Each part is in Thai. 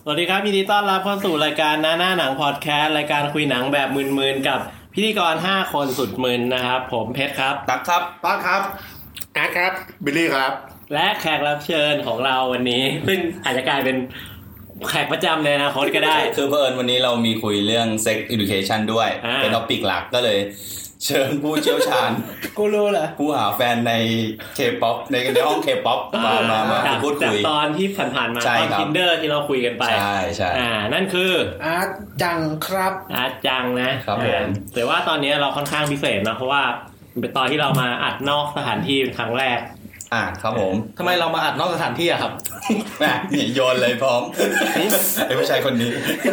วัสดีครับยินดีต้อนรับเข้าสู่รายการหน้าหนังพอดแคสต์รายการคุยหนังแบบมึนๆกับพิธีกร5คนสุดมึนนะครับผมเพชรครับตั๊กครับป้าครับอาร์ตครับบิลลี่ครับและแขกรับเชิญของเราวันนี้ซึ่งอาจจะกลายเป็นแขกประจำในอนาคตก็ได้คือเผอิญวันนี้เรามีคุยเรื่อง Sex Education ด้วยเป็นท็อปิกหลักก็เลยเชิญผู้เชี่ยวชาญกูรู้เหรอผู้หาแฟนใน K-pop ในห้อง K-pop มาพูดคุยตอนที่ผ่านๆมาตอน Tinder ที่เราคุยกันไปใช่นั่นคืออาร์ตจังครับอาร์ตจังนะครับผมแต่ว่าตอนนี้เราค่อนข้างพิเศษนะเพราะว่าเป็นตอนที่เรามาอัดนอกสถานที่เป็นครั้งแรกครับผมทำไมเรามาอัดนอกสถานที่อะครับนี่โยนเลยพร้อมไอ้ผู้ชายคนนี้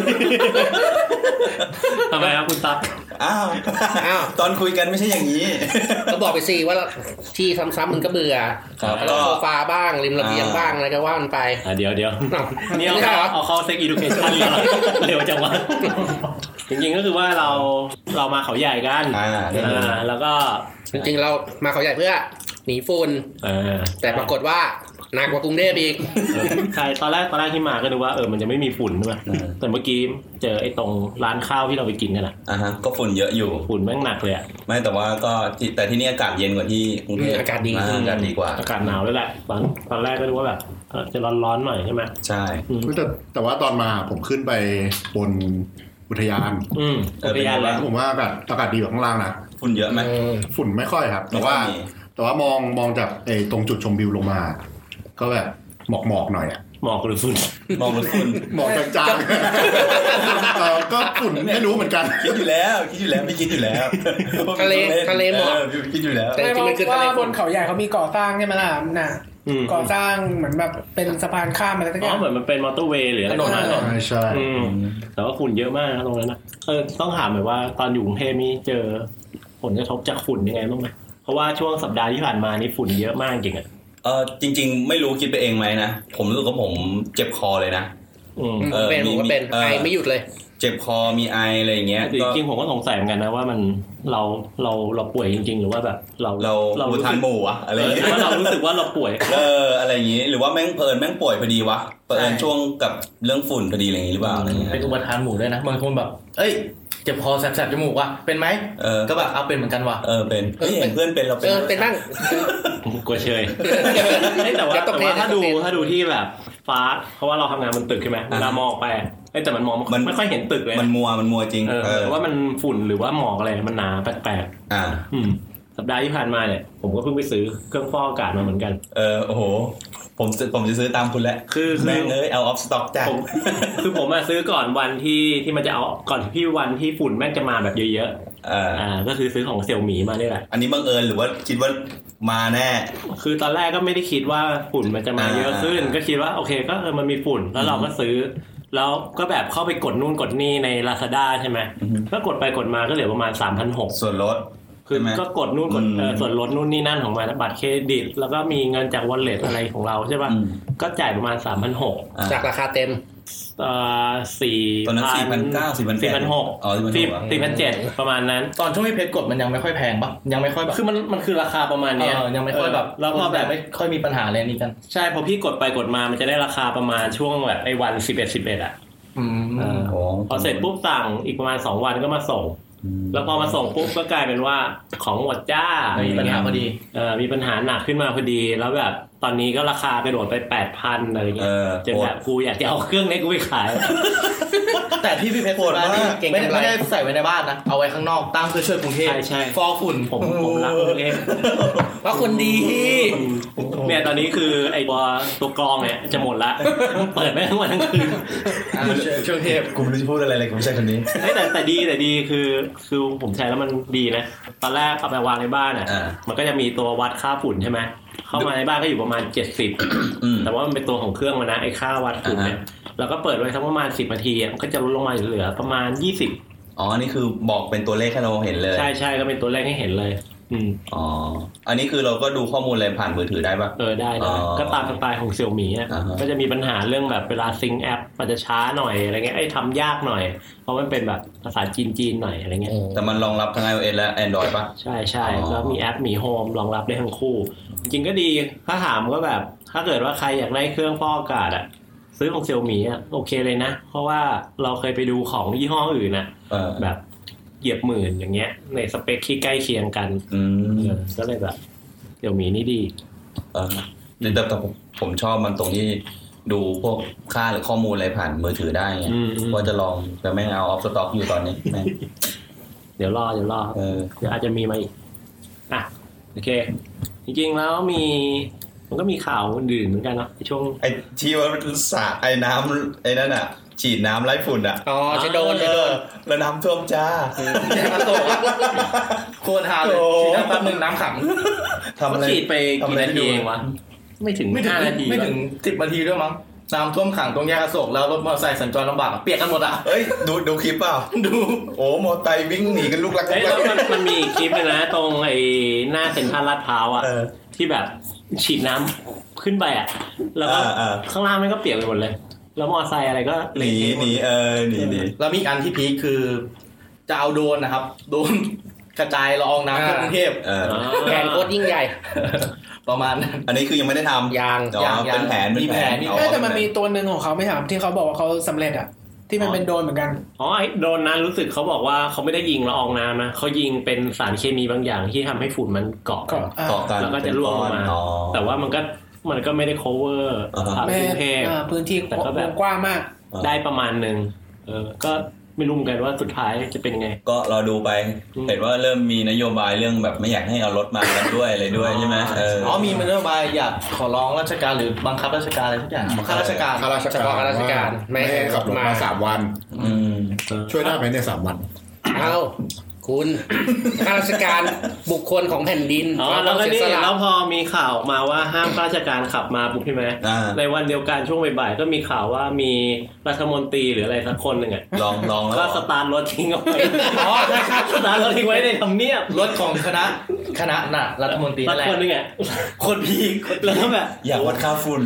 ทำไมครับคุณตั๊กอ้าวตอนคุยกันไม่ใช่อย่างนี้ก็บอกไปสิว่าที่ซ้ำๆมันก็เบื่อแล้วโซฟาบ้างริมระเบียงบ้างอะไรก็ว่ามันไปเดี๋ยวนี่เอาเข้าเซ็กอีดูเคชั่นเร็วจังวะจริงๆก็คือว่าเรามาเขาใหญ่กันแล้วก็จริงๆเรามาเขาใหญ่เพื่อหนีฝุ่นแต่ปรากฏว่าหนักกว่ากรุงเทพอีกใช่ตอนแรกที่มาก็นึกว่ามันจะไม่มีฝุ่นใช่ไหมแต่เมื่อกี้เจอไอ้ตรงร้านข้าวที่เราไปกินนั่นแหละก็ฝุ่นเยอะอยู่ฝุ่นแม่งหนักเลยไม่แต่ว่าก็แต่ที่นี่อากาศเย็นกว่าที่กรุงเทพอากาศดีกว่าอากาศหนาวด้วยแหละตอนแรกก็นึกว่าแบบจะร้อนๆหน่อยใช่ไหมใช่แต่ว่าตอนมาผมขึ้นไปบนอุทยานแล้วผมว่าแบบอากาศดีกว่าข้างล่างนะฝุ่นเยอะไหมฝุ่นไม่ค่อยครับแต่ว่ามองจากตรงจุดชมวิวลงมาก็แบบหมอกหน่อยอ่ะหมอกหรือฝุ่นหมอกจางๆก็ฝุ่นไม่รู้เหมือนกันคิดอยู่แล้วไม่คิดอยู่แล้วทะเลหมอกคิดอยู่แล้วแต่จริงๆมันคือทะเลบนเขาใหญ่เขามีก่อสร้างใช่ไหมล่ะน่ะก่อสร้างเหมือนแบบเป็นสะพานข้ามอะไรสักอย่างเหมือนมันเป็นมอเตอร์เวย์หรืออะไรประมาณนั้นใช่แต่ว่าฝุ่นเยอะมากตรงนั้นนะต้องถามหน่อยว่าตอนอยู่กรุงเทพนี่เจอผลกระทบจากฝุ่นยังไงบ้างไหมเพราะว่าช่วงสัปดาห์ที่ผ่านมานี่ฝุ่นเยอะมากจริงจริงๆไม่รู้คิดไปเองไหมนะผมรู้สึกว่าผมเจ็บคอเลยนะเป็นไอไม่หยุดเลยเจ็บคอมีไออะไรอย่างเงี้ยจริงๆผมก็สงสัยเหมือนกันนะว่ามันเราป่วยจริงๆหรือว่าแบบเราทานหมูอะอะไรอย่างเงี้ยว่าเรารู้สึกว่าเราป่วยอะไรอย่างงี้หรือว่าแม่งป่วยพอดีวะเผอิญช่วงกับเรื่องฝุ่นพอดีอะไรอย่างงี้หรือเปล่าอะไรอย่างเงี้ยเป็นอุปทานหมูด้วยนะบางคนแบบเจ็บคอแสบๆจมูกว่ะเป็นไหมก็แบบเอาเป็นเหมือนกันว่ะเป็นเห็นเพื่อนเป็นเราเป็นบ้างกลัวเชยแต่ว่าถ้าดูที่แบบฟ้าเพราะว่าเราทำงานบนตึกใช่ไหมเวลามองไปแต่มันมองมันไม่ค่อยเห็นตึกเลยมันมัวจริงว่ามันฝุ่นหรือว่าหมอกอะไรมันหนาแปลกสัปดาห์ที่ผ่านมาเนี่ยผมก็เพิ่งไปซื้อเครื่องฟอกอากาศมาเหมือนกันโอ้โหผมจะซื้อตามคุณแล้วคือแม่งout of stock จ้ะคือผมมาซื้อก่อนวันที่มันจะเอาก่อนที่วันที่ฝุ่นแม่งจะมาแบบเยอะๆก็คือซื้อของเซี่ยมี่มานี่แหละอันนี้บังเอิญหรือว่าคิดว่ามาแน่คือตอนแรกก็ไม่ได้คิดว่าฝุ่นมันจะมาเยอะขึ้นก็คิดว่าโอเคก็มันมีฝุ่นแล้วเราก็ซื้อแล้วก็แบบเข้าไปกดนู่นกดนี่ใน Lazada ใช่ไหมก็กดไปกดมาก็เหลือประมาณ 3,600 ส่วนลดคือก็กดนู่นกดส่วนลดนู่นนี่นั่นของมันบัตรเครดิตแล้วก็มีเงินจาก wallet อะไรของเราใช่ป่ะก็จ่ายประมาณ 3,600 จากราคาเต็ม 4,000 ตอนนั้น 4,600 อ๋อ 4,700 ประมาณนั้นตอนช่วงที่เพชรกดมันยังไม่ค่อยแพงป่ะยังไม่ค่อยแบบคือมันคือราคาประมาณนี้ยังไม่ค่อยแบบแล้วพอแบบไม่ค่อยมีปัญหาอะไรนี่กันใช่พอพี่กดไปกดมามันจะได้ราคาประมาณช่วงแบบไอ้วัน11อ่ะพอเสร็จปุ๊บสั่งอีกประมาณ2วันก็มาส่งแล้วพอมาส่งปุ๊บก็กลายเป็นว่าของหมดจ้ามีปัญหาพอดีมีปัญหาหนักขึ้นมาพอดีแล้วแบบตอนนี้ก็ราคากระโดดไป 8,000 อะไรเงี้ยจนแบบกูอยากจะเอาเครื่องนี้กูไปขายแต่ที่พี่เพชรมานี่ไม่ได้ใส่ไว้ในบ้านนะเอาไว้ข้างนอกตั้งเพื่อช่วยกรุงเทพฟอกฝุ่นผมรักกรุงเทพว่าคนดีเนี่ยตอนนี้คือไอ้ตัวกรองเนี่ยจะหมดละเปิดไม่ทั้งวันทั้งคืนช่วงเทพกูไม่รู้จะพูดอะไรเลยกูไม่ใช่คนนี้แต่ดีคือผมใช้แล้วมันดีนะตอนแรกเอาไปวางในบ้านมันก็จะมีตัววัดค่าฝุ่นใช่ไหมเข้ามาในบ้านก็อยู่ประมาณ70แต่ว่ามันเป็นตัวของเครื่องมันนะไอ้ค่าวัดฝุ่นเนี่ยแล้วก็เปิดไว้สักประมาณ10 นาทีมันก็จะลดลงมาเหลือประมาณ20 นี่คือบอกเป็นตัวเลขให้เราเห็นเลยใช่ก็เป็นตัวเลขให้เห็นเลยอันนี้คือเราก็ดูข้อมูลอะไรผ่านมือถือได้ปะได้ก็ตามสไตล์ของ Xiaomi อ่ะก็จะมีปัญหาเรื่องแบบเวลาซิงค์แอปมันจะช้าหน่อยอะไรเงี้ยทำยากหน่อยเพราะมันเป็นแบบภาษาจีนหน่อยอะไรเงี้ยแต่มันรองรับทั้ง iOS และ Android ปะใช่ก็มีแอปมี Home รองรับได้ทั้งคู่จริงก็ดีถ้าถามก็แบบถ้าเกิดว่าใครอยากได้เครื่องฟอกอากาศอ่ะซื้อของ Xiaomi อ่ะโอเคเลยนะเพราะว่าเราเคยไปดูของยี่ห้ออื่นนะแบบเหยียบหมื่นอย่างเงี้ยในสเปคที่ใกล้เคียงกันก็เลยแบบXiaomiนี่ดีแต่ผมชอบมันตรงที่ดูพวกค่าหรือข้อมูลอะไรผ่านมือถือได้ไงว่าจะลองแต่ไม่เอาออฟสต็อกอยู่ตอนนี้เดี๋ยวรอเดี๋ยวอาจจะมีมาอีกอ่ะโอเคจริงๆแล้วมันก็มีข่าวอื่นเหมือนกันเนาะในช่วงไอ้ที่ว่าสระไอ้น้ำไอ้นั่นอ่ะฉีดน้ำไล่ฝุ่นอ่ะจะโดนแล้วน้ำท่วมจ้าโคตรฮาเลยฉีดน้ำแป๊บนึงน้ำขังทำอะไรฉีดไปกี่นาทีเองวะไม่ถึง5 นาทีไม่ถึง10 นาทีด้วยมั้งน้ำท่วมขังตรงแยกอโศกแล้วรถมอเตอร์ไซค์สัญจรลำบากเปียกกันหมดอ่ะเอ้ยดูคลิปเปล่าดูโอ้มอไซค์วิ่งหนีกันลูกลักมันมีคลิปเลยนะตรงไอ้หน้าเซ็นทรัลลาดพร้าวอ่ะที่แบบฉีดน้ำขึ้นไปอ่ะแล้วก็ข้างล่างมันก็เปียกไปหมดเลยแล้วมอเตอร์ไซค์อะไรก็หนีแล้วมีอันที่พีคคือจะเอาโดรนนะครับโดรนกระจายละอองน้ำทั่วกรุงเทพแผนโคตรยิ่งใหญ่ประมาณอันนี้คือยังไม่ได้ทำยังเป็นแผนแต่มันมีตัวนึงของเขาไม่ถามที่เขาบอกว่าเขาสำเร็จอ่ะที่มันเป็นโดรนเหมือนกันไอ้โดรนนั้นรู้สึกเขาบอกว่าเขาไม่ได้ยิงละอองน้ำนะเขายิงเป็นสารเคมีบางอย่างที่ทำให้ฝุ่นมันเกาะกันแล้วก็จะร่วงมาแต่ว่ามันก็ไม่ได้ cover พื้นที่แต่ก็แบบกว้างมากได้ประมาณนึงก็ไม่รู้เหมือนกันว่าสุดท้ายจะเป็นไงก็รอดูไปเห็นว่าเริ่มมีนโยบายเรื่องแบบไม่อยากให้เอารถมากันด้วยอะไรด้วยใช่ไหมมีนโยบายอยากขอร้องราชการหรือบังคับราชการอะไรทุกอย่างข้าราชการไม่ให้ขับรถมา3 วันช่วยได้ไหมเนี่ย3 วันคุณข้าราชการบุคคลของแผ่นดินแล้วก็นี่แล้วพอมีข่าวออกมาว่าห้ามข้าราชการขับมาปุ๊บใช่ไหมในวันเดียวกันช่วงบ่ายๆก็มีข่าวว่ามีรัฐมนตรีหรืออะไรสักคนหนึ่งอ่ะลองก็สตาร์ทรถทิ้งเอาไว้สตาร์ทรถทิ้งไว้ในทำเนียบรถของคณะน่ะรัฐมนตรีนั่นแหละคนนึงอ่ะคนพีแล้วแบบอยากวัดค่าฝุ่น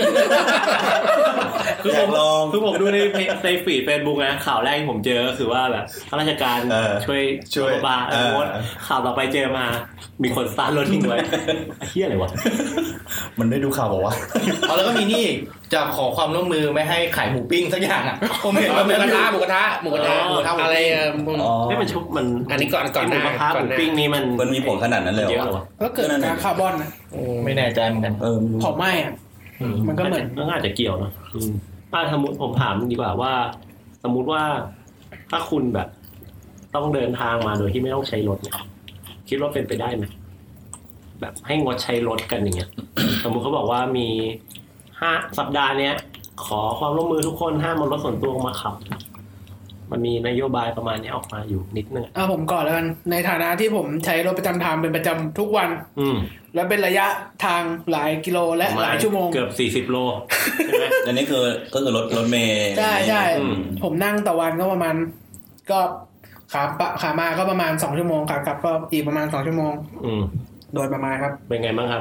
คือผมดูในฟีด Facebook นะข่าวแรกที่ผมเจอก็คือว่าแบบข้าราชการช่วยบาร์ข่าวต่อไปเจอมามีคนสตาร์ทรถทิ้งไว้เหี้ยอะไรวะมันได้ดูข่าวบอกว่าแล้วก็มีนี่จะขอความร่วมมือไม่ให้ขายหมูปิ้งสักอย่างอ่ะผมเห็นว่าหมูกระทะอะไรให้มันชุบมันอันนี้ก่อนหมูกระทะหมูปิ้งนี่มันมีผลขนาดนั้นเลยเหรอก็เกิดการคาร์บอนนะไม่แน่ใจเหมือนกันเผาไหม้อ่ะมันก็เหมือนก็อาจจะเกี่ยวนะสมมติผมถามดีกว่าว่าสมมุติว่าถ้าคุณแบบต้องเดินทางมาโดยที่ไม่ต้องใช้รถเนี่ยคิดว่าเป็นไปได้ไหมแบบให้งดใช้รถกันอย่างเงี้ยสมมุติเขาบอกว่ามี5 สัปดาห์เนี้ยขอความร่วมมือทุกคนห้ามเอารถส่วนตัวมาขับมันมีนโยบายประมาณนี้ออกมาอยู่นิดนึงผมก่อนแล้วกันในฐานะที่ผมใช้รถประจำทางเป็นประจำทุกวันแล้วเป็นระยะทางหลายกิโลและหลายชั่วโมงเกือบ40 โลใช่ไหมอันนี้ก็คือรถเมล์ใช่ผมนั่งต่อวันก็ประมาณก็ขามาก็ประมาณ2 ชั่วโมงขากลับก็อีกประมาณ2 ชั่วโมงโดยประมาณครับเป็นไงบ้างครับ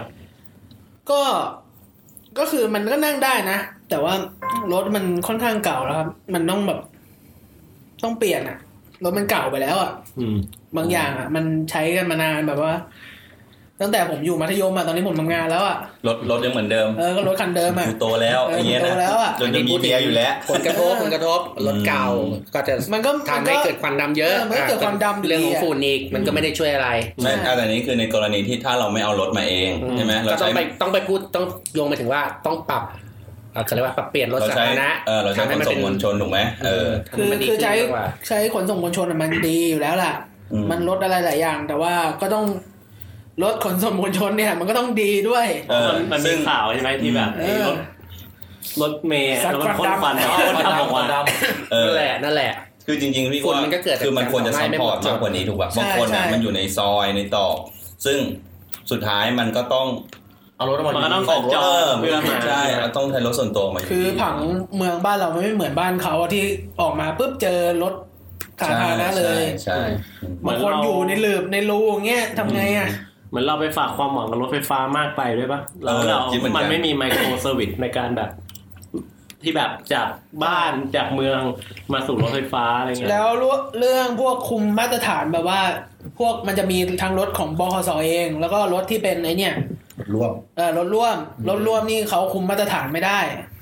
ก็คือมันก็นั่งได้นะแต่ว่ารถมันค่อนข้างเก่าแล้วครับมันต้องเปลี่ยนรถมันเก่าไปแล้วบางอย่างมันใช้กันมานานแบบว่าตั้งแต่ผมอยู่มัธยมตอนนี้ผมทำงานแล้วรถยังเหมือนเดิมก็รถคันเดิมโตแล้วอย่างเงี้ยนะจนจะมีเมียอยู่แล้วผลกระทบรถเก่าก็จะมันก็ทำให้เกิดควันดำเยอะมันเกิดควันดำเรื่องของฝุ่นอีกมันก็ไม่ได้ช่วยอะไรแต่นี้คือในกรณีที่ถ้าเราไม่เอารถมาเองใช่ไหมเราต้องไปพูดต้องโยงไปถึงว่าต้องปรับเขาเรียกว่าปรับเปลี่ยนรถสาธารณะเราใช้ขนส่งมวลชนถูกไหมคือใช้ขนส่งมวลชนมันดีอยู่แล้วล่ะมันลดอะไรหลายอย่างแต่ว่าก็ต้องรถขนส่งมวลชนเนี่ยมันก็ต้องดีด้วยมันมีข่าวใช่ไหมที่แบบรถเมล์แล้วมันพ่นควันดำออกมานั่นแหละคือจริงๆพี่ว่าคือมันควรจะซัพพอร์ตมากกว่านี้ถูกป่ะบางคนมันอยู่ในซอยในตอกซึ่งสุดท้ายมันก็ต้องเอารถมันก็ต้องออกจอเพื่อมาใช่ต้องใช้รถส่วนตัวมาคือผังเมืองบ้านเราไม่เหมือนบ้านเขาที่ออกมาปุ๊บเจอรถสาธารณะเลยใช่บางคนอยู่ในหลืบในรูอย่างเงี้ยทำไงเหมือนเราไปฝากความหวังกับรถไฟฟ้ามากไปด้วยป่ะแล้วมันไม่มีไมโครเซอร์วิสในการแบบที่แบบจากบ้านจากเมืองมาสู่รถไฟฟ้าอะไรเงี้ยแล้วเรื่องพวกคุมมาตรฐานแบบว่าพวกมันจะมีทั้งรถของบขส.เองแล้วก็รถที่เป็นไอ้เนี่ยร่วมรถร่วมนี่เขาคุมมาตรฐานไม่ได้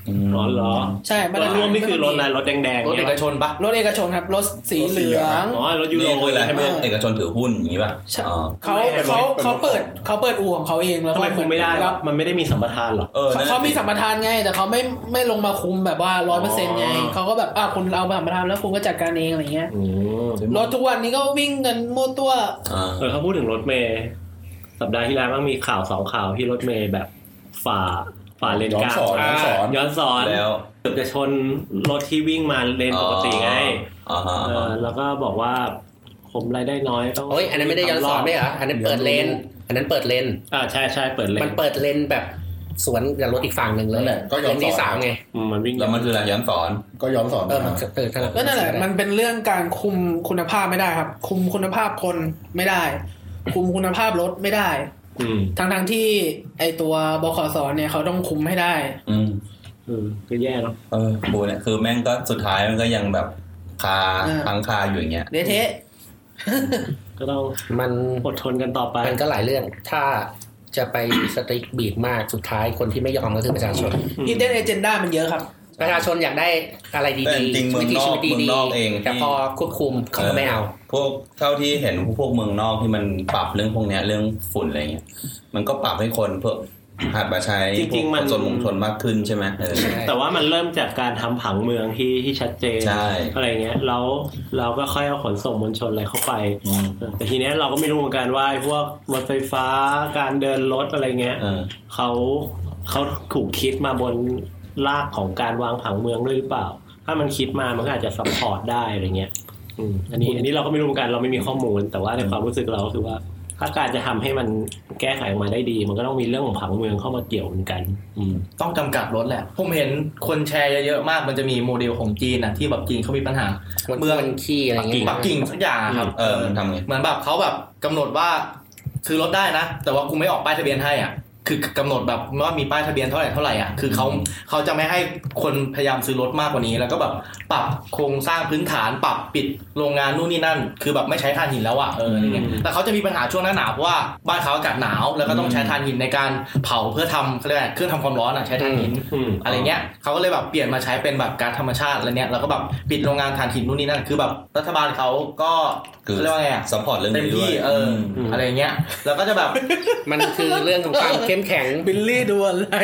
อ๋อเหรอใช่รถร่วมนี่คือรถอะไรรถแดงๆรถเอกชนปะรถเอกชนครับรถสีเหลืองอ๋อรถยูโรอะไรให้พวกเอกชนถือหุ้นอย่างนี้ป่ะเขาเปิดอู่ของเขาเองแล้วทำไมคุมไม่ได้มันไม่ได้มีสัมปทานหรอเขามีสัมปทานไงแต่เขาไม่ลงมาคุมแบบว่า 100% ไงเขาก็แบบคุณเอาสัมปทานแล้วคุณก็จัดการเองอะไรเงี้ยรถทุกวันนี้ก็วิ่งกันมั่วตัวเขาพูดถึงรถเมล์สัปดาห์ที่แล้วมันมีข่าว2ข่าวที่รถเมล์แบบฝ่าเลนกลางย้อนสอนแล้วเกือบจะชนรถที่วิ่งมาเลนปกติไงแล้วก็บอกว่าผมรายได้น้อยต้องอันนั้นไม่ได้ย้อนสอนไม่เหรออันนั้นเปิดเลนอันนั้นเปิดเลนใช่เปิดเลนมันเปิดเลนแบบสวนกับรถอีกฝั่งนึงเลยก็ย้อนสอนไงมันวิ่งแล้วมันคืออะไรย้อนสอนก็ย้อนสอนก็นั่นแหละมันเป็นเรื่องการคุมคุณภาพไม่ได้ครับคุมคุณภาพคนไม่ได้คุมคุณภาพรถไม่ได้ทั้งที่ไอตัวบขสเนี่ยเขาต้องคุมให้ได้ก็แย่เนาะบูเนี่ยคือแม่งก็สุดท้ายมันก็ยังแบบคาอยู่อย่างเงี้ยเละก็ต้องมันอดทนกันต่อไปมันก็หลายเรื่องถ้าจะไปสตริกบีทมากสุดท้ายคนที่ไม่ยอมก็คือประชาชน Hidden Agenda มันเยอะครับประชาชนอยากได้อะไรดีๆวิถีชีวิตดีๆแต่พอควบคุมเขาก็ไม่เอาพวกเท่าที่เห็นพวกเมืองนอกที่มันปรับเรื่องพวกนี้เรื่องฝุ่นอะไรเงี้ยมันก็ปรับให้คนเพิ่มหัดมาใช้จริงๆมันส่วนมงชนมากขึ้นใช่ไหมแต่ว่ามันเริ่มจากการทำผังเมืองที่ชัดเจนอะไรเงี้ยแล้วเราก็ค่อยเอาขนส่งมวลชนอะไรเข้าไปแต่ทีเนี้ยเราก็ไม่รู้เหมือนกันว่าพวกรถไฟฟ้าการเดินรถอะไรเงี้ยเขาถูกคิดมาบนรากของการวางผังเมืองด้วยหรือเปล่าถ้ามันคิดมามันก็อาจจะซัพพอร์ตได้อะไรเงี้ยอันนี้เราก็ไม่รู้เหมือนกันเราไม่มีข้อมูลแต่ว่าในความรู้สึกเราก็คือว่าถ้าการจะทำให้มันแก้ไขออกมาได้ดีมันก็ต้องมีเรื่องของผังเมืองเข้ามาเกี่ยวกันต้องจำกัดรถแหละผมเห็นคนแชร์เยอะๆมากมันจะมีโมเดลของจีนนะที่แบบจีนเขามีปัญหาเมืองขี้อะไรเงี้ยปักกิ่งสักอย่างครับมันทำไงเหมือนแบบเขาแบบกำหนดว่าซื้อรถได้นะแต่ว่ากูไม่ออกป้ายทะเบียนให้อ่ะคือกำหนดแบบว่ามีป้ายทะเบียนเท่าไหร่อ่ะคือเขาจะไม่ให้คนพยายามซื้อรถมากกว่านี้แล้วก็แบบปรับโครงสร้างพื้นฐานปรับปิดโรงงานนู่นนี่นั่นคือแบบไม่ใช้ถ่านหินแล้วอ่ะอะไรเงี้ยแต่เขาจะมีปัญหาช่วงหน้าหนาวเพราะว่าบ้านเขาอากาศหนาวแล้วก็ต้องใช้ถ่านหินในการเผาเพื่อทำเขาเรียกเครื่องทำความร้อนอ่ะใช้ถ่านหินอะไรเงี้ยเขาก็เลยแบบเปลี่ยนมาใช้เป็นแบบก๊าซธรรมชาติอะไรเนี้ยแล้วก็แบบปิดโรงงานถ่านหินนู่นนี่นั่นคือแบบรัฐบาลเขาก็เรียกว่าไงอ่ะซัพพอร์ตเรื่องนี้ด้วยอะไรเงี้ยแล้วก็จะแบบมันคือเรื่องของความเข้มแข็งบิลลี่ดูอะไร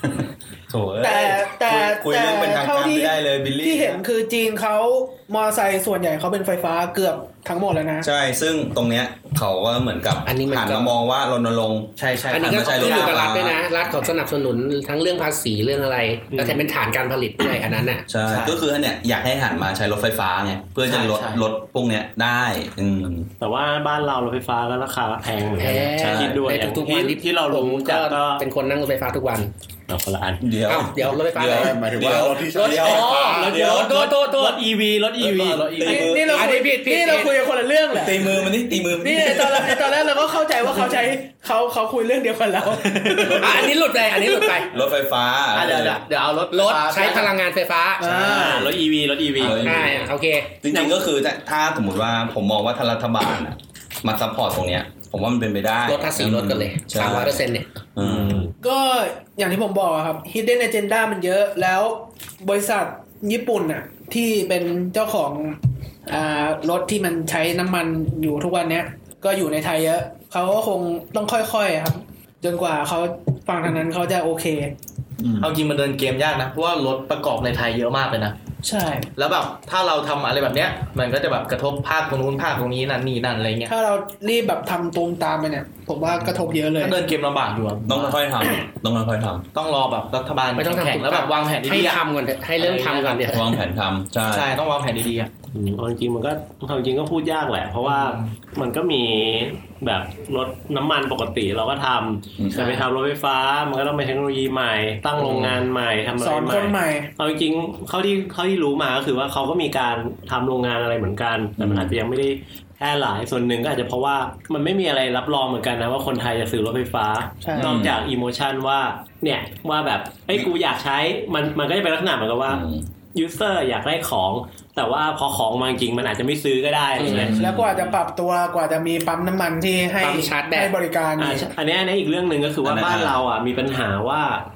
แต่คุยเรื่องเป็นทางการไม่ได้เลยบิลลี่ที่เห็นคือจีนเขามอไซค์ส่วนใหญ่เขาเป็นไฟฟ้าเกือบทั้งหมดแล้วนะใช่ซึ่งตรงเนี้ยเขาก็เหมือนกับหันมามองว่ารณรงค์ใช่อันนี้ก็ขึ้นอยู่กับรัฐด้วยนะรัฐเขาสนับสนุนทั้งเรื่องภาษีเรื่องอะไรแล้วแถมเป็นฐานการผลิตด้วยอันนั้นน่ะใช่ก็คือเนี่ยอยากให้หันมาใช้รถไฟฟ้าไงเพื่อจะลดพวกเนี้ยได้แต่ว่าบ้านเรารถไฟฟ้าก็ราคาแพงคิดด้วยทุกวันที่เรารู้จักก็เป็นคนนั่งรถไฟฟ้าทุกวันเราคนละอันเดี๋ยวรถไฟฟ้าหมายถึงว่ารถที่เดียวรถ EV รถ EV นี่เราคุยกันคนละเรื่องแหละตีมือมันนี่ตอนแรกเราก็เข้าใจว่าเขาใช้เขาคุยเรื่องเดียวกันแล้วอันนี้หลุดไปรถไฟฟ้าเดี๋ยวเอารถใช้พลังงานไฟฟ้ารถ EV โอเคจริงๆก็คือถ้าสมมติว่าผมมองว่าทางรัฐบาลมาซัพพอร์ตตรงเนี้ยผมว่ามันเป็นไปได้ลดภาษีลดกันเลย 300% เนี่ยก็อย่างที่ผมบอกครับ Hidden Agenda มันเยอะแล้วบริษัทญี่ปุ่นน่ะที่เป็นเจ้าของรถที่มันใช้น้ำมันอยู่ทุกวันเนี้ยก็อยู่ในไทยเยอะเขาก็คงต้องค่อยๆครับจนกว่าเขาฝั่งทางนั้นเขาจะโอเคเอาจริงมันเดินเกมยากนะเพราะว่ารถประกอบในไทยเยอะมากเลยนะใช่แล้วแบบถ้าเราทำอะไรแบบเนี้ยมันก็จะแบบกระทบภาคตรงนู้นภาคตรงนี้นั่นนี่นั่นอะไรเงี้ยถ้าเรารีบแบบทำตูมตามไปเนี่ยผมว่ากระทบเยอะเลยถ้าเดินเกมลำบากอยู่ต้องค่อยๆทำต้องรอแบบรัฐบาลไม่ต้องแข่งแล้วแบบวางแผนดีๆให้ทำก่อนให้เริ่มทำก่อนเดี๋ยววางแผนทำใช่ต้องวางแผนดีๆอ่ะจริงมันก็ความจริงก็พูดยากแหละเพราะว่ามันก็มีแบบรถน้ำมันปกติเราก็ทำแต่ไปทำรถไฟฟ้ามันก็ต้องเป็นเทคโนโลยีใหม่ตั้งโรงงานใหม่ทำอะไรสอนคนใหม่เอาจริงเขาที่รู้มาก็คือว่าเขาก็มีการทำโรงงานอะไรเหมือนกันแต่มันอาจจะยังไม่ได้แพร่หลายส่วนหนึ่งก็อาจจะเพราะว่ามันไม่มีอะไรรับรองเหมือนกันนะว่าคนไทยจะซื้อรถไฟฟ้านอกจากอีโมชันว่าเนี่ยว่าแบบไอ้กูอยากใช้มันก็จะเป็นลักษณะเหมือนกับว่ายูเซอร์อยากได้ของแต่ว่าพอของมาจริงมันอาจจะไม่ซื้อก็ได้ใช่ไหมแล้วกว่าจะปรับตัวกว่าจะมีปั๊มน้ำมันที่ให้บริการอันนี้อีกเรื่องนึงก็คือว่าบ้านเราอ่ะมีปัญหาว่า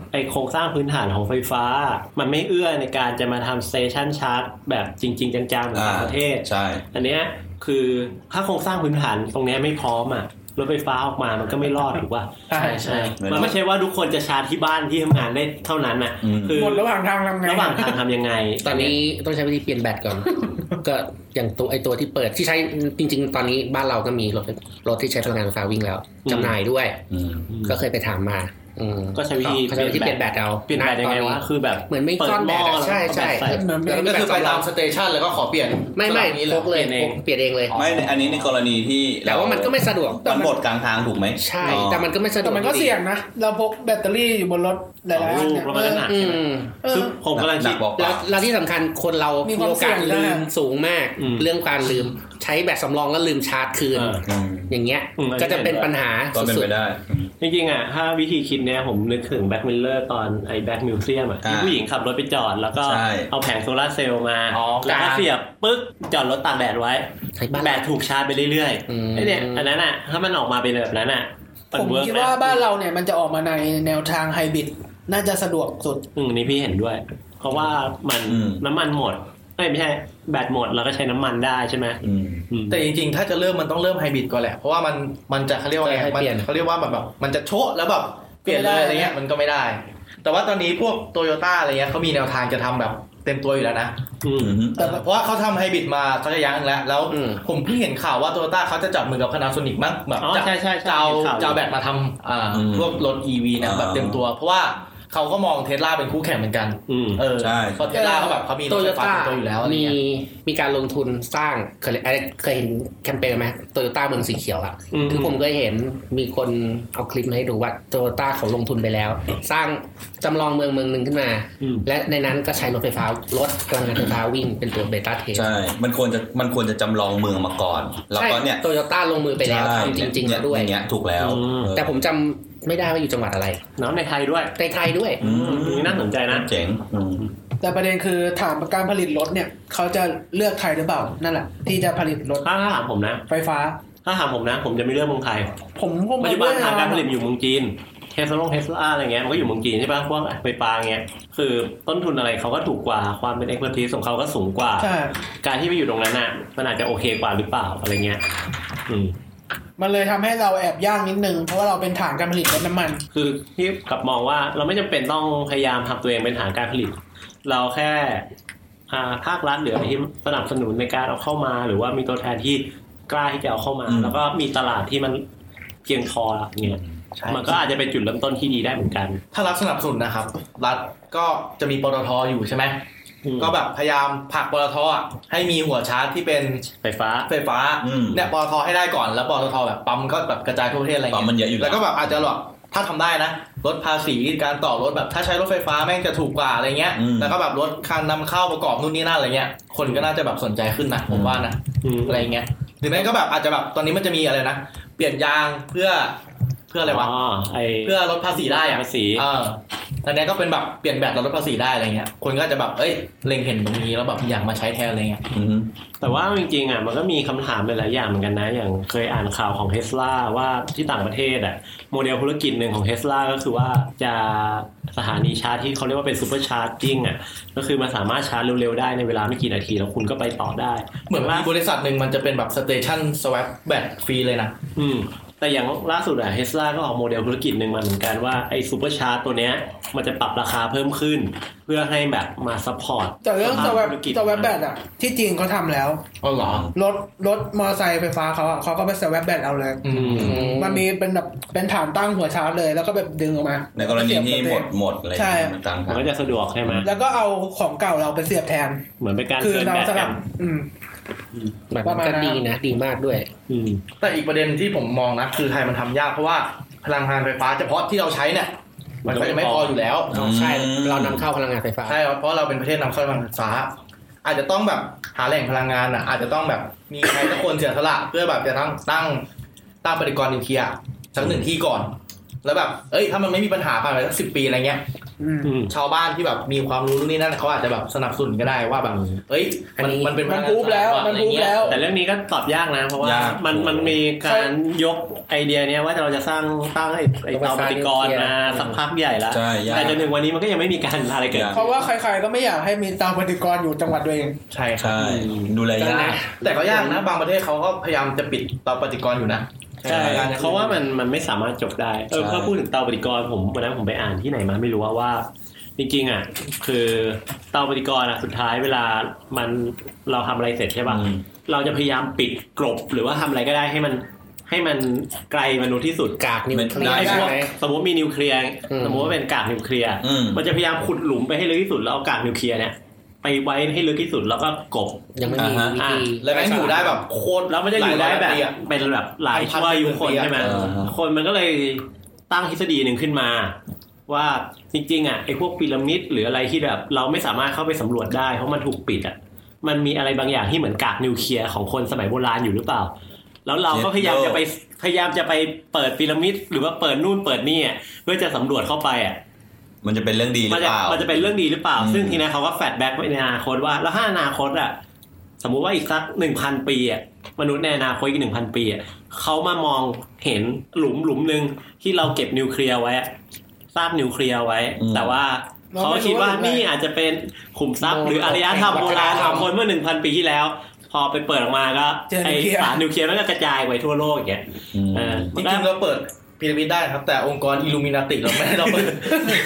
ไอโครงสร้างพื้นฐานของไฟฟ้ามันไม่เอื้อในการจะมาทำสเตชันชาร์จแบบจริงๆจังๆเหมือนต่างประเทศใช่อันเนี้ยคือถ้าโครงสร้างพื้นฐานตรงนี้ไม่พร้อมอ่ะรถไฟฟ้าออกมามันก็ไม่รอดถูกป่ะใช่มันไม่ใช่ว่าทุกคนจะชาร์จที่บ้านที่ทำงานได้เท่านั้นน่ะคือหมดระหว่างทางทำไงระหว่างทางทำยังไงตอนนี้ต้องใช้วิธีเปลี่ยนแบตก่อนก็อย่างตัวที่เปิดที่ใช้จริงๆตอนนี้บ้านเราก็มีรถที่ใช้พลังงานไฟฟ้าวิ่งแล้วจำหน่ายด้วยก็เคยไปถามมาก็ใช้วิธีเปลี่ยนแบตเอาเปลี่ยนแบตยังไงวะคือแบบเหมือนไม่ซ่อนแบตใช่ก็คือไปตามสเตชันแล้วก็ขอเปลี่ยนไม่พกเลยเปลี่ยนเองเลยไม่อันนี้ในกรณีที่แต่ว่ามันก็ไม่สะดวกมันหมดกลางทางถูกไหมใช่แต่มันก็ไม่สะดวกแต่มันก็เสี่ยงนะเราพกแบตเตอรี่อยู่บนรถหลายๆอันเนี่ยมันก็หนักคือผมกำลังคิดแล้วที่สำคัญคนเรามีโอกาสลืมสูงมากเรื่องการลืมใช้แบตสำรองแล้วลืมชาร์จคืนอย่างเงี้ยก็จะเป็นปัญหาก็เป็นไปได้จริงๆอ่ะถ้าวิธีคิดเนี้ยผมนึกถึงแบ็คมิลเลอร์ตอนไอ้แบ็คมิวเซียมอ่ะที่ผู้หญิงขับรถไปจอดแล้วก็เอาแผงโซลาร์เซลล์มาแล้วก็เสียบปึ๊กจอดรถตากแดดไว้แบตถูกชาร์จไปเรื่อยๆไอ้เนี่ยอันนั้นอ่ะถ้ามันออกมาเป็นแบบนั้นอ่ะผมคิดว่าบ้านเราเนี่ยมันจะออกมาในแนวทางไฮบริดน่าจะสะดวกสุดนี่พี่เห็นด้วยเพราะว่ามันน้ำมันหมดไม่ใช่แบตหมดแล้วก็ใช้น้ำมันได้ใช่ไหมแต่จริงๆถ้าจะเริ่มมันต้องเริ่มไฮบริดก่อนแหละเพราะว่ามันจะเขาเรียกว่าไงเขาเรียกว่าแบบมันจะโชะแล้วแบบเปลี่ยนเลยอะไรเงี้ยมันก็ไม่ได้แต่ว่าตอนนี้พวก Toyota อะไรเงี้ยเขามีแนวทางจะทำแบบเต็มตัวอยู่แล้วนะแต่เพราะว่าเขาทำไฮบริดมาสักระยะนึงแล้วผมเพิ่งเห็นข่าวว่า Toyota เขาจะจับมือกับ Panasonic มั้งแบบจะเอาแบตมาทำพวกรถ EV เนี่ยแบบเต็มตัวเพราะว่าเขาก็มอง Tesla เป็นคู่แข่งเหมือนกันใช่เพราะ Tesla เขาแบบเขามีรถไฟฟ้าตัวอยู่แล้วมีการลงทุนสร้างเคยเห็นแคมเปญไหม Toyota เมืองสีเขียวอ่ะคือผมเคยเห็นมีคนเอาคลิปมาให้ดูว่า Toyota เขาลงทุนไปแล้วสร้างจำลองเมืองนึงขึ้นมาและในนั้นก็ใช้รถไฟฟ้ารถพลังงานไฟฟ้าวิ่งเป็นตัวเบต้าเทสใช่มันควรจะจำลองเมืองมาก่อนแล้วก็เนี่ย Toyota ลงมือไปแล้วทำจริงๆด้วยอย่างเงี้ยถูกแล้วแต่ผมจำไม่ได้ว่าอยู่จังหวัดอะไรในไทยด้วยนี่น่าสนใจนะเจ๋งแต่ประเด็นคือถามการผลิตรถเนี่ยเขาจะเลือกไทยหรือเปล่านั่นแหละที่จะผลิตรถถ้าถามผมนะไฟฟ้าถ้าถามผมนะผมจะไม่เลือกเมืองไทยปัจจุบันการผลิตอยู่เมืองจีนเทสลาอะไรเงี้ยมันก็อยู่เมืองจีนใช่ป่ะพวกไฟฟ้าเงี้ยคือต้นทุนอะไรเขาก็ถูกกว่าความเป็นเอ็กซ์เพรสทีสของเขาก็สูงกว่าการที่ไปอยู่ตรงนั้นน่ะมันอาจจะโอเคกว่าหรือเปล่าอะไรเงี้ยมันเลยทำให้เราแอบยากนิดนึงเพราะว่าเราเป็นฐานการผลิตรถน้ำมันคือที่กลับมองว่าเราไม่จำเป็นต้องพยายามทำตัวเองเป็นฐานการผลิตเราแค่ภาครัฐหรืออะไรที่สนับสนุนในการเอาเข้ามาหรือว่ามีตัวแทนที่กล้าที่จะเอาเข้ามาแล้วก็มีตลาดที่มันเพียงพออย่างเงี้ยมันก็อาจจะเป็นจุดเริ่มต้นที่ดีได้เหมือนกันถ้ารัฐสนับสนุนนะครับรัฐก็จะมีปตท.อยู่ใช่ไหมก็แบบพยายามผลักปตท.ให้มีหัวชาร์จที่เป็นไฟฟ้าเนี่ยปตท.ให้ได้ก่อนแล้วปตท.แบบปั๊มก็แบบกระจายทั่วประเทศอะไรเงี้ยแล้วก็แบบอาจจะแบบถ้าทำได้นะลดภาษีการต่อรถแบบถ้าใช้รถไฟฟ้าแม่งจะถูกกว่าอะไรเงี้ยแล้วก็แบบลดการนำเข้าประกอบนู่นนี่นั่นอะไรเงี้ยคนก็น่าจะแบบสนใจขึ้นนะผมว่านะอะไรเงี้ยหรือไม่ก็แบบอาจจะแบบตอนนี้มันจะมีอะไรนะเปลี่ยนยางเพื่ออะไรวะเพื่อลดภาษีได้อะภาษีอันนี้ก็เป็นแบบเปลี่ยนแบตลดภาษีได้อะไรเงี้ยคนก็จะแบบเล็งเห็นตรงนี้แล้วแบบอยากมาใช้แทนอะไรเงี้ยแต่ว่าจริงๆอ่ะมันก็มีคำถามหลายๆอย่างเหมือนกันนะอย่างเคยอ่านข่าวของ Tesla ว่าที่ต่างประเทศอ่ะโมเดลธุรกิจหนึ่งของ Tesla ก็คือว่าจะสถานีชาร์จที่เขาเรียกว่าเป็นซูเปอร์ชาร์จจิ้งอ่ะก็คือมันสามารถชาร์จเร็วๆได้ในเวลาไม่กี่นาทีแล้วคุณก็ไปต่อได้เหมือนว่าบริษัทนึงมันจะเป็นแบบสเตชันสวปแบตฟรีเลยนะแต่อย่างล่าสุดอะ Tesla ก็ออกโมเดลธุรกิจนึงมาเหมือนกันว่าไอ้ซูเปอร์ชาร์จตัวเนี้ยมันจะปรับราคาเพิ่มขึ้นเพื่อให้แบบมาซัพพอร์ตแต่เรื่องสวปแบตอะที่จริงเขาทำแล้วอ๋อเหรอรถมอเตอร์ไซค์ไฟฟ้าเขาก็ไปสวปแบตเอาเลยมันมีเป็นแบบเป็นฐานตั้งหัวชาร์จเลยแล้วก็แบบดึงออกมาในกรณีที่หมดอะไรมันก็จะสะดวกใช่ไหมแล้วก็เอาของเก่าเราไปเสียบแทนเหมือนเป็นการคือเราสลับแบบมันก็ดีนะดีมากด้วยแต่อีกประเด็นที่ผมมองนะคือไทยมันทำยากเพราะว่าพลังงานไฟฟ้าเฉพาะที่เราใช้เนี่ยมันก็จะไม่พออยู่แล้วใช่เรานำเข้าพลังงานไฟฟ้าใช่เพราะเราเป็นประเทศนำเข้าพลังงานไฟฟ้าอาจจะต้องแบบหาแหล่งพลังงานอ่ะอาจจะต้องแบบมีใครสักคนเสียสละเพื่อแบบจะตั้งปฏิกรณ์นิวเคลียร์สักหนึ่งที่ก่อนแล้วแบบถ้ามันไม่มีปัญหาผ่านไปสัก10 ปีอะไรเงี้ยชาวบ้านที่แบบมีความรู้นี่นั่นเขาอาจจะแบบสนับสนุนก็ได้ว่าแบบเอ้ยมันเป็นมันพูดแล้วแต่เรื่องนี้ก็ตอบยากนะเพราะว่ามันมีการยกไอเดียเนี้ยว่าเราจะตั้งไอ้เตาปฏิกรณ์มาสักพักใหญ่แล้วแต่จนถึงวันนี้มันก็ยังไม่มีการอะไรเกิดเพราะว่าใครๆก็ไม่อยากให้มีเตาปฏิกรณ์อยู่จังหวัดตัวเองใช่ครับดูแลยากแต่ก็ยากนะบางประเทศเขาก็พยายามจะปิดเตาปฏิกรณ์อยู่นะใช่เพราะว่ามันไม่สามารถจบได้ถ้าพูดถึงเตาปฏิกรณ์วันนั้นผมไปอ่านที่ไหนมาไม่รู้ว่าจริงๆอ่ะคือเตาปฏิกรณ์อ่ะสุดท้ายเวลาเราทำอะไรเสร็จใช่ป่ะเราจะพยายามปิดกลบหรือว่าทำอะไรก็ได้ให้มันไกลมนุษย์ที่สุดกากนิวเคลียร์สมมติมีนิวเคลียร์สมมติว่าเป็นกากนิวเคลียร์มันจะพยายามขุดหลุมไปให้ลึกที่สุดแล้วเอากากนิวเคลียร์เนี่ยไปไว้ให้ลึกที่สุดแล้วก็กบยังไม่มีวิธีแล้วมันอยู่ได้แบบโคตรแล้วมันจะอยู่ได้แบบเป็นแบบหลายชั่วอายุคนใช่ไหมคนมันก็เลยตั้งทฤษฎีหนึ่งขึ้นมาว่าจริงๆอ่ะไอ้พวกพีระมิดหรืออะไรที่แบบเราไม่สามารถเข้าไปสำรวจได้เพราะมันถูกปิดอ่ะมันมีอะไรบางอย่างที่เหมือนกากนิวเคลียร์ของคนสมัยโบราณอยู่หรือเปล่าแล้วเราก็พยายามจะไปเปิดพีระมิดหรือว่าเปิดนู่นเปิดนี่เพื่อจะสำรวจเข้าไปอ่ะมันจะเป็นเรื่องดีหรือเปล่ามันจะเป็นเรื่องดีหรือเปล่าซึ่งทีนั้นเขาก็แฟลชแบ็กไปในอนาคตว่าแล้วถ้าอนาคตอ่ะสมมุติว่าอีกสัก 1,000 ปีอ่ะมนุษย์ในอนาคตอีก 1,000 ปีอ่ะเขามามองเห็นหลุมนึงที่เราเก็บนิวเคลียร์ไว้ซากนิวเคลียร์ไว้แต่ว่าเขาคิดว่านี่อาจจะเป็นขุมทรัพย์หรืออารยธรรมโบราณของคนเมื่อ 1,000 ปีที่แล้วพอไปเปิดออกมาก็ไอ้สารนิวเคลียร์มันก็กระจายไปทั่วโลกอย่างเงี้ยจริงๆเราเปิดพีระมิดได้ครับแต่องค์กรอิลูมินาติเราไม่ให้เราเปิด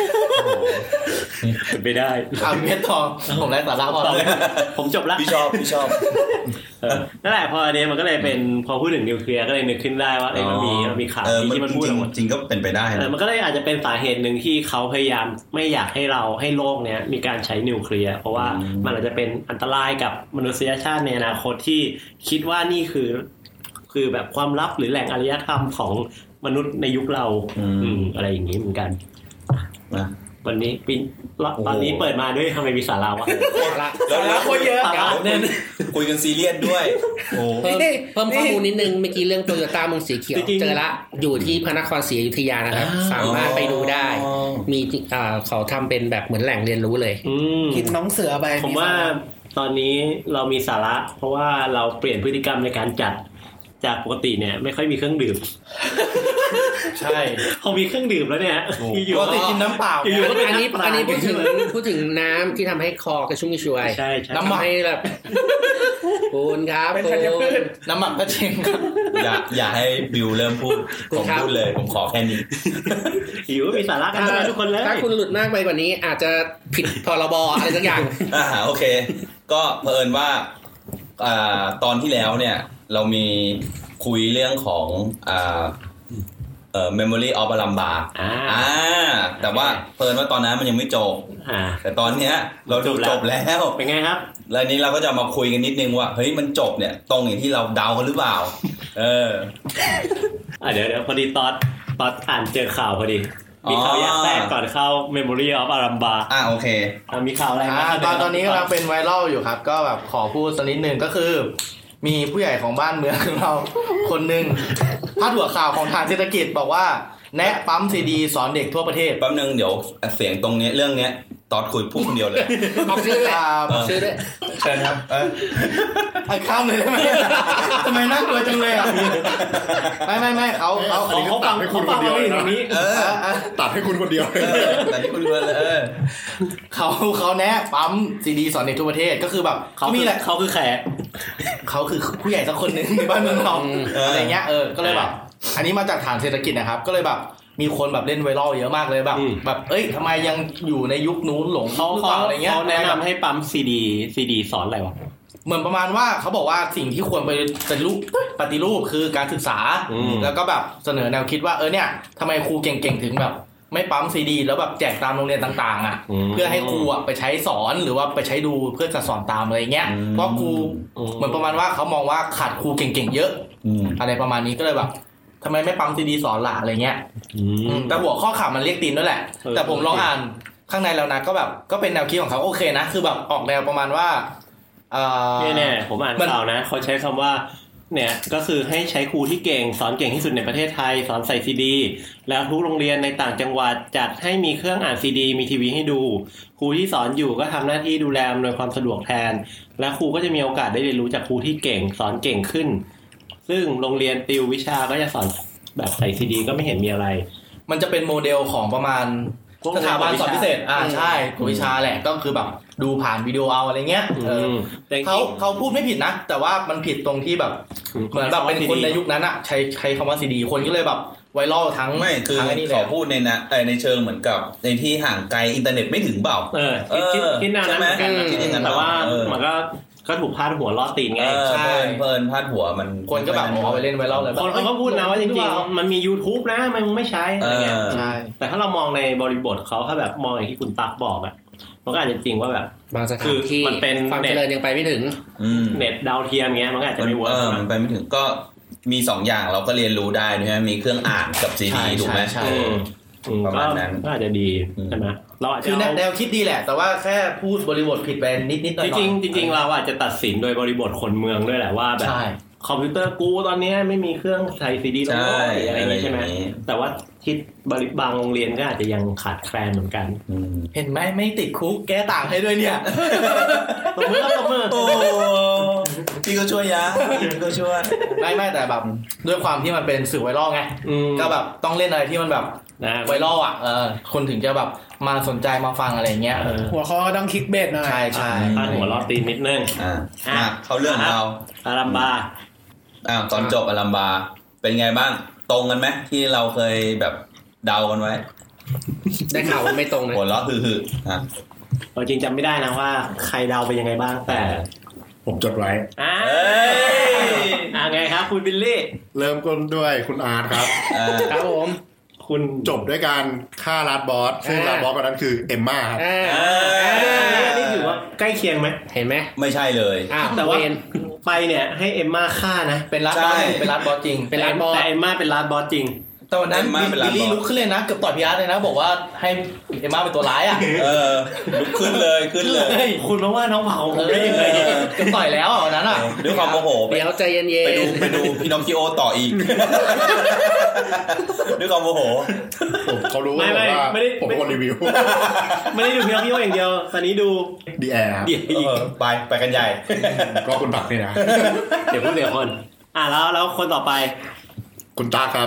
ไม่ได้เม็ดทองผมไร้สาระพอเลยผมจบแล้วพี่ชอบนั่นแหละพออันนี้มันก็เลยเป็นพอพูดถึงนิวเคลียร์ก็เลยนึกขึ้นได้ว่ามันมีข่าวที่มันพูดจริงก็เป็นไปได้มันก็เลยอาจจะเป็นสาเหตุหนึ่งที่เขาพยายามไม่อยากให้โลกเนี้ยมีการใช้นิวเคลียร์เพราะว่ามันอาจจะเป็นอันตรายกับมนุษยชาติในอนาคตที่คิดว่านี่คือแบบความลับหรือแหล่งอารยธรรมของมนุษย์ในยุคเราอะไรอย่างนี้เหมือนกันวันนี้ตอนนี้เปิดมาด้วยทำไมมีสาระวะสาระโคตรเยอะคุยกันซีเรียสด้วยเพิ่มข้อมูลนิดนึงเมื่อกี้เรื่องโตโยต้าเมืองสีเขียวเจอละอยู่ที่พระนครศรีอยุธยานะครับสามารถไปดูได้มีเขาทำเป็นแบบเหมือนแหล่งเรียนรู้เลยกินน้องเสือไปผมว่าตอนนี้เรามีสาระเพราะว่าเราเปลี่ยนพฤติกรรมในการจัดจากปกติเนี่ยไม่ค่อยมีเครื่องดื่มใช่พอมีเครื่องดื่มแล้วเนี่ยอยู่ๆก็กินน้ำเปล่าอยู่ๆก็เป็นอันนี้พูดถึงน้ำที่ทำให้คอกระชุ่มกระชวยใช่น้ำให้แบบคุณครับเป็นธัญพืชน้ำหมักก็จริงครับอย่าให้บิวเริ่มพูดผมพูดเลยผมขอแค่นี้หิวมีสาระกันทุกคนเลยถ้าคุณหลุดมากไปกว่านี้อาจจะผิดพรบอะไรสักอย่างโอเคก็เผอิญว่าตอนที่แล้วเนี่ยเรามีคุยเรื่องของMemory of Alhambra แต่ว่าเพิ่นว่าตอนนั้นมันยังไม่จบแต่ตอนเนี้ยเราจบแล้วเป็นไงครับแล้วนี้เราก็จะมาคุยกันนิดนึงว่าเฮ้ยมันจบเนี่ยตรงอย่างที่เราเดากันหรือเปล่าเดี๋ยวพอดีตอนอ่านเจอข่าวพอดีมีข่าวอยากแทรกก่อนเข้า Memory of Alhambra โอเคมีข่าวอะไรตอนนี้กำลังเป็นไวรัลอยู่ครับก็แบบขอพูดสักนิดนึงก็คือมีผู้ใหญ่ของบ้านเมืองของเราคนนึงพาดหัวข่าวของทางเศรษฐกิจบอกว่าแนะปั๊มซีดีสอนเด็กทั่วประเทศแป๊บนึงเดี๋ยวเสียงตรงนี้เรื่องนี้ตอดคุยพูดคนเดียวเลยบอกชื่อด้วยเชิญครับข้ามเลยได้ไหมทำไมน่ากลัวจังเลยอ่ะไม่เขาฟังให้คุณคนเดียวตรงนี้ตัดให้คุณคนเดียวตัดให้คุณคนเดียวเลยเขาแนะปั๊มซีดีสอนเด็กทั่วประเทศก็คือแบบเขามีแหละเขาคือแขกเขาคือผู้ใหญ่สักคนนึงในบ้านเมืองเราอะไรเงี้ยก็เลยแบบอันนี้มาจากฐานเศรษฐกิจนะครับก็เลยแบบมีคนแบบเล่นไวรัลเยอะมากเลยแบบทำไมยังอยู่ในยุคนู้นหลงหรือเปล่าอะไรเงี้ยเขาแนะนำให้ปั๊มซีดีสอนอะไรวะเหมือนประมาณว่าเขาบอกว่าสิ่งที่ควรไปเป็นปฏิรูปคือการศึกษาแล้วก็แบบเสนอแนวคิดว่าเนี่ยทำไมครูเก่งๆถึงแบบไม่ปั๊มซีดีแล้วแบบแจกตามโรงเรียนต่างๆเพื่อให้ครูไปใช้สอนหรือว่าไปใช้ดูเพื่อจะสอนตามอะไรเงี้ยเพราะครูเหมือนประมาณว่าเขามองว่าขาดครูเก่งๆเยอะอะไรประมาณนี้ก็เลยแบบทำไมไม่ปั๊มซีดีสอนล่ะอะไรเงี้ยแต่หัวข้อข่าวมันเรียกตีนด้วยแหละแต่ผมลองอ่านข้างในแล้วนะก็แบบก็เป็นแนวคิดของเขาโอเคนะคือแบบออกแนวประมาณว่าเนี่ยผมอ่านข่าวนะเขาใช้คำว่าเนี่ยก็คือให้ใช้ครูที่เก่งสอนเก่งที่สุดในประเทศไทยสอนใส่ซีดีแล้วทุกโรงเรียนในต่างจังหวัดจัดให้มีเครื่องอ่านซีดีมีทีวีให้ดูครูที่สอนอยู่ก็ทำหน้าที่ดูแลอำนวยความสะดวกแทนและครูก็จะมีโอกาสได้เรียนรู้จากครูที่เก่งสอนเก่งขึ้นซึ่งโรงเรียนติววิชาก็จะสอนแบบใส่ซีดีก็ไม่เห็นมีอะไรมันจะเป็นโมเดลของประมาณสถาบันสอนพิเศษใช่กวดวิชาแหละก็คือแบบดูผ่านวิดีโอเอาอะไรเงี้ยเขาพูดไม่ผิดนะแต่ว่ามันผิดตรงที่แบบเหมือนแบบเป็นคนในยุคนั้นอะใช้คำว่าซีดีคนก็เลยแบบไวรัลทั้งไม่คือขอพูดในเชิงเหมือนกับในที่ห่างไกลอินเทอร์เน็ตไม่ถึงเปล่าคิดนานนะคิดอย่างนั้นแต่ว่ามันก็ถูกพาดหัวล้อตีนไงใช่เพลินพาดหัวมันคนก็แบบเอาไปเล่นไวรัลเลยคนเขาก็พูดนะว่าจริงๆมันมี YouTube นะมันไม่ใช้อะไรเงี้ยใช่แต่ถ้าเรามองในบริบทเขาถ้าแบบมองอย่างที่คุณตั๊กบอกอะมันก็อาจจะจริงว่าแบบบางสถานที่มันเป็นความเจริญยังไปไม่ถึงเน็ตดาวเทียมเงี้ยมันอาจจะไม่เวิร์คมันไปไม่ถึงก็มี2อย่างเราก็เรียนรู้ได้ใช่ไหมมีเครื่องอ่านกับซีดีถูกไหมใช่ประมาณนั้นก็อาจจะดีใช่ไหมเราอาจจะคือแนวคิดดีแหละแต่ว่าแค่พูดบริบทผิดไปนิดๆหน่อยๆจริงเราอาจจะตัดสินโดยบริบทคนเมืองด้วยแหละว่าแบบคอมพิวเตอร์กูตอนนี้ไม่มีเครื่องใส่ซีดีเลยอะไรอย่างนี้ใช่ไหมแต่ว่าที่บางโรงเรียนก็อาจจะยังขาดแคลนเหมือนกันเห็นไหมไม่ติดคุกแก้ต่างให้ด้วยเนี่ยตบมือโอ้พี่ก็ช่วยพี่ก็ช่วยไม่แต่แบบด้วยความที่มันเป็นสื่อไวรัลไงก็แบบต้องเล่นอะไรที่มันแบบไวรัลอ่ะคนถึงจะแบบมาสนใจมาฟังอะไรเงี้ยหัวข้อต้องคลิกเบสหน่อยใช่พาดหัวล้อตีนนิดนึงเขาเรื่องเราอารัมบาตอนจบอารัมบาเป็นไงบ้างตรงกันไหมที่เราเคยแบบเดากันไว้ได้ข่าวว่าไม่ตรงนะหัวล้อคือจริงจำไม่ได้นะว่าใครเดาไปยังไงบ้างแต่ผมจดไว้ไงครับคุณบิลลี่เริ่มต้นด้วยคุณอาร์ตครับครับผมคุณจบด้วยการฆ่าลาดบอสซึ่งลาดบอสคนนั้นคือเอมม่าครับนี่ถือว่าใกล้เคียงไหมเห็นไหมไม่ใช่เลยแต่ว่าไปเนี่ยให้เอมม่าฆ่านะเป็นลาดบอสจริงเป็นลาดบอสแต่เอมม่าเป็นลาดบอสจริงตอนนั้นบิลลี่ลุกขึ้นเลยนะเกือบต่อยพี่อาร์ตเลยนะบอกว่าให้เอมม่าเป็นตัวร้ายอ่ะลุกขึ้นเลยคุณมาว่าน้องเผาผมได้ยังไงเกือบต่อยแล้วตอนนั้นอ่ะด้วยความโมโหเดี๋ยวใจเย็นๆไปดูพี่น้องคิโอต่ออีกด้วยความโมโหเขารู้ว่าผมเป็นคนรีวิวไม่ได้ดูพี่น้องคิโออย่างเดียวตอนนี้ดูดีแอร์ไปกันใหญ่ก็คุณผักนี่นะเดี๋ยวคนแล้วคนต่อไปคุณตั๊กครับ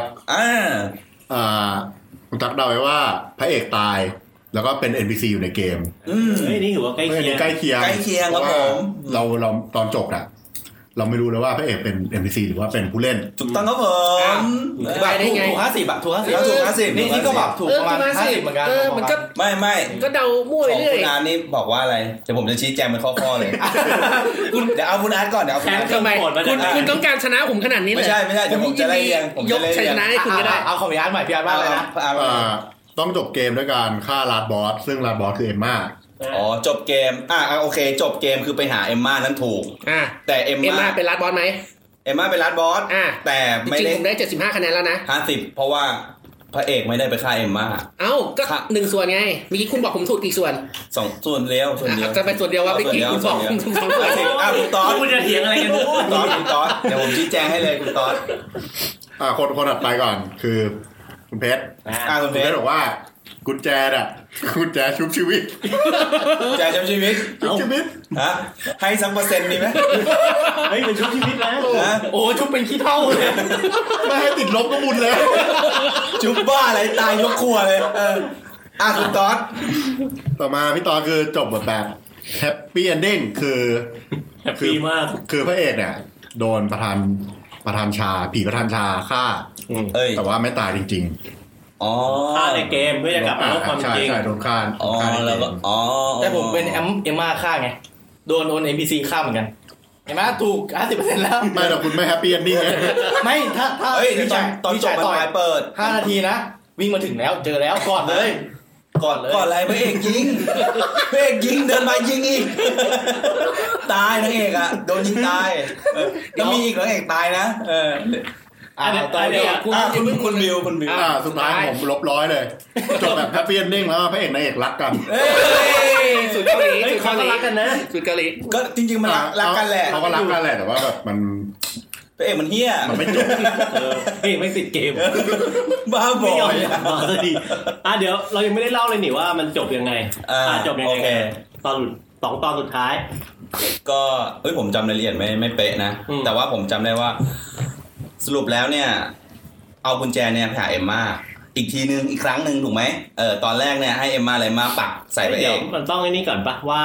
คุณตั๊กเดาไว้ว่าพระเอกตายแล้วก็เป็น NPC อยู่ในเกมนี่ถือว่าใกล้เคียงครับผมเราตอนจบน่ะเราไม่รู้เลยว่าพระเอกเป็น NPC หรือว่าเป็นผู้เล่นถูกต้องครับผมไปได้ไงถูก50ถูก50นี่ก็แบบถูกประมาณ50เหมือนกันมันก็ไม่ก็เดามั่วไปเรื่อยคุณอาร์ตนี่บอกว่าอะไรเดี๋ยวผมจะชี้แจงเป็นข้อๆเลยเดี๋ยวเอาคุณอาร์ตก่อนเดี๋ยวเอาคุณอาร์ตทำไมคุณต้องการชนะผมขนาดนี้เลยไม่ใช่เดี๋ยวผมจะได้ยกชนะให้คุณก็ได้เอาของพี่อาร์ตใหม่พี่อาร์ตว่าอะไรนะต้องจบเกมด้วยการฆ่าลาดบอสซึ่งลาดบอสคือเอมม่าจบเกมโอเคจบเกมคือไปหาเอมม่านั้นถูกแต่เอมม่าเป็นลาดบอสไหมเอมม่าเป็นลาดบอสแต่ไม่ได้จริงๆผมได้75คะแนนแล้วนะ 50เพราะว่าพระเอกไม่ได้ไปฆ่าเอมม่าก็1ส่วนไงเมื่อกี้คุณบอกผมถูกกี่ส่วน 2ส่วนเดียวจะเป็นส่วนเดียวว่าเมื่อกี้คุณบอกผมถูก2ส่วนคุณต๊อดคุณจะเถียงอะไรกันคุณต๊อดเดี๋ยวผมชี้แจงให้เลยคุณต๊อดคนถัดไปก่อนคือคุณเพชรคุณเพชรบอกว่ากุญแจชุบชีวิตกุญแจชุบชีวิตให้สักเปอร์เซ็นต์ดีไหมเป็นชุบชีวิตแล้วโอ้ชุบเป็นขี้เท่าเลยไม่ให้ติดลบก็บุญแล้วชุบบ้าอะไรตายยกครัวเลยคุณต๊อดต่อมาพี่ต๊อดคือจบแบบแฮปปี้เอนดิ้งคือแฮปปี้มากคือพระเอกเนี่ยโดนประธานชาผีประธานชาฆ่าแต่ว่าไม่ตายจริงๆฆ่าในเกมเพื่อจะกลับมาโลกความจริงใช่โดนฆ่าแล้วก็แต่ผมเป็นเอมม่าฆ่าไงโดน NPC ฆ่าเหมือนกันเอมม่าถูก 50% แล้วไม่แต่คุณไม่แฮปปี้เอนดิ้งไม่ถ้าตอนจบมันเปิด 5นาทีนะวิ่งมาถึงแล้วเจอแล้วก่อนเลยก่อนอะไรพระเอกยิงเดินมายิงอีกตายนางเอกโดนยิงตายแล้วมีอีกนางเอกตายนะตายเดียวคุณบิวสุดท้ายผมลบ100เลยจบแบบแฮปปี้เอนดิ้งแล้วพระเอกนางเอกรักกันสุดเกาหลีเขารักกันนะสุดเกาหลีก็จริงๆมันรักกันแหละเขาก็รักกันแหละแต่ว่าแบบมันพระเอกมันเฮี้ยมันไม่จบพี่ไม่ติดเกมบ้าบอมาสักทีเดี๋ยวเรายังไม่ได้เล่าเลยนี่ว่ามันจบยังไงจบยังไงตอน2ตอนสุดท้ายก็ผมจำรายละเอียดไม่เป๊ะนะแต่ว่าผมจำได้ว่าสรุปแล้วเนี่ยเอากุญแจเนี่ยไปหาเอมม่าอีกทีนึงอีกครั้งนึงถูกไหมตอนแรกเนี่ยให้เอมม่าอะไรมาปักใส่ไปเองมันต้องไอ้นี่ก่อนปะว่า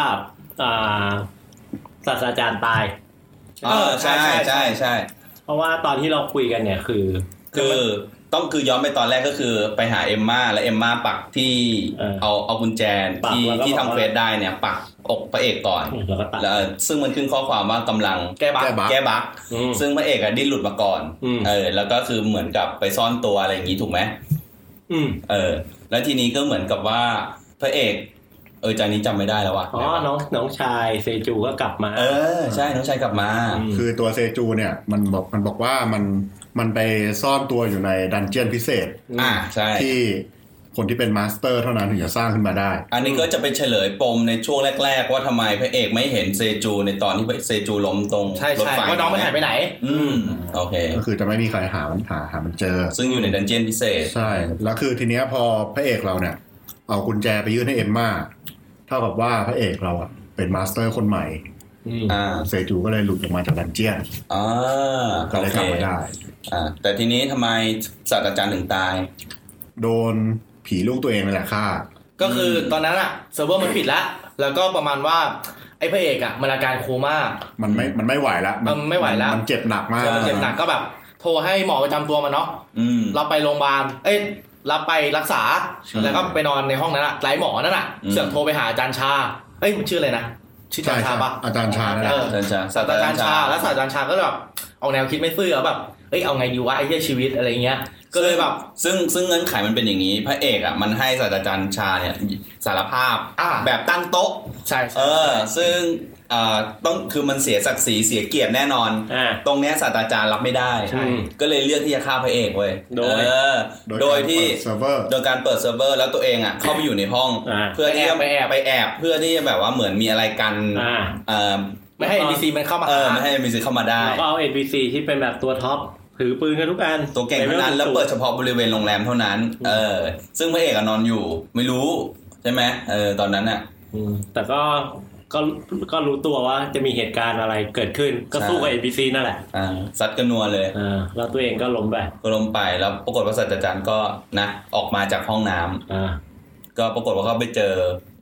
ศาสตราจารย์ตายใช่เพราะว่าตอนที่เราคุยกันเนี่ยคือย้อนไปตอนแรกก็คือไปหาเอมม่าแล้วเอมม่าปักที่เอากุญแจที่ทำเฟซได้เนี่ยปักอกพระเอกก่อนแล้วซึ่งมันขึ้นข้อความว่ากำลังแก้บั๊กซึ่งพระเอกดิ้นหลุดมาก่อนแล้วก็คือเหมือนกับไปซ่อนตัวอะไรอย่างงี้ถูกไหมแล้วทีนี้ก็เหมือนกับว่าพระเอกจานี้จำไม่ได้แล้วว่ะน้องชายเซจูก็กลับมาใช่น้องชายกลับมาคือตัวเซจูเนี่ยมันบอกว่ามันไปซ่อนตัวอยู่ในดันเจียนพิเศษใช่ที่คนที่เป็นมาสเตอร์เท่านั้นถึงจะสร้างขึ้นมาได้อันนี้ก็จะเป็นเฉลยปมในช่วงแรกๆว่าทำไมพระเอกไม่เห็นเซจูในตอนที่เซจูล้มตรงรถไฟว่าน้องมันหายไปไหนโอเคก็คือจะไม่มีใครหามันเจอซึ่งอยู่ในดันเจียนพิเศษใช่แล้วคือทีเนี้ยพอพระเอกเราเนี่ยเอากุญแจไปยื่นให้เอมม่าเท่ากับว่าพระเอกเราเป็นมาสเตอร์คนใหม่เซจูก็เลยหลุดออกมาจากดันเจียนก็เลยกลับมาได้แต่ทีนี้ทำไมศาสตราจารย์ถึงตายโดนผีลูกตัวเองนั่นแหละฆ่าก็คือตอนนั้นอะเซิร์ฟเวอร์มันปิดแล้วก็ประมาณว่าไอ้พระเอกอะมันอาการโคม่ามันไม่ไหวแล้วมันไม่ไหวแล้วมันเจ็บหนักมากมันเจ็บหนักก็แบบโทรให้หมอประจำตัวมาเนาะเราไปโรงพยาบาลรับไปรักษาแล้วก็ไปนอนในห้องนั้นอะไร้หมอนั่นอะเสือกโทรไปหาอาจารย์ชามันชื่ออะไรนะชื่ออาจารย์ชาปะอาจารย์ชานั่นแหละศาสตราจารย์ชาแล้วศาสตราจารย์ชาก็แบบเอาแนวคิดไม่ซื่อแบบเอาไงดีวะไอ้เหี้ยชีวิตอะไรเงี้ยก็เลยแบบซึ่งเงื่อนไขมันเป็นอย่างนี้พระเอกมันให้ศาสตราจารย์ชาเนี่ยสารภาพแบบตั้งโต๊ะใช่ซึ่งต้องคือมันเสียศักดิ์ศรีเสียเกียรติแน่นอนตรงเนี้ยศาสตราจารย์รับไม่ได้ก็เลยเลือกที่จะฆ่าพระเอกเว้ยโดยที่โดยการเปิดเซิร์ฟเวอร์แล้วตัวเองเข้าไปอยู่ในห้องเพื่อที่จะไปแอบเพื่อที่จะแบบว่าเหมือนมีอะไรกันไม่ให้ NPC มันเข้ามาไม่ให้ NPC เข้ามาได้แล้วก็เอา NPC ที่เป็นแบบตัวท็อปถือปืนกันทุกอันตัวเก่งเท่านั้นแล้วเปิดเฉพาะบริเวณโรงแรมเท่านั้นซึ่งพระเอกนอนอยู่ไม่รู้ใช่ไหมตอนนั้นน่ะแต่ก็รู้ตัวว่าจะมีเหตุการณ์อะไรเกิดขึ้นก็สู้กับ NPC นั่นแหละซัดกันนัวเลยแล้วตัวเองก็ล้มไปแล้วปรากฏว่าศาสตราจารย์ก็นะออกมาจากห้องน้ำก็ปรากฏว่าเขาไปเจอ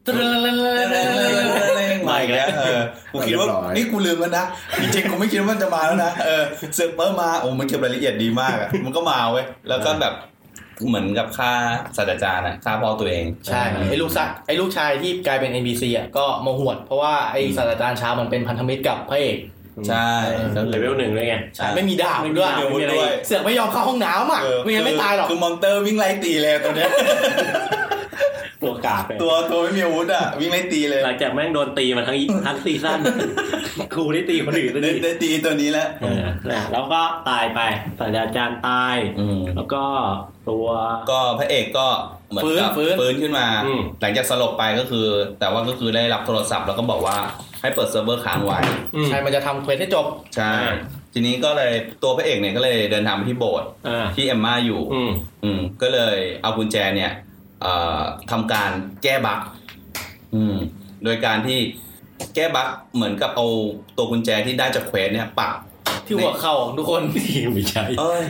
มาอีกแล้วกูคิดว่านี่กูลืมมันนะจริงๆกูไม่คิดว่ามันจะมาแล้วนะเซิร์ฟเวอร์มามันเก็บรายละเอียดดีมากมันก็มาเว้ยแล้วก็แบบเหมือนกับฆ่าศาสตราจารย์ฆ่าพ่อตัวเองใช่ไอ้ลูกชายที่กลายเป็น NPC ก็มาหวดเพราะว่าไอ้ศาสตราจารย์ชามันเป็นพันธมิตรกับพระเอกใช่เลเวล1เลยไงใช่ไม่มีดาบด้วยเสือกไม่ยอมเข้าห้องน้ำไม่งั้นไม่ตายหรอกคือมอนเตอร์วิ่งไล่ตีเลยตัวเนี้ยตัวกากตัวไม่มีอาวุธวิ่งไล่ตีเลยหลังจากแม่งโดนตีมาทั้งซีซั่นครูได้ตีคนอื่นได้ตีตัวนี้แล้วแล้วก็ตายไปศาสตราจารย์ตายแล้วก็ตัวก็พระเอกก็เหมือนกับฟื้นขึ้นมาหลังจากสลบไปก็คือแต่ว่าก็คือได้รับโทรศัพท์แล้วก็บอกว่าให้เปิดเซิร์ฟเวอร์ค้างไว้ใช่มันจะทำเควสให้จบใช่ทีนี้ก็เลยตัวพระเอกเนี่ยก็เลยเดินทางไปที่โบสถ์ที่เอมม่าอยู่ก็เลยเอากุญแจเนี่ยทำการแก้บั๊กโดยการที่แก้บั๊กเหมือนกับเอาตัวกุญแจที่ได้จากเควสเนี่ยปักที่หัวเข่าทุกคนไม่ใช่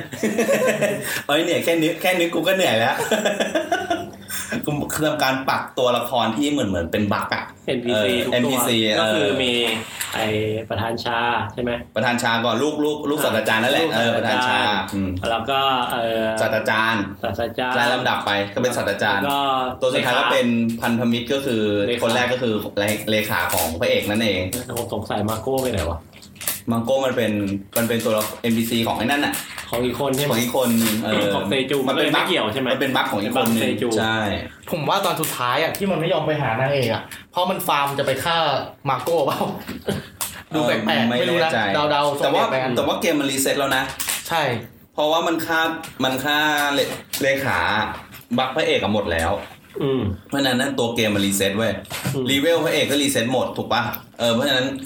เนี่ยแค่นึกกูก็เหนื่อยแล้วคือทำการปักตัวละครที่เหมือนเป็นบั๊ก NPC ก็คือมีไอประธานชาใช่ไหมประธานชาก่อนลูกศาสตราจารย์นั่นแหละประธานชาแล้วก็ศาสตราจารย์ลำดับไปก็เป็นศาสตราจารย์ตัวสุดท้ายก็เป็นพันธมิตรก็คือคนแรกก็คือเลขาของพระเอกนั่นเองผมสงสัยมาโก้ไปไหนวะมาโก้มันเป็นตัว NPC ของไอ้นั่นน่ะของอีกคนใช่ไหมของอีกคนของเซจูมันเป็นบั๊กเกี่ยวใช่ไหมมันเป็นบั๊กของอีกคนนึงใช่ผมว่าตอนสุดท้ายที่มันไม่ยอมไปหานางเอกเพราะมันฟาร์มจะไปฆ่ามาโก้เปล่าดูแปลกๆไม่รู้นะเดาๆแต่ว่าเกมมันรีเซ็ตแล้วนะใช่เพราะว่ามันฆ่าเลขาบั๊กพระเอกหมดแล้วเพราะฉะนั้นตัวเกมมันรีเซ็ตเว้ยรีเวลพระเอกก็รีเซ็ตหมดถูกป่ะเพราะฉะนั้น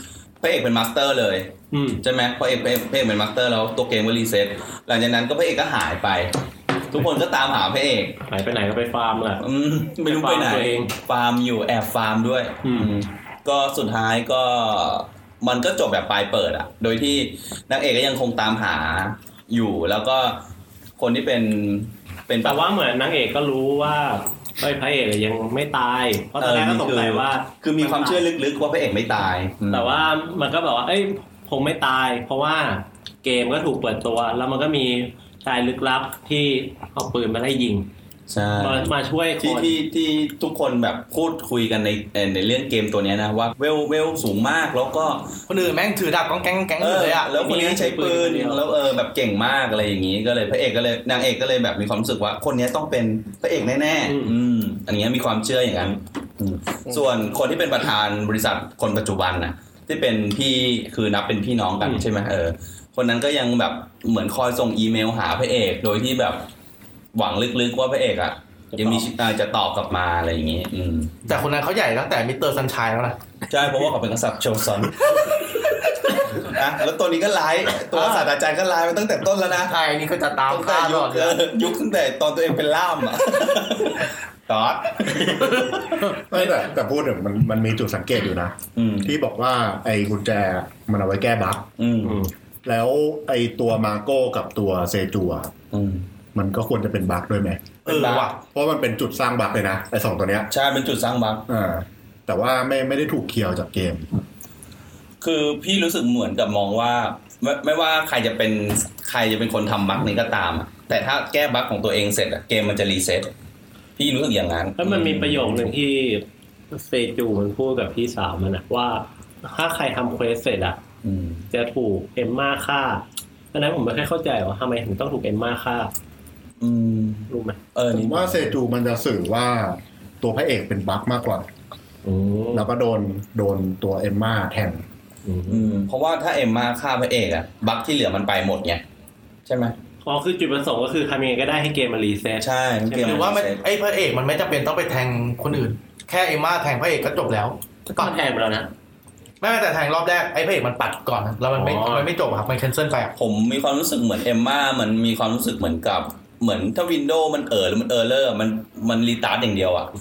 พระเอกเป็นมาสเตอร์เลยใช่ไหมพระเอกเป็นมาสเตอร์แล้วตัวเกมก็รีเซ็ตหลังจากนั้นก็พระเอกก็หายไปทุกคนก็ตามหาพระเอกหายไปไหนก็ไปฟาร์มแหละไม่รู้ไปไหนฟาร์มอยู่แอบฟาร์มด้วยก็สุดท้ายก็มันก็จบแบบปลายเปิดอะโดยที่นางเอกก็ยังคงตามหาอยู่แล้วก็คนที่เป็นแต่ว่าเหมือนนางเอกก็รู้ว่าพระเอกยังไม่ตายเพราะตอนแรกก็สงสัยว่าคือมีความเชื่อลึกๆว่าพระเอกไม่ตายแต่ว่ามันก็แบบว่าคงไม่ตายเพราะว่าเกมก็ถูกเปิดตัวแล้วมันก็มีชายลึกลับที่เอาปืนมาไล่ยิงใช่มาช่วยคนที่ทุกคนแบบพูดคุยกันในเรื่องเกมตัวนี้นะว่าเวลสูงมากแล้วก็คนอื่นแม่งถือดาบก้องแก๊งเลยอ่ะแล้วคนนี้ใช้ปืนแล้วแบบเก่งมากอะไรอย่างงี้ก็เลยพระเอกก็เลยนางเอกก็เลยแบบมีความรู้สึกว่าคนนี้ต้องเป็นพระเอกแน่ๆอันนี้มีความเชื่ออย่างนั้นส่วนคนที่เป็นประธานบริษัทคนปัจจุบันน่ะที่เป็นพี่คือนับเป็นพี่น้องกันใช่ไหมคนนั้นก็ยังแบบเหมือนคอยส่งอีเมลหาพระเอกโดยที่แบบหวังลึกๆว่าพระเอกอ่ะยังมีจะตอบกลับมาอะไรอย่างงี้แต่คนนั้นเขาใหญ่ตั้งแต่มิสเตอร์ซันชัยแล้วนะใช่เพราะว่าเขาเป็นกษัตริย์โชซอนนะแล้วตัวนี้ก็ร้ายตัวศาสตราจารย์ก็ร้ายมาตั้งแต่ต้นแล้วนะใช่นี่ก็จะตามตั้งแต่ยุคตั้งแต่ตอนตัวเองเป็นล่ามอ่ะตอดไม่แต่พูดถึงมันมีจุดสังเกตอยู่นะที่บอกว่าไอ้กุญแจมันเอาไว้แก้บั๊กแล้วไอ้ตัวมาโก้กับตัวเซจูมันก็ควรจะเป็นบั๊กด้วยไหมว่ะเพราะมันเป็นจุดสร้างบั๊กเลยนะไอ้2ตัวเนี้ยใช่เป็นจุดสร้างบั๊กแต่ว่าไม่ได้ถูกเคลียร์จากเกมคือพี่รู้สึกเหมือนกับมองว่าไม่ว่าใครจะเป็นคนทำบั๊กนี้ก็ตามแต่ถ้าแก้บั๊กของตัวเองเสร็จเกมมันจะรีเซ็ตพี่รู้สึกอย่างนั้นแล้วมันมีประโยคนึงที่เซจูมันพูดกับพี่สาวมันนะว่าถ้าใครทำเควสเสร็จจะถูกเอมม่าฆ่าตอนนั้นผมไม่ค่อยเข้าใจว่าทำไมถึงต้องถูกเอมม่าฆ่ารู้ไหมผมว่าเซจูมันจะสื่อว่าตัวพระเอกเป็นบั๊กมากกว่าแล้วก็โดนตัวเอมม่าแทงเพราะว่าถ้าเอมม่าฆ่าพระเอกอะบั๊กที่เหลือมันไปหมดไงใช่ไหมคือจุดประสงค์ก็คือทำยังไงก็ได้ให้เกมมันรีเซ็ตใช่หรือว่าไอ้พระเอกมันไม่จำเป็นต้องไปแทงคนอื่นแค่เอมม่าแทงพระเอกก็จบแล้วก็แทงไปแล้วนะไม่แต่แทงรอบแรกไอ้พระเอกมันปัดก่อนแล้วมันไม่จบครับมันแคนเซิลไปผมมีความรู้สึกเหมือนเอมม่ามันมีความรู้สึกเหมือนถ้าวินโดว์มันหรือมันเลอร์มันรีตาร์ทอย่างเดียวอ่ะ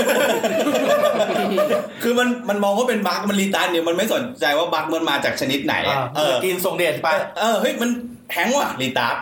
คือมันมองว่าเป็นบั๊กมันรีตาร์ทเนี่ยมันไม่สนใจว่าบั๊กมันมาจากชนิดไหนกินส่งเดชไปเฮ้ยมันแฮงว่ะรีตาร์ท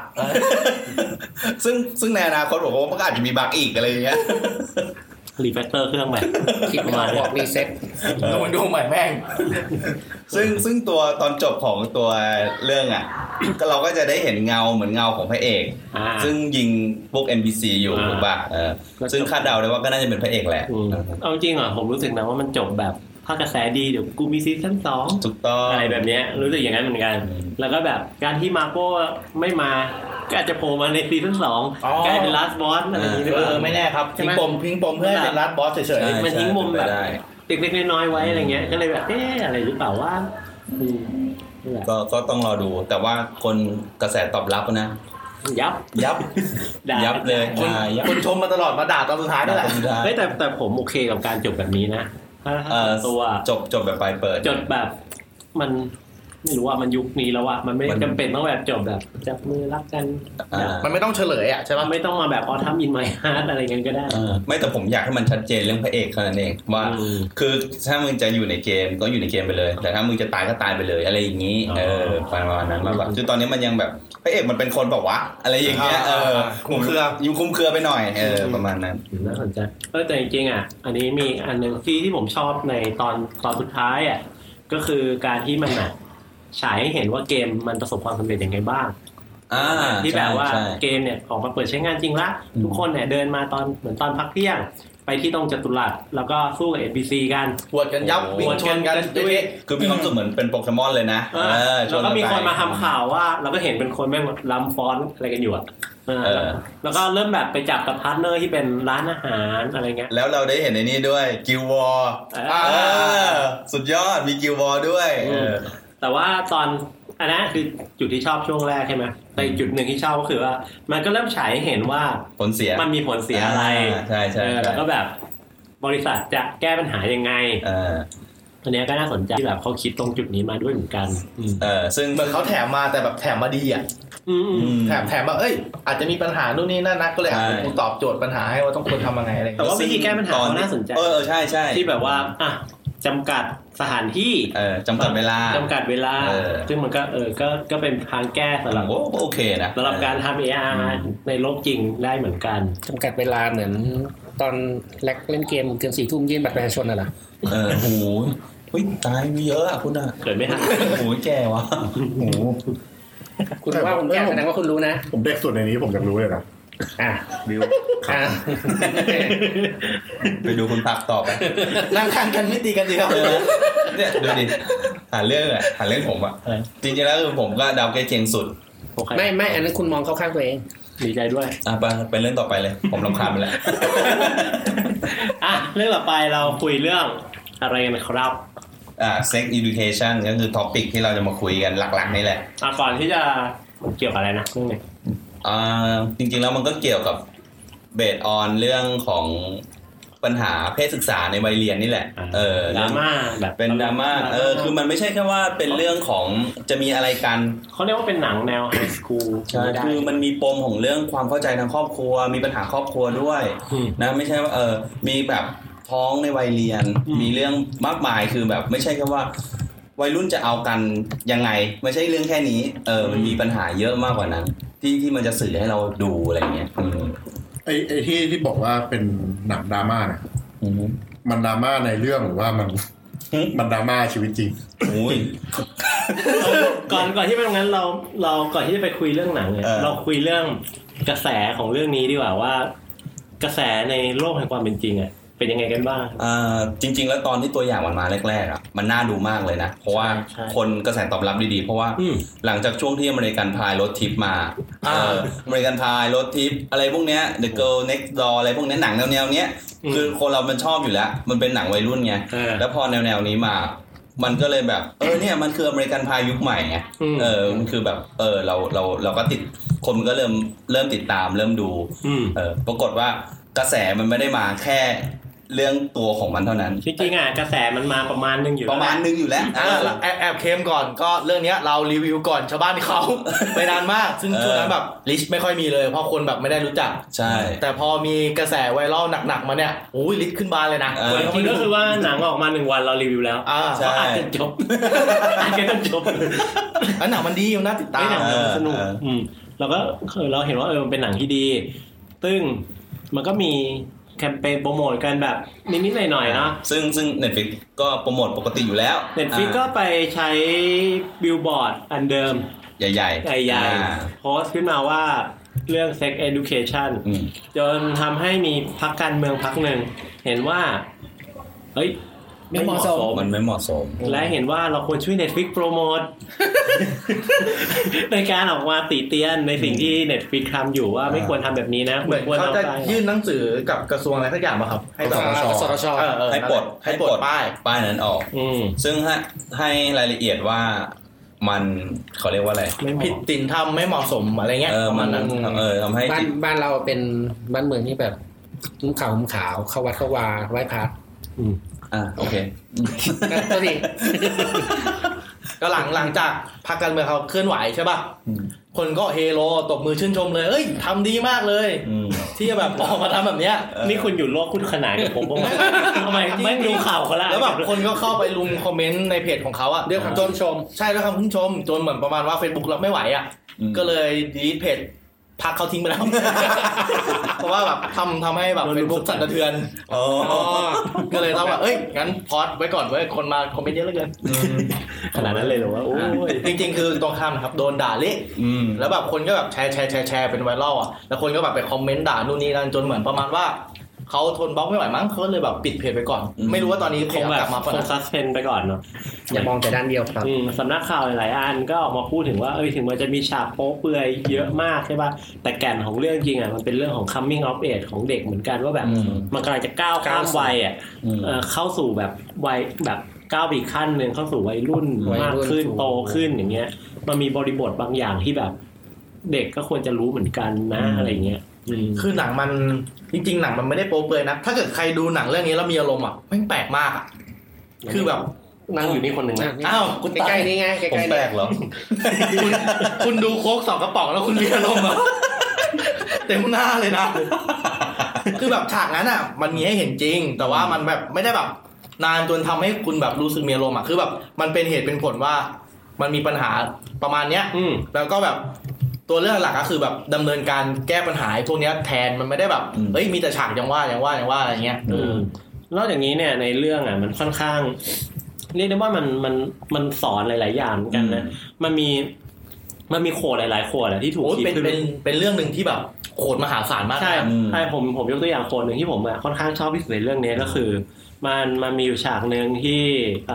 ซึ่งในอนาคตบอกว่ามันก็อาจจะมีบั๊กอีกอะไรอย่างเงี้ยรีแฟกเตอร์เครื่องใหม่คิดมาบอกรีเซ็ตแล้วมันดูใหม่แม่งซึ่งตัวตอนจบของตัวเรื่องอ่ะก็เราก็จะได้เห็นเงาเหมือนเงาของพระเอกซึ่งยิงพวก NPC อยู่ถูกป่ะซึ่งคาดเดาได้ว่าก็น่าจะเป็นพระเอกแหละเอาจริงอ่ะผมรู้สึกนะว่ามันจบแบบถ้ากระแสดีเดี๋ยวกูมีซีซั่น2 ถูกต้องอะไรแบบนี้รู้สึกอย่างนั้นเหมือนกันแล้วก็แบบการที่มาโก้ไม่มาก็อาจจะโผล่มาในซีซั่น2กลายเป็นลาสบอสอะไรอย่างนี้ไม่แน่ครับทิ้งปมเพื่อเป็นลาสบอสเฉยๆมันทิ้งมุมแบบเล็กๆน้อยๆไว้อะไรเงี้ยก็เลยแบบอะไรหรือเปล่าว่าก็ต้องรอดูแต่ว่าคนกระแสตอบรับนะยับเลยคนชมมาตลอดมาด่าตอนสุดท้ายนั่นแหละแต่ผมโอเคกับการจบแบบนี้นะตัวจบแบบปลายเปิดจบแบบมันไม่รู้ว่ามันยุคนี้แล้วอะมันไม่จำเป็นต้องแบบจบแบบจับมือรักกันมันไม่ต้องเฉลยอะใช่ป่ะไม่ต้องมาแบบทำอินไมฮาร์ดอะไรเงี้ยก็ได้ไม่แต่ผมอยากให้มันชัดเจนเรื่องพระเอกแค่นั้นเองว่าคือถ้ามึงจะอยู่ในเกมก็อยู่ในเกมไปเลยแต่ถ้ามึงจะตายก็ตายไปเลยอะไรอย่างนี้ประมาณนั้นมากกว่าคือตอนนี้มันยังแบบพระเอกมันเป็นคนบอกว่าอะไรอย่างเงี้ยคุ้มเครืออยู่คุ้มเครือไปหน่อยประมาณนั้นน่าสนใจแต่จริงๆอะอันนี้มีอันนึงที่ผมชอบในตอนสุดท้ายอะก็คือการที่มันฉายให้เห็นว่าเกมมันประสบความสำเร็จยังไงบ้างที่แบบว่าเกมเนี่ยออกมาเปิดใช้งานจริงละทุกคนเนี่ยเดินมาเหมือนตอนพักเที่ยงไปที่ตรงจัตุรัสแล้วก็สู้กับ NPC กันหวดกันยับวิ่งชนกันด้วยคือมีความรู้สึกเหมือนเป็นโปเกมอนเลยนะแล้วก็มีคนมาทำข่าวว่าเราก็เห็นเป็นคนแม่งล้ำฟอนต์อะไรกันอยู่แล้วก็เริ่มแบบไปจับกับพาร์ทเนอร์ที่เป็นร้านอาหารอะไรเงี้ยแล้วเราได้เห็นในนี้ด้วยกิลวอร์สุดยอดมีกิลวอร์ด้วยแต่ว่าตอนอันนั้นคือจุดที่ชอบช่วงแรกใช่ไหมแต่จุดหนึ่งที่ชอบก็คือว่ามันก็เริ่มฉายให้เห็นว่าผลเสียมันมีผลเสียอะไรใช่แล้วก็แบบบริษัทจะแก้ปัญหายังไงอันนี้ก็น่าสนใจที่แบบเขาคิดตรงจุดนี้มาด้วยเหมือนกันซึ่งเหมือนเขาแถมมาแต่แบบแถมมาดีอ่ะแถมแบบอาจจะมีปัญหานู่นนี่นั่นนะก็เลยผมตอบโจทย์ปัญหาให้ว่าต้องควรทำยังไงอะไรแต่ว่าวิธีแก้ปัญหาเขาน่าสนใจใช่ที่แบบว่าจำกัดสถานที่จำกัดเวลาซึ่งมันก็เป็นทางแก้สำหรับโอเคนะสำหรับการทำ AR ในโลกจริงได้เหมือนกันจำกัดเวลาเหมือนตอนแลกเล่นเกมเกิน4 ทุ่มยื่นบัตรประชาชนน่ะเหรอโหตายมีเยอะอ่ะคุณอ่ะเกิดไม่ทันโหแก่วะโหคุณว่าผมแก่แสดงว่าคุณรู้นะผมเด็กสุดในนี้ผมอยากรู้เลยนะบิวไปดูคุณพักต่อไปนั่งข้างกันไม่ตีกันดีครับเนี่ยดูดิหาเรื่องผมอ่ะจริงๆแล้วคือผมก็เดาใกล้เคียงสุดไม่อันนั้นคุณมองเข้าข้างตัวเองดีใจด้วยไปเรื่องต่อไปเลยผมรำคาญไปแล้วเรื่องต่อไปเราคุยเรื่องอะไรกันครับ sex education ก็คือท็อปิกที่เราจะมาคุยกันหลักๆนี่แหละก่อนที่จะเกี่ยวกับอะไรนะเรื่องนี้จริงๆแล้วมันก็เกี่ยวกับเบสออนเรื่องของปัญหาเพศศึกษาในวัยเรียนนี่แหละดราม่าแบบเป็นดราม่าคือมันไม่ใช่แค่ว่าเป็นเรื่องของจะมีอะไรกันเขาเรียกว่าเป็นหนังแนวไฮสคูลใช่คือมันมีปมของเรื่องความเข้าใจทางครอบครัวมีปัญหาครอบครัวด้วยนะไม่ใช่ว่ามีแบบท้องในวัยเรียนมีเรื่องมากมายคือแบบไม่ใช่แค่ว่าวัยรุ่นจะเอากันยังไงไม่ใช่เรื่องแค่นี้มันมีปัญหาเยอะมากกว่านั้นที่มันจะสื่อให้เราดูอะไรเงี้ยไอ้ที่บอกว่าเป็นหนังดราม่าเนี่ยมันดราม่าในเรื่องหรือว่ามันดราม่าชีวิตจริงก่อนที่ไปตรงนั้นเราก่อนที่จะไปคุยเรื่องหนังเนี่ยเราคุยเรื่องกระแสของเรื่องนี้ดีกว่าว่ากระแสในโลกแห่งความเป็นจริงเป็นยังไงกันบ้างจริงๆแล้วตอนที่ตัวอย่างมันมาแรกๆมันน่าดูมากเลยนะเพราะว่าคนกระแสตอบรับดีๆเพราะว่าหลังจากช่วงที่อเมริกันพายรถทิปมาอเมริกันพายรถทิปอะไรพวกเนี้ย The Girl Next Door อะไรพวกนี้หนังแนวๆเนี้ยคือคนเรามันชอบอยู่แล้วมันเป็นหนังวัยรุ่นไงแล้วพอแนวๆนี้มามันก็เลยแบบเนี่ยมันคืออเมริกันพายยุคใหม่ไงมันคือแบบเราก็ติดคนก็เริ่มติดตามเริ่มดูปรากฏว่ากระแสมันไม่ได้มาแค่เรื่องตัวของมันเท่านั้นจริงๆกระแสมันมาประมาณนึงอยู่แล้วแอบเค็มก่อนก็เรื่องนี้เรารีวิวก่อนชาวบ้านเขาไปนานมากซึ่งช่วงนั้นแบบลิสต์ไม่ค่อยมีเลยเพราะคนแบบไม่ได้รู้จักใช่แต่พอมีกระแสไวรัลหนักๆมาเนี่ยโอ้ยลิสต์ขึ้นบานเลยนะจริงก็คือว่าหนังออกมา1วันเรารีวิวแล้วใช่จนจบแล้วหนังมันดีอยู่นะติดตามสนุกเราก็เราเห็นว่ามันเป็นหนังที่ดีซึ่งมันก็มีแคมเปญโปรโมทกันแบบนิดๆหน่อยๆเนาะซึ่ง Netflix ก็โปรโมทปกติอยู่แล้ว Netflix ก็ไปใช้บิลบอร์ดอันเดิมใหญ่ๆโพสต์ขึ้นมาว่าเรื่อง sex education จนทำให้มีพรรคการเมืองพรรคหนึ่งเห็นว่าไม่เหมาะสมมันไม่เหมาะสมและเห็นว่าเราควรช่วย Netflix โปรโมทในการออกมาติเตียนในสิ่งที่ Netflix ทำอยู่ว่าไม่ควรทำแบบนี้นะเหมือนเขาจะยื่นหนังสือกับกระทรวงอะไรสักอย่างป่ะครับให้สทชให้ปลดป้ายนั้นออกซึ่งให้รายละเอียดว่ามันเขาเรียกว่าอะไรผิดศีลธรรมไม่เหมาะสมอะไรเงี้ยประมาณนั้นทำให้บ้านเราเป็นบ้านเมืองที่แบบนุ่งขาวเข้าวัดเข้าวาไหว้พระโอเคตัวดีก็หลังจากพรรคการเมืองเขาเคลื่อนไหวใช่ป่ะคนก็เฮโลตบมือชื่นชมเลยเอ้ยทำดีมากเลยที่จะแบบออกมาทำแบบเนี้ยนี่คุณอยู่โลกคุณขนานกับผมบ้างทำไมไม่ดูข่าวเขาล่ะแล้วแบบคนก็เข้าไปลุมคอมเมนต์ในเพจของเขาอะด้วยคำชื่นชมใช่ด้วยคำชื่นชมจนเหมือนประมาณว่า Facebook รับไม่ไหวอะก็เลยดีลีทเพจพักเขาทิ้งไปแล้วเพราะว่าแบบทำให้แบบเป็นพวกสั่นสะเทือนก็เลยต้องแบบงั้นพอดไว้ก่อนไว้คนมาคอมเมนต์เยอะเหลือเกินขนาดนั้นเลยเหรอวะโอ้ยจริงๆคือตรงข้ามนะครับโดนด่าเละแล้วแบบคนก็แบบแชร์เป็นไวรัลอ่ะแล้วคนก็แบบไปคอมเมนต์ด่านู่นนี่นั่นจนเหมือนประมาณว่าเขาทนบล็อกไม่ไหวมั้งเขาเลยแบบปิดเพจไปก่อนไม่รู้ว่าตอนนี้คงกลับมาคงซัสเพนไปก่อนเนาะอย่ามองแต่ด้านเดียวครับสำนักข่าวหลายอันก็ออกมาพูดถึงว่าถึงมันจะมีฉากโป๊เปลือยเยอะมากใช่ป่ะแต่แก่นของเรื่องจริงมันเป็นเรื่องของ coming of age ของเด็กเหมือนกันว่าแบบมันกำลังจะก้าวข้ามวัยเข้าสู่แบบวัยแบบก้าวอีกขั้นนึงเข้าสู่วัยรุ่นมากขึ้นโตขึ้นอย่างเงี้ยมันมีบริบทบางอย่างที่แบบเด็กก็ควรจะรู้เหมือนกันนะอะไรเงี้ยคือหนังมันจริงๆหนังมันไม่ได้โป๊เปลือยนะถ้าเกิดใครดูหนังเรื่องนี้แล้วมีอารมณ์อ่ะแม่งแปลกมากอ่ะคือแบบนั่งอยู่นี่คนหนึ่งนะอ้าวใกล้ๆนี่ไงใกล้ๆผมแปลกเหรอคุณดูโค้ก2กระป๋องแล้วคุณมีอารมณ์เหรอเต็มหน้าเลยนะคือแบบฉากนั้นอ่ะมันมีให้เห็นจริงแต่ว่ามันแบบไม่ได้แบบนานจนทำให้คุณแบบรู้สึกมีอารมณ์อ่ะคือแบบมันเป็นเหตุเป็นผลว่ามันมีปัญหาประมาณเนี้ยแล้วก็แบบตัวเรื่องหลักก็คือแบบดำเนินการแก้ปัญหาพวกนี้แทนมันไม่ได้แบบเฮ้ยมีแต่ฉากยังว่าอะไรเงี้ยนอกจากนี้เนี่ยในเรื่องอ่ะมันค่อนข้างเรียกได้ว่ามันสอนหลายๆอย่างเหมือนกันนะมันมีโคดหลายๆโคดอะที่ถูกคิดขึ้นเป็นเรื่องนึงที่แบบโคดมหาศาลมากใช่ผมยกตัวอย่างโคดนึงที่ผมค่อนข้างชอบที่สุดในเรื่องนี้ก็คือมันมีอยู่ฉากนึงที่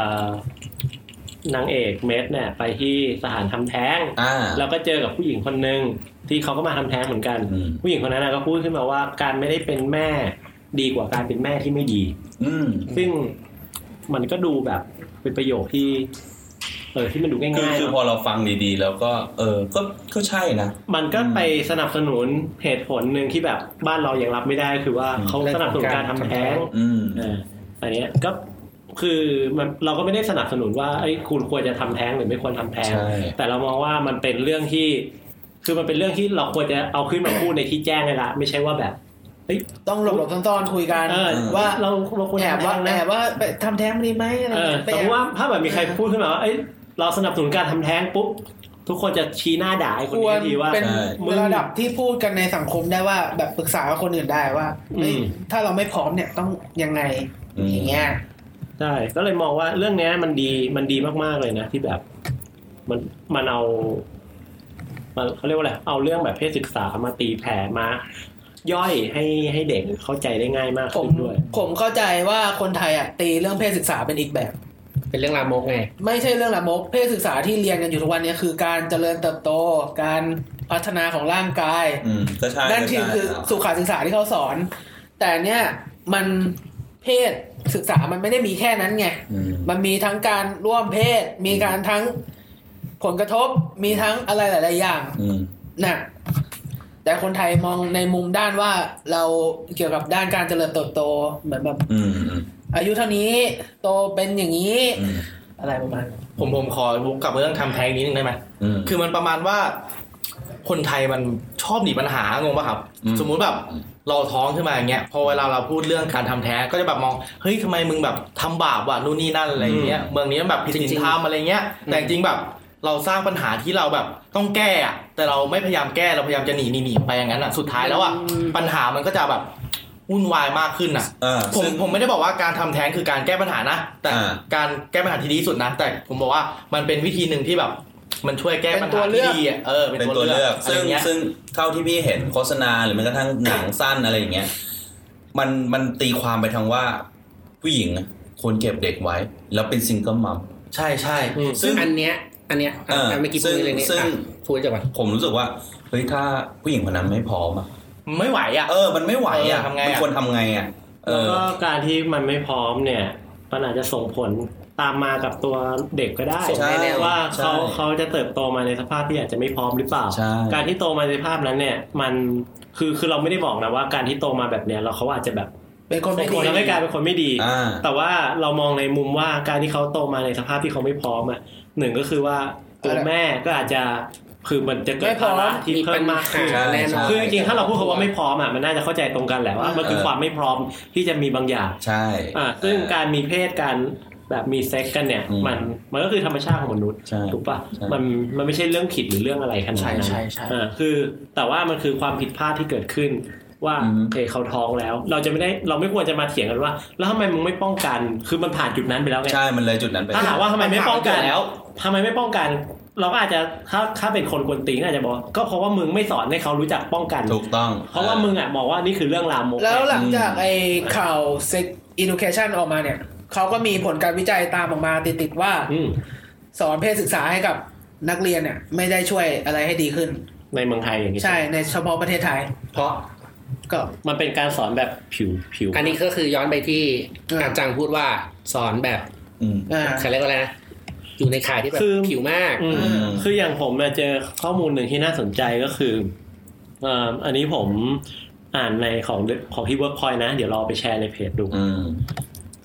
นางเอกเมธเนี่ยไปที่สถานทำแท้งแล้วก็เจอกับผู้หญิงคนนึงที่เขาก็มาทำแท้งเหมือนกันผู้หญิงคนนั้นก็พูดขึ้นมาว่าการไม่ได้เป็นแม่ดีกว่าการเป็นแม่ที่ไม่ดีซึ่งมันก็ดูแบบเป็นประโยคที่ที่มันดูง่ายๆคือพอเราฟังดีๆแล้วก็ก็ใช่นะมันก็ไปสนับสนุนเหตุผลนึงที่แบบบ้านเรายังรับไม่ได้คือว่าเขาสนับสนุนการทำแท้งอันนี้ก็คือเราก็ไม่ได้สนับสนุนว่าคุณควรจะทำแท้งหรือไม่ควรทำแท้งแต่เรามองว่ามันเป็นเรื่องที่คือมันเป็นเรื่องที่เราควรจะเอาขึ้นมาพูดในที่แจ้งเลยละไม่ใช่ว่าแบบต้องหลบๆซ่อนๆคุยกันว่าเราควรแอบว่าไปทำแท้งดีไหมอะไรแต่ว่าถ้าแบบมีใครพูดขึ้นมาว่าเราสนับสนุนการทำแท้งปุ๊บทุกคนจะชี้หน้าด่าไอ้คนนี้ทีว่าเป็นระดับที่พูดกันในสังคมได้ว่าแบบปรึกษากับคนอื่นได้ว่าถ้าเราไม่พร้อมเนี่ยต้องยังไงอย่างเงี้ยใช่ก็เลยมองว่าเรื่องนี้มันดีมากๆเลยนะที่แบบมันเอาเขาเรียกว่าอะไรเอาเรื่องแบบเพศศึกษามาตีแผ่มาย่อยให้เด็กเข้าใจได้ง่ายมากขึ้นด้วยผมเข้าใจว่าคนไทยอ่ะตีเรื่องเพศศึกษาเป็นอีกแบบเป็นเรื่องลามกไงไม่ใช่เรื่องลามกเพศศึกษาที่เรียนกันอยู่ทุกวันนี้คือการเจริญเติบโตการพัฒนาของร่างกายก็ใช่นั่นคือสุขศึกษาที่เขาสอนแต่เนี้ยมันเพศศึกษามันไม่ได้มีแค่นั้นไงมันมีทั้งการร่วมเพศมีการทั้งผลกระทบมีทั้งอะไรหลายๆอย่างน่ะแต่คนไทยมองในมุมด้านว่าเราเกี่ยวกับด้านการเจริญเติบโตเหมือนแบบอายุเท่านี้โตเป็นอย่างนี้อะไรประมาณผมขอวกกลับมาเรื่องทำแท้งนิดนึงได้ไหมคือมันประมาณว่าคนไทยมันชอบหนีปัญหางงป่ะครับสมมุติแบบเราท้องขึ้นมาอย่างเงี้ยพอเวลาเราพูดเรื่องการทำแท้งก็จะแบบมองเฮ้ยทำไมมึงแบบทำบาปว่ะนู่นนี่นั่นอะไรเงี้ยเมืองนี้แบบผิดศีลธรรมอะไรเงี้ยแต่จริงแบบเราสร้างปัญหาที่เราแบบต้องแก้อะแต่เราไม่พยายามแก้เราพยายามจะหนีไปอย่างนั้นอ่ะสุดท้ายแล้วอ่ะปัญหามันก็จะแบบวุ่นวายมากขึ้นอ่ะผมไม่ได้บอกว่าการทำแท้งคือการแก้ปัญหานะแต่การแก้ปัญหาที่ดีสุดนะแต่ผมบอกว่ามันเป็นวิธีนึงที่แบบมันช่วยแก้ปัญหาที่ดีเป็นตัวเลือกซึ่งเท่าที่พี่เห็นโฆษณาหรือแม้กระทั่งหนังสั้นอะไรอย่างเงี้ยมันตีความไปทางว่าผู้หญิงควรเก็บเด็กไว้แล้วเป็นซิงเกิลมัมใช่ซึ่งอันเนี้ยไม่กี่พูดเลยเนี่ยซึ่งพูดจะว่าผมรู้สึกว่าเฮ้ยถ้าผู้หญิงคนนั้นไม่พร้อมอ่ะไม่ไหวอ่ะมันไม่ไหวอ่ะมันควรทำไงอ่ะแล้วก็การที่มันไม่พร้อมเนี่ยมันอาจจะส่งผลตามมากับตัวเด็กก็ได้ว่าเขาจะเติบโตมาในสภาพที่อาจจะไม่พร้อมหรือเปล่าการที่โตมาในสภาพนั้นเนี่ยมันคือเราไม่ได้บอกนะว่าการที่โตมาแบบเนี้ยเขาอาจจะแบบเป็นคนไม่ดีแล้วไม่กลายเป็นคนไม่ดีแต่ว่าเรามองในมุมว่าการที่เขาโตมาในสภาพที่เขาไม่พร้อมอ่ะหนึ่งก็คือว่าตัวแม่ก็อาจจะคือมันจะเกิดภาระที่เพิ่มมากขึ้นคือจริงๆถ้าเราพูดคำว่าไม่พร้อมอ่ะมันน่าจะเข้าใจตรงกันแหละว่ามันคือความไม่พร้อมที่จะมีบางอย่างใช่ซึ่งการมีเพศการแบบมีเซ็กกันเนี่ยมันก็คือธรรมชาติของมนุษย์ถูกป่ะมันไม่ใช่เรื่องผิดหรือเรื่องอะไรขนาดนั้นใช่คือแต่ว่ามันคือความผิดพลาดที่เกิดขึ้นว่าเขาท้องแล้วเราไม่ควรจะมาเถียงกันว่าแล้วทำไมมึงไม่ป้องกันคือมันผ่านจุดนั้นไปแล้วไงใช่มันเลยจุดนั้นไปถ้าถามว่าทำไมไม่ป้องกันแล้วทำไมไม่ป้องกันเราก็อาจจะถ้าเป็นคนกวนตีนอาจจะบอกก็เพราะว่ามึงไม่สอนให้เขารู้จักป้องกันถูกต้องเพราะว่ามึงบอกว่านี่คือเรื่องลามกแล้วหลังจากไอ้ข่าว sex education ออกมาเนี่ยเขาก็มีผลการวิจัยตามออกมาติดๆว่าสอนเพศศึกษาให้กับนักเรียนเนี่ยไม่ได้ช่วยอะไรให้ดีขึ้นในเมืองไทยอย่างนี้ใช่ในเฉพาะประเทศไทยเพราะก็มันเป็นการสอนแบบผิวอันนี้ก็คือย้อนไปที่อาจารย์พูดว่าสอนแบบเขาเรียกว่าอะไรนะอยู่ในข่ายที่แบบผิวมากคืออย่างผมมาเจอข้อมูลหนึ่งที่น่าสนใจก็คืออันนี้ผมอ่านในของที่ Workpoint นะเดี๋ยวเราไปแชร์ในเพจดู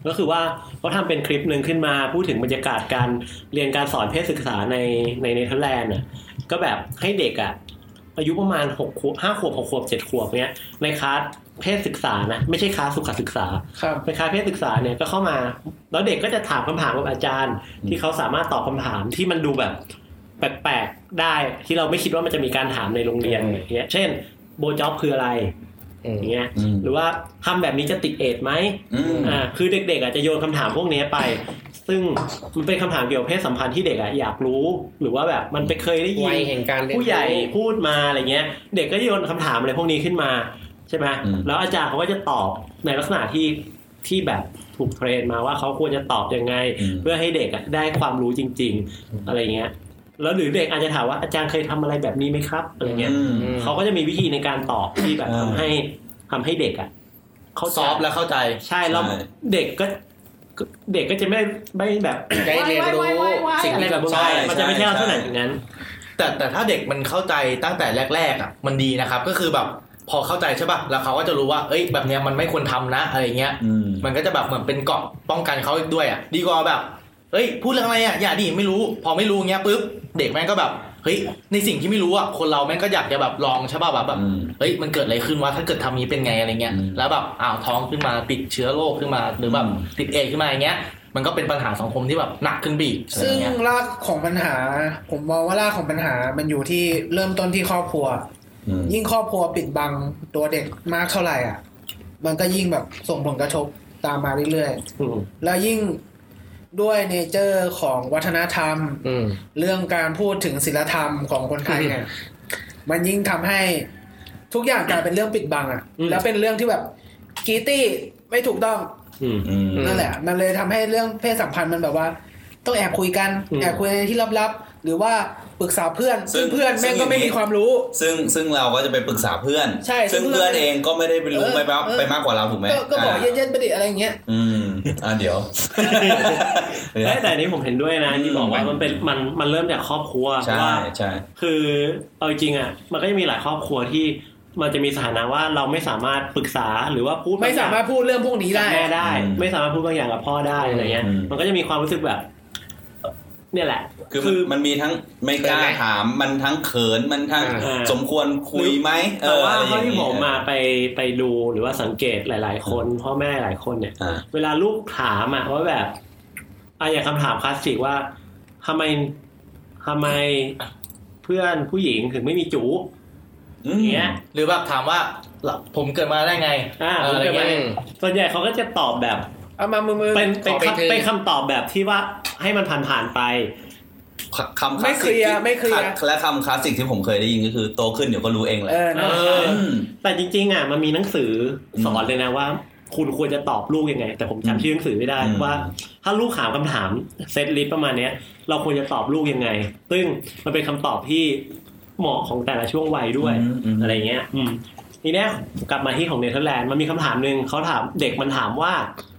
ก็คือว่าเขาทำเป็นคลิปนึงขึ้นมาพูดถึงบรรยากาศการเรียนการสอนเพศศึกษาในเนเธอร์แลนด์ก็แบบให้เด็กอายุประมาณ6 ขวบ 5 ขวบ 6 ขวบ 7 ขวบเนี้ยในคลาสเพศศึกษานะไม่ใช่คลาสสุขศึกษาในคลาสเพศศึกษาเนี่ยก็เข้ามาแล้วเด็กก็จะถามคำถามกับอาจารย์ที่เขาสามารถตอบคำถามที่มันดูแบบแปลกๆได้ที่เราไม่คิดว่ามันจะมีการถามในโรงเรียนอย่างเงี้ยเช่นโบจ็อบคืออะไรอย่างเงี้ยหรือว่าทำแบบนี้จะติดเอดส์ไหมคือเด็กๆอาจจะโยนคำถามพวกนี้ไปซึ่งมันเป็นคำถามเกี่ยวกับเพศสัมพันธ์ที่เด็กอยากรู้หรือว่าแบบมันไปเคยได้ยินผู้ใหญ่พูดมาอะไรเงี้ยเด็กก็โยนคำถามอะไรพวกนี้ขึ้นมาใช่ไหมแล้วอาจารย์เขาก็จะตอบในลักษณะที่แบบถูกเทรนมาว่าเขาควรจะตอบยังไงเพื่อให้เด็กได้ความรู้จริงๆอะไรเงี้ยแล้วหรือเด็กอาจจะถามว่าอาจารย์เคยทำอะไรแบบนี้ไหมครับอะไรเงี้ยเขาก็จะมีวิธีในการตอบที่แบบทำให้เด็กเขาซอฟและเข้าใจใช่แล้วเด็กก็จะไม่แบบได้เรียนรู้สิ่งที่แบบใช่มันจะไม่ใช่ลักษณะอย่างนั้นแต่ถ้าเด็กมันเข้าใจตั้งแต่แรกๆมันดีนะครับก็คือแบบพอเข้าใจใช่ป่ะแล้วเขาก็จะรู้ว่าเอ้ยแบบเนี้ยมันไม่ควรทำนะอะไรเงี้ยมันก็จะแบบเหมือนเป็นเกราะป้องกันเขาอีกด้วยดีกว่าแบบเฮ้ยพูดเรื่องอะไรอย่าดิไม่รู้พอไม่รู้เงี้ยปุ๊บเด็กแม่งก็แบบเฮ้ยในสิ่งที่ไม่รู้คนเราแม่งก็อยากจะแบบลองใช่ป่ะแบบเฮ้ยมันเกิดอะไรขึ้นวะถ้าเกิดทำนี้เป็นไงอะไรเงี้ยแล้วแบบท้องขึ้นมาติดเชื้อโรคขึ้นมาหรือแบบติดเอดส์ขึ้นมาอย่างเงี้ยมันก็เป็นปัญหาสังคมที่แบบหนักขึ้นบีกซึ่งรากของปัญหาผมมองว่ารากของปัญหามันอยู่ที่เริ่มต้นที่ครอบครัวยิ่งครอบครัวปิดบังตัวเด็กมากเท่าไหร่มันก็ยิ่งแบบส่งผลกระทบตามมาเรื่อยๆแล้วยิ่งด้วยเนเจอร์ของวัฒนธรรมเรื่องการพูดถึงศีลธรรมของคนไทยเนี่ยมันยิ่งทำให้ทุกอย่างกลายเป็นเรื่องปิดบังแล้วเป็นเรื่องที่แบบกีตี้ไม่ถูกต้องนั่นแหละมันเลยทำให้เรื่องเพศสัมพันธ์มันแบบว่าต้องแอบคุยกันแอบคุยในที่ลับๆหรือว่าปรึกษาเพื่อนซึ่งเพื่อนแม่งก็ไม่มีความรู้ซึ่งเราก็จะไปปรึกษาเพื่อนใช่ซึ่งเพื่อนเองก็ไม่ได้ไปรู้ไปมากกว่าเราถูกไหมก็บอกเย็นๆไปดิอะไรอย่างเงี้ยเดี๋ยวแต่นี้ผมเห็นด้วยนะที่บอกว่ามันเริ่มจากครอบครัวว่าคือเอาจริงมันก็จะมีหลายครอบครัวที่มันจะมีสถานะว่าเราไม่สามารถปรึกษาหรือว่าพูดไม่สามารถพูดเรื่องพวกนี้ได้แม่ได้ไม่สามารถพูดบางอย่างกับพ่อได้อะไรเงี้ยมันก็จะมีความรู้สึกแบบเนี่ยแหละคือมันมีทั้งไม่กล้าถามมันทั้งเขินมันทั้งสมควรคุยไหมแต่ว่าเท่าที่ผมมาไปดูหรือว่าสังเกตหลายๆคนพ่อแม่หลายคนเนี่ยเวลาลูกถามว่าแบบอย่างคำถามคลาสสิกว่าทำไมเพื่อนผู้หญิงถึงไม่มีจู๋เงี้ยหรือแบบถามว่าผมเกิดมาได้ไงอะไรเงี้ยส่วนใหญ่เขาก็จะตอบแบบเป็นคำตอบแบบที่ว่าให้มันผ่านไปคำคลาสสิกและคำคลาสสิกที่ผมเคยได้ยินก็คือโตขึ้นเดี๋ยวก็รู้เองแหละแต่จริงๆมันมีหนังสือสอนเลยนะว่าคุณควรจะตอบลูกยังไงแต่ผมจำชื่อหนังสือไม่ได้ว่าถ้าลูกถามคำถามเซตลิสต์ประมาณนี้เราควรจะตอบลูกยังไงซึ่งมันเป็นคำตอบที่เหมาะของแต่ละช่วงวัยด้วยอะไรเงี้ยทีนี้กลับมาที่ของเนเธอร์แลนด์มันมีคำถามนึงเขาถามเด็กมันถามว่า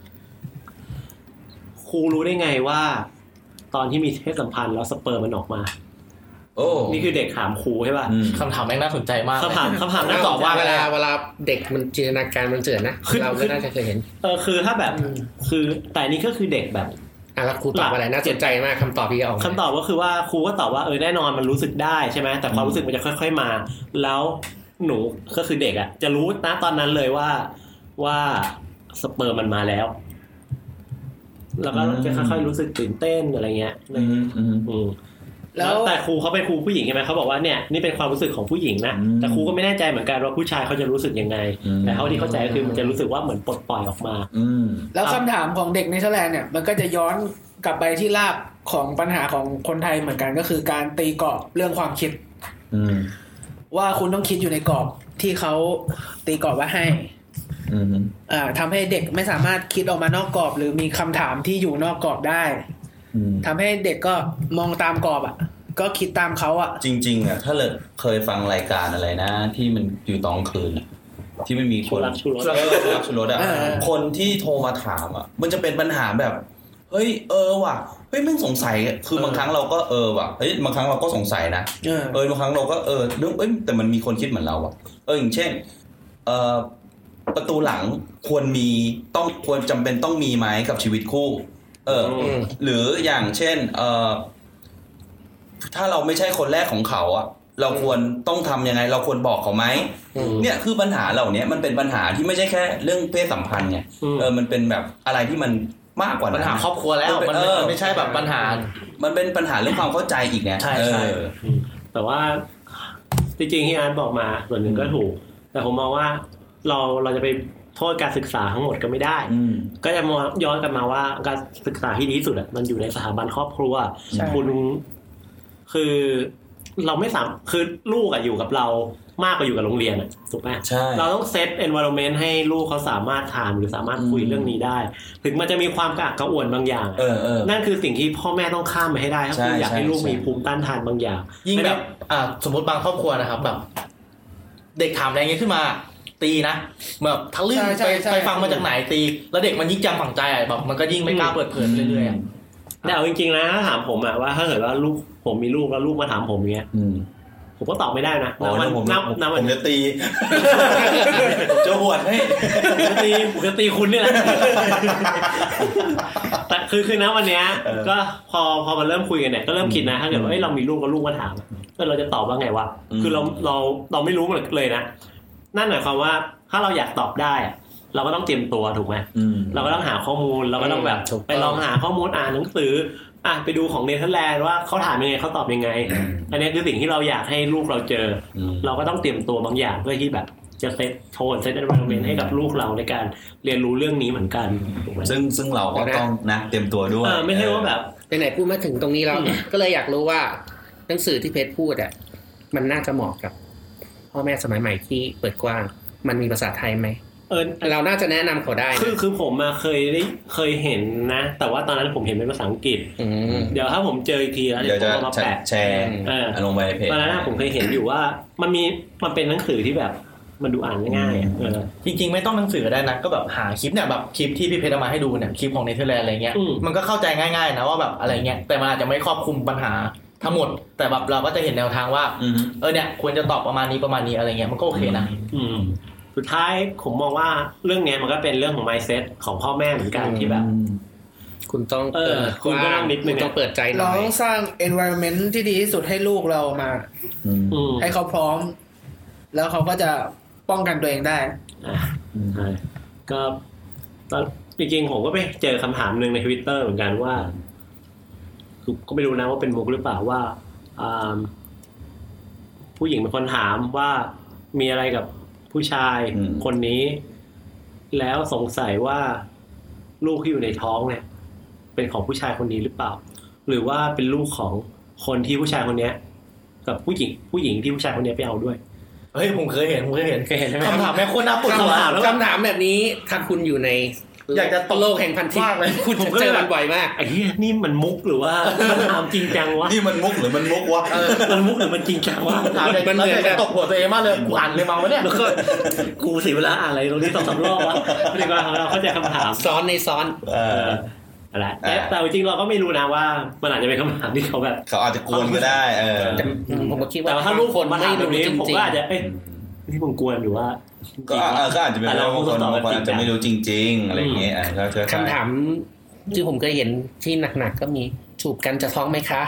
ครูรู้ได้ไงว่าตอนที่มีเพศสัมพันธ์แล้วสเปิร์มมันออกมานี่คือเด็กถามครูใช่ป่ะคำถามแม่งน่าสนใจมากคำถามน่าตอบว่าเวลาเด็กมันจินตนาการมันเจิดนะเราก็น่าจะเคยเห็นคือถ้าแบบคือแต่นี่ก็คือเด็กแบบแล้วครูตอบอะไรน่าสนใจมากคำตอบที่ออกคำตอบก็คือว่าครูก็ตอบว่าแน่นอนมันรู้สึกได้ใช่ไหมแต่ความรู้สึกมันจะค่อยๆมาแล้วหนูก็คือเด็กจะรู้นะตอนนั้นเลยว่าสเปิร์มมันมาแล้วแล้วก็จะค่อยๆรู้สึกตื่นเต้นอะไรเงี้ยแล้วแต่ครูเขาเป็นครูผู้หญิงใช่ไหมเขาบอกว่าเนี่ยนี่เป็นความรู้สึกของผู้หญิงนะแต่ครูก็ไม่แน่ใจเหมือนกันว่าผู้ชายเขาจะรู้สึกยังไงแต่เท่าที่เข้าใจก็คือมันจะรู้สึกว่าเหมือนปลดปล่อยออกมาแล้วคำถามของเด็กเนเธอร์แลนด์เนี่ยมันก็จะย้อนกลับไปที่รากของปัญหาของคนไทยเหมือนกันก็คือการตีกรอบเรื่องความคิดว่าคุณต้องคิดอยู่ในกรอบที่เขาตีกรอบไว้ให้ทำให้เด็กไม่สามารถคิดออกมานอกกรอบหรือมีคำถามที่อยู่นอกกรอบได้ทำให้เด็กก็มองตามกรอบก็คิดตามเขาจริงๆถ้าเคยฟังรายการอะไรนะที่มันอยู่ตอนคืนที่ไม่มีคนรักชูรสคนที่โทรมาถามมันจะเป็นปัญหาแบบเฮ้ยว่ะเฮ้ยไม่สงสัยคือบางครั้งเราก็ว่ะเฮ้ยบางครั้งเราก็สงสัยนะบางครั้งเราก็เรื่องแต่มันมีคนคิดเหมือนเราอย่างเช่นประตูหลังควรจำเป็นต้องมีไหมกับชีวิตคู่หรืออย่างเช่นถ้าเราไม่ใช่คนแรกของเขาอะเราควรต้องทำยังไงเราควรบอกเขาไหมเนี่ยคือปัญหาเหล่านี้มันเป็นปัญหาที่ไม่ใช่แค่เรื่องเพศสัมพันธ์ไงมันเป็นแบบอะไรที่มันมากกว่านั้นปัญหาครอบครัวแล้วมันไม่ใช่แบบปัญหามันเป็นปัญหาเรื่องความเข้าใจอีกไงใช่แต่ว่าจริงๆที่อาร์ตบอกมาส่วนหนึ่งก็ถูกแต่ผมมองว่าเราจะไปโทษการศึกษาทั้งหมดก็ไม่ได้ก็จะมองย้อนกลับมาว่าการศึกษาที่ดีที่สุดมันอยู่ในสถาบันครอบครัวคุณคือเราไม่สามคือลูกอยู่กับเรามากกว่าอยู่กับโรงเรียนถูกไหมเราต้องเซต environment ให้ลูกเขาสามารถถามหรือสามารถคุยเรื่องนี้ได้ถึงมันจะมีความกระอักกระอ่วนบางอย่างนั่นคือสิ่งที่พ่อแม่ต้องข้ามไปให้ได้ถ้าคุณอยากให้ลูกมีภูมิต้านทานบางอย่างยิ่งแบบสมมติบางครอบครัวนะครับแบบเด็กถามอะไรเงี้ยขึ้นมาตีนะแบบทะลึ่งไปฟังมาจากไหนตีแล้วเด็กมันยิ่งจำฝังใจแบบมันก็ยิ่งไม่กล้าเปิดเผยเรื่อยๆแต่เอาจริงๆนะถ้าถามผมว่าถ้าเกิดว่าลูกผมมีลูกแล้วลูกมาถามผมอย่างเงี้ยผมก็ตอบไม่ได้นะผมจะตีผมจะหวดให้ผมจะตีคุณเนี่ยแหละแต่คือนะวันเนี้ยก็พอมาเริ่มคุยกันเนี่ยก็เริ่มคิดนะถ้าเกิดว่าเรามีลูกแล้วลูกมาถามเราจะตอบว่าไงวะคือเราไม่รู้เลยนะนั่นหมายความว่าถ้าเราอยากตอบได้เราก็ต้องเตรียมตัวถูกไหมเราก็ต้องหาข้อมูลเราก็ต้องแบบไปลองหาข้อมูลอ่านหนังสือไปดูของเนเธอร์แลนด์ว่าเขาถามยังไงเขาตอบยังไงอันนี้คือสิ่งที่เราอยากให้ลูกเราเจอเราก็ต้องเตรียมตัวบางอย่างเพื่อที่แบบจะเซตโทนเซต environment ให้กับลูกเราในการเรียนรู้เรื่องนี้เหมือนกันซึ่งเราก็ต้องนะเตรียมตัวด้วยไม่ใช่ว่าแบบไหนพูดมาถึงตรงนี้แล้ว ก็เลยอยากรู้ว่าหนังสือที่เพชรพูดมันน่าจะเหมาะกับพ่อแม่สมัยใหม่ที่เปิดกว้างมันมีภาษาไทยไหมเราน่าจะแนะนำเขาได้คือผมเคยเห็นนะแต่ว่าตอนนั้นผมเห็นเป็นภาษาอังกฤษเดี๋ยวถ้าผมเจออีกทีแล้วเดี๋ยวจะมาแปะแชร์ลงไปในเพจตอนนั้นผมเคยเห็นอยู่ว่ามันเป็นหนังสือที่แบบมันดูอ่านง่ายจริงๆไม่ต้องหนังสือได้นะก็แบบหาคลิปเนี่ยแบบคลิปที่พี่เพชรเอามาให้ดูเนี่ยคลิปของเนเธอร์แลนด์อะไรเงี้ยมันก็เข้าใจง่ายๆนะว่าแบบอะไรเงี้ยแต่มันอาจจะไม่ครอบคลุมปัญหาทั้งหมดแต่แบบเราก็จะเห็นแนวทางว่าเนี่ยควรจะตอบประมาณนี้อะไรเงี้ยมันก็โอเคนะสุดท้ายผมมองว่าเรื่องนี้มันก็เป็นเรื่องของ mindset ของพ่อแม่เหมือนกันที่แบบคุณต้องคุณก็ต้องนิดนึงต้องเปิดใจหน่อยเราต้องสร้าง environment ที่ดีที่สุดให้ลูกเรามาให้เขาพร้อมแล้วเขาก็จะป้องกันตัวเองได้ก็จริงๆผมก็ไปเจอคำถามนึงใน Twitter เหมือนกันว่าก็ไม่รู้นะว่าเป็นมุกหรือเปล่าว่าผู้หญิงเป็นคนถามว่ามีอะไรกับผู้ชายคนนี้แล้วสงสัยว่าลูกที่อยู่ในท้องเนี่ยเป็นของผู้ชายคนนี้หรือเปล่าหรือว่าเป็นลูกของคนที่ผู้ชายคนนี้กับผู้หญิงที่ผู้ชายคนนี้ไปเอาด้วยเฮ้ยผมเคยเห็นคำถามแม่คนน่าปวดหัวคำถามแบบนี้ถ้าคุณอยู่ในอยากจะตกโลกแห่งพันทิปคุณจะเจอมันบ่อยมากไอ้นี่มันมุกหรือว่าถามจริงจังวะนี่มันมุกหรือมันมุกวะมันมุกหรือมันจริงจังวะถามมันเหมือนตกหัวตัวเองมากเลยกูอ่านเลยมาวะเนี่ยแล้วก็กูเสียเวลาอ่านอะไรตรงนี้2-3 รอบวะไม่ได้ว่าเราเข้าใจคำถามซ้อนในซ้อนอะไรแต่จริงเราก็ไม่รู้นะว่ามันอาจจะเป็นคำถามที่เขาแบบเขาอาจจะกวนก็ได้ผมก็คิดว่าแต่ถ้าลูกคนมาถามแบบนี้ผมก็อาจจะที่มึงกวนหรือว่าก็อาจจะเป็นบางคนอาจจะไม่รู้จริงๆอะไรอย่างเงี้ยคำถามที่ผมเคยเห็นที่หนักๆก็มีจูบกันจะท้องไหมคะ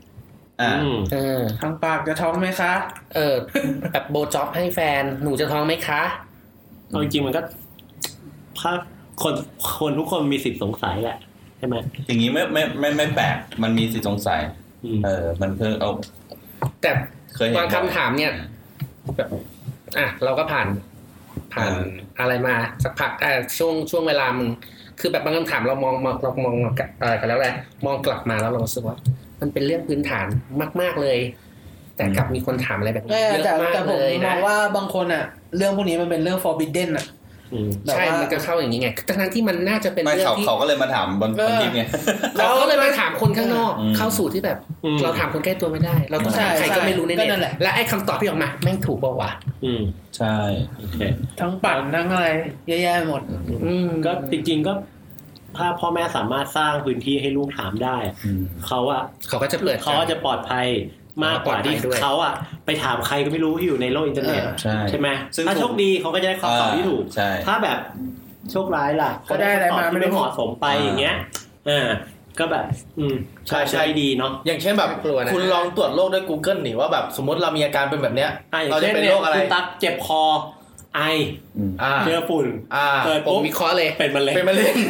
ทางปากจะท้องไหมคะแบบโบจ็อบให้แฟนหนูจะท้องไหมคะจริงๆมันก็ถ้าคนทุกคนมีสิทธิ์สงสัยแหละใช่ไหมอย่างนี้ไม่แปลกมันมีสิทธิ์สงสัยมันเพิ่งเอาแต่บางคำถามเนี่ยแบบเราก็ผ่านอะไรมาสักพักช่วงเวลามึงคือแบบบางคำถามเรามองกันแล้วแหละมองกลับมาแล้วเรารู้สึกว่ามันเป็นเรื่องพื้นฐานมากๆเลยแต่กลับมีคนถามอะไรแบบนี้เยอะมากเลยนะแต่ผมมองว่าบางคนเรื่องพวกนี้มันเป็นเรื่อง forbidden ใช่มันก็เข้าอย่างนี้ไงทั้งที่มันน่าจะเป็นเรื่องที่เขาก็เลยมาถามบนคลิปไงเราก็เลยมาถามคนข้างนอกเข้าสู่ที่แบบเราถามคนใกล้ตัวไม่ได้เราต้องถามใครก็ไม่รู้แน่ๆและไอ้คำตอบที่ออกมาแม่งถูกป่าววะใช่ทั้งปั่นทั้งอะไรแย่ๆหมดก็จริงๆก็ถ้าพ่อแม่สามารถสร้างพื้นที่ให้ลูกถามได้เขาก็จะเปิดเขาจะปลอดภัยมากกว่าที่เขาอ่ะไปถามใครก็ไม่รู้ที่อยู่ในโลกอินเทอร์เน็ตใช่ไหมถ้าโชคดีเขาก็จะได้คำตอบที่ถูกถ้าแบบโชคร้ายล่ะก็ได้อะไรมาไม่เหมาะสมไปอย่างเงี้ยก็แบบใช่ดีเนาะอย่างเช่นแบบคุณลองตรวจโรคด้วย Google นี่ว่าแบบสมมติเรามีอาการเป็นแบบเนี้ยเราจะเป็นโรคอะไรคุณตักเจ็บคอไอเจอฝุ่นเกิดผมวิเคราะห์เลยเป็นมะเร็ง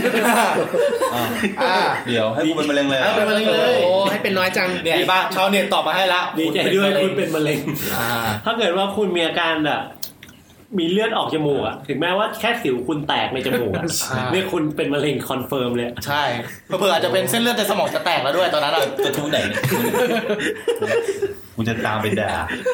เดี๋ยวให้คุณเป็นมะเร็งเลยเป็นมะเร็งเลยโอ้ให้เป็นน้อยจังเนี่ยบ้าชาวเน็ตตอบมาให้ละดีใจด้วยคุณเป็นมะเร็งถ้าเกิดว่าคุณมีอาการแบบมีเลือดออกจมูกอ่ะถึงแม้ว่าแค่สิวคุณแตกในจมูกนี่คุณเป็นมะเร็งคอนเฟิร์มเลยใช่เผื่ออาจจะเป็นเส้นเลือดในสมองจะแตกแล้วด้วยตอนนั้นอ่ะจะทุกไหนกูจะตามไปด่า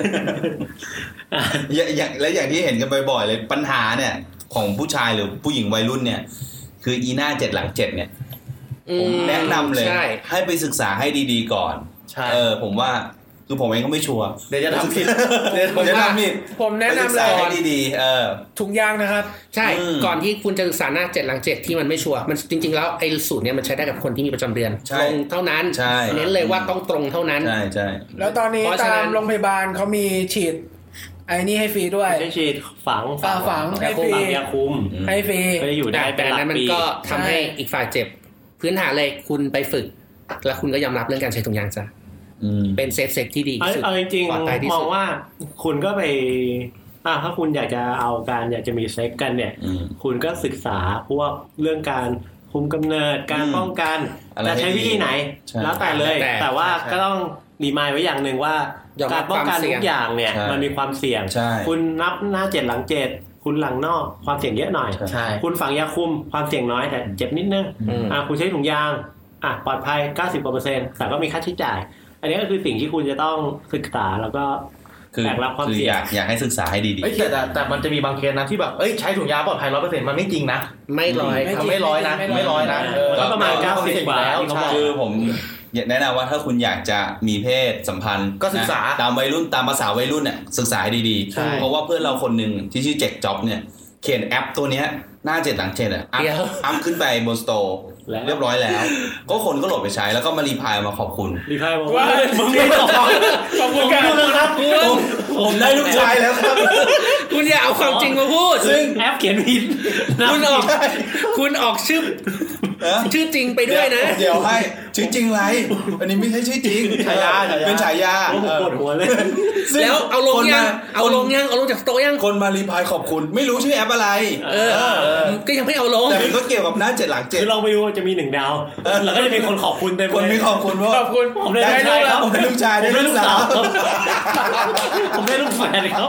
อย่างที่เห็นกันบ่อยๆเลยปัญหาเนี่ยของผู้ชายหรือผู้หญิงวัยรุ่นเนี่ยคืออีหน้า7หลัง7เนี่ยผมแนะนำเลยให้ไปศึกษาให้ดีๆก่อนผมว่าคือผมเองก็ไม่ชัวร์เดี๋ยวจะทำผิดผมแนะนำเลยให้ดีๆถุงยางนะครับใช่ก่อนที่คุณจะศึกษาหน้า7หลัง7ที่มันไม่ชัวร์มันจริงๆแล้วไอ้สูตรเนี้ยมันใช้ได้กับคนที่มีประจำเดือนตรงเท่านั้นเน้นเลยว่าต้องตรงเท่านั้นใช่แล้วตอนนี้ตามโรงพยาบาลเขามีฉีดไอ้นี่ให้ฟรีด้วยฉีดฝังให้ฟรียาคุมให้ฟรีก็อยู่ได้แต่นั้นมันก็ทำให้อีกฝ่ายเจ็บพื้นฐานเลยคุณไปฝึกแล้วคุณก็ยอมรับเรื่องการใช้ถุงยางซะเป็นเซฟเซ็กที่ดีเอาจริงๆมองว่าคุณก็ไปถ้าคุณอยากจะเอาการอยากจะมีเซ็กกันเนี่ยคุณก็ศึกษาพวกเรื่องการคุมกำเนิดการป้องกันจะใช้วิธีไหนแล้วแต่เลยแต่ว่าก็ต้องรีมายไว้อย่างนึงว่าการป้องกันทุกอย่างเนี่ยมันมีความเสี่ยงคุณนับหน้า7หลัง7คุณหลังนอกความเสี่ยงเยอะหน่อยคุณฝังยาคุมความเสี่ยงน้อยแต่เจ็บนิดนึงคุณใช้ถุงยางปลอดภัย 90% แต่ก็มีค่าใช้จ่ายอันนี้ก็คือสิ่งที่คุณจะต้องศึกษาแล้วก็แบกรับความเสี่ยงอยากให้ศึกษาให้ดีๆแต่มันจะมีบางเคสนะที่แบบใช้ถุงยางปลอดภัย 100% มันไม่จริงนะไม่ร้อยนะก็ประมาณ90กว่าแล้วคือผมแนะนำว่าถ้าคุณอยากจะมีเพศสัมพันธ์ก็ศึกษาตามวัยรุ่นตามภาษาวัยรุ่นเนี่ยศึกษาให้ดีๆเพราะว่าเพื่อนเราคนนึงที่ชื่อเจ็กจ็อบเนี่ยเขียนแอปตัวนี้หน้า7หลัง7อัพขึ้นไปบนสโตร์เรียบร้อยแล้วก็คนก็โหลดไปใช้แล้วก็มารีพายมาขอบคุณรีพายบอกว่ามึงไม่ขอบคุณกันครับผมได้ลูกชายแล้วครับคุณอย่าเอาความจริงมาพูดซึ่งแอปเขียนผิดคุณออกชื่อจริงไปด้วยนะเดี๋ยวให้ชื่อจริงไรอันนี้ไม่ใช่ชื่อจริงฉายาเป็นฉายาปวดหัวเลยแล้วเอาลงยังเอาลงจากสโตร์ยังคนมารีพายขอบคุณไม่รู้ชื่อแอปอะไรก็ยังไม่เอาลงแต่มันก็เกี่ยวกับหน้า7หลัง7 คือลองไปดูจะมี1ดาวแล้วก็จะมีคนขอบคุณเต็มคนมีขอบคุณว่าผมได้ลูกครับผมได้ลูกชายได้ลูกสาวผมได้ลูกแฝดครับ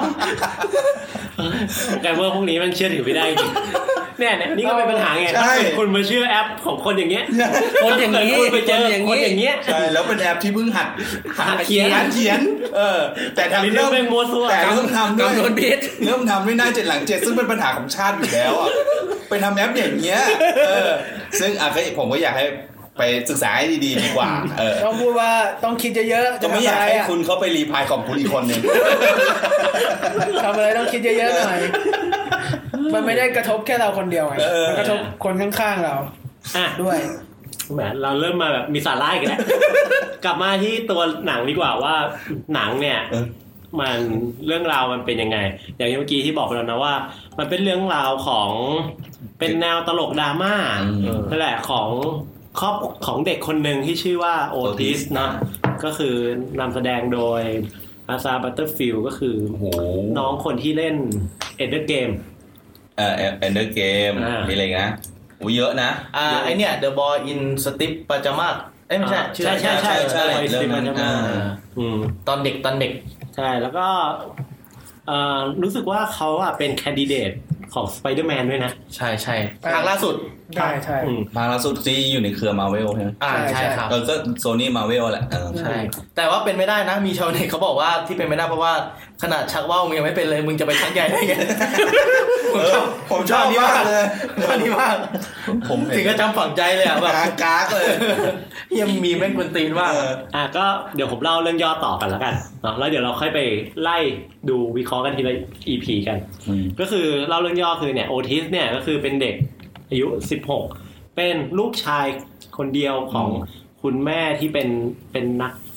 แต่เมื่อพวกนี้มันเชื่อถือไม่ได้จริงเนี่ยนี่ก็เป็นปัญหาไงคุณมาเชื่อแอปของคนอย่างเงี้ยคนอย่างนี้คุณไปเจอคนอย่างเงี้ยใช่แล้วเป็นแอปที่เพิ่งหัดเขียนแต่ทำเริ่มเป็นมัวซัวแต่เริ่มทำด้วยเริ่มทำด้วยหน้า7หลัง7ซึ่งเป็นปัญหาของชาติอยู่แล้วไปทำแอปอย่างเงี้ยซึ่งผมก็อยากให้ไปศึกษาให้ดีๆดีกว่าต้องพูดว่าต้องคิดเยอะๆจะไม่อยากให้คุณเข้าไปรีพายของคุณอีกคนนึงทำอะไรต้องคิดเยอะๆหน่อยมันไม่ได้กระทบแค่เราคนเดียวไงมันกระทบคนข้างๆเราด้วยแหมเราเริ่มมาแบบมีสาระกันแล้วกลับมาที่ตัวหนังดีกว่าว่าหนังเนี่ยมันเรื่องราวมันเป็นยังไงอย่างเมื่อกี้ที่บอกไปแล้วนะว่ามันเป็นเรื่องราวของเป็นแนวตลกดราม่านั่นแหละของเด็กคนหนึ่งที่ชื่อว่าโอทิสนะก็คือนำแสดงโดยอาซาบัตเตอร์ฟิลด์ก็คือน้องคนที่เล่นเอ็นเดอร์เกมเอ็นเดอร์เกมมีอะไรนะเยอะนะไอเนี่ย The Boy in Strip Pajamas ไม่ใช่ใช่ตอนเด็กใช่แล้วก็รู้สึกว่าเขาเป็นแคนดิเดตของ Spider-Man ด้วยนะใช่ภาคล่าสุดใช่ภาคล่าสุดที่อยู่ในเครือ Marvel ใช่ไหมใช่ครับก็ Sony Marvel แหละใช่แต่ว่าเป็นไม่ได้นะมีชาวเน็ตเขาบอกว่าที่เป็นไม่ได้เพราะว่าขนาดชักว่าวมึงยังไม่เป็นเลยมึงจะไปชักใหญ่ได้ไงผมชอบนี้มากเลยชอบนี้มากผมถึงก็จำฝังใจเลยแบบกากเลยยังมีแม่งกวนตีนมากก็เดี๋ยวผมเล่าเรื่องย่อต่อกันแล้วกันแล้วเดี๋ยวเราค่อยไปไล่ดูวิเคราะห์กันทีละ EP กันก็คือเล่าเรื่องย่อคือเนี่ยโอทิสเนี่ยก็คือเป็นเด็กอายุ16เป็นลูกชายคนเดียวของคุณแม่ที่เป็นนัก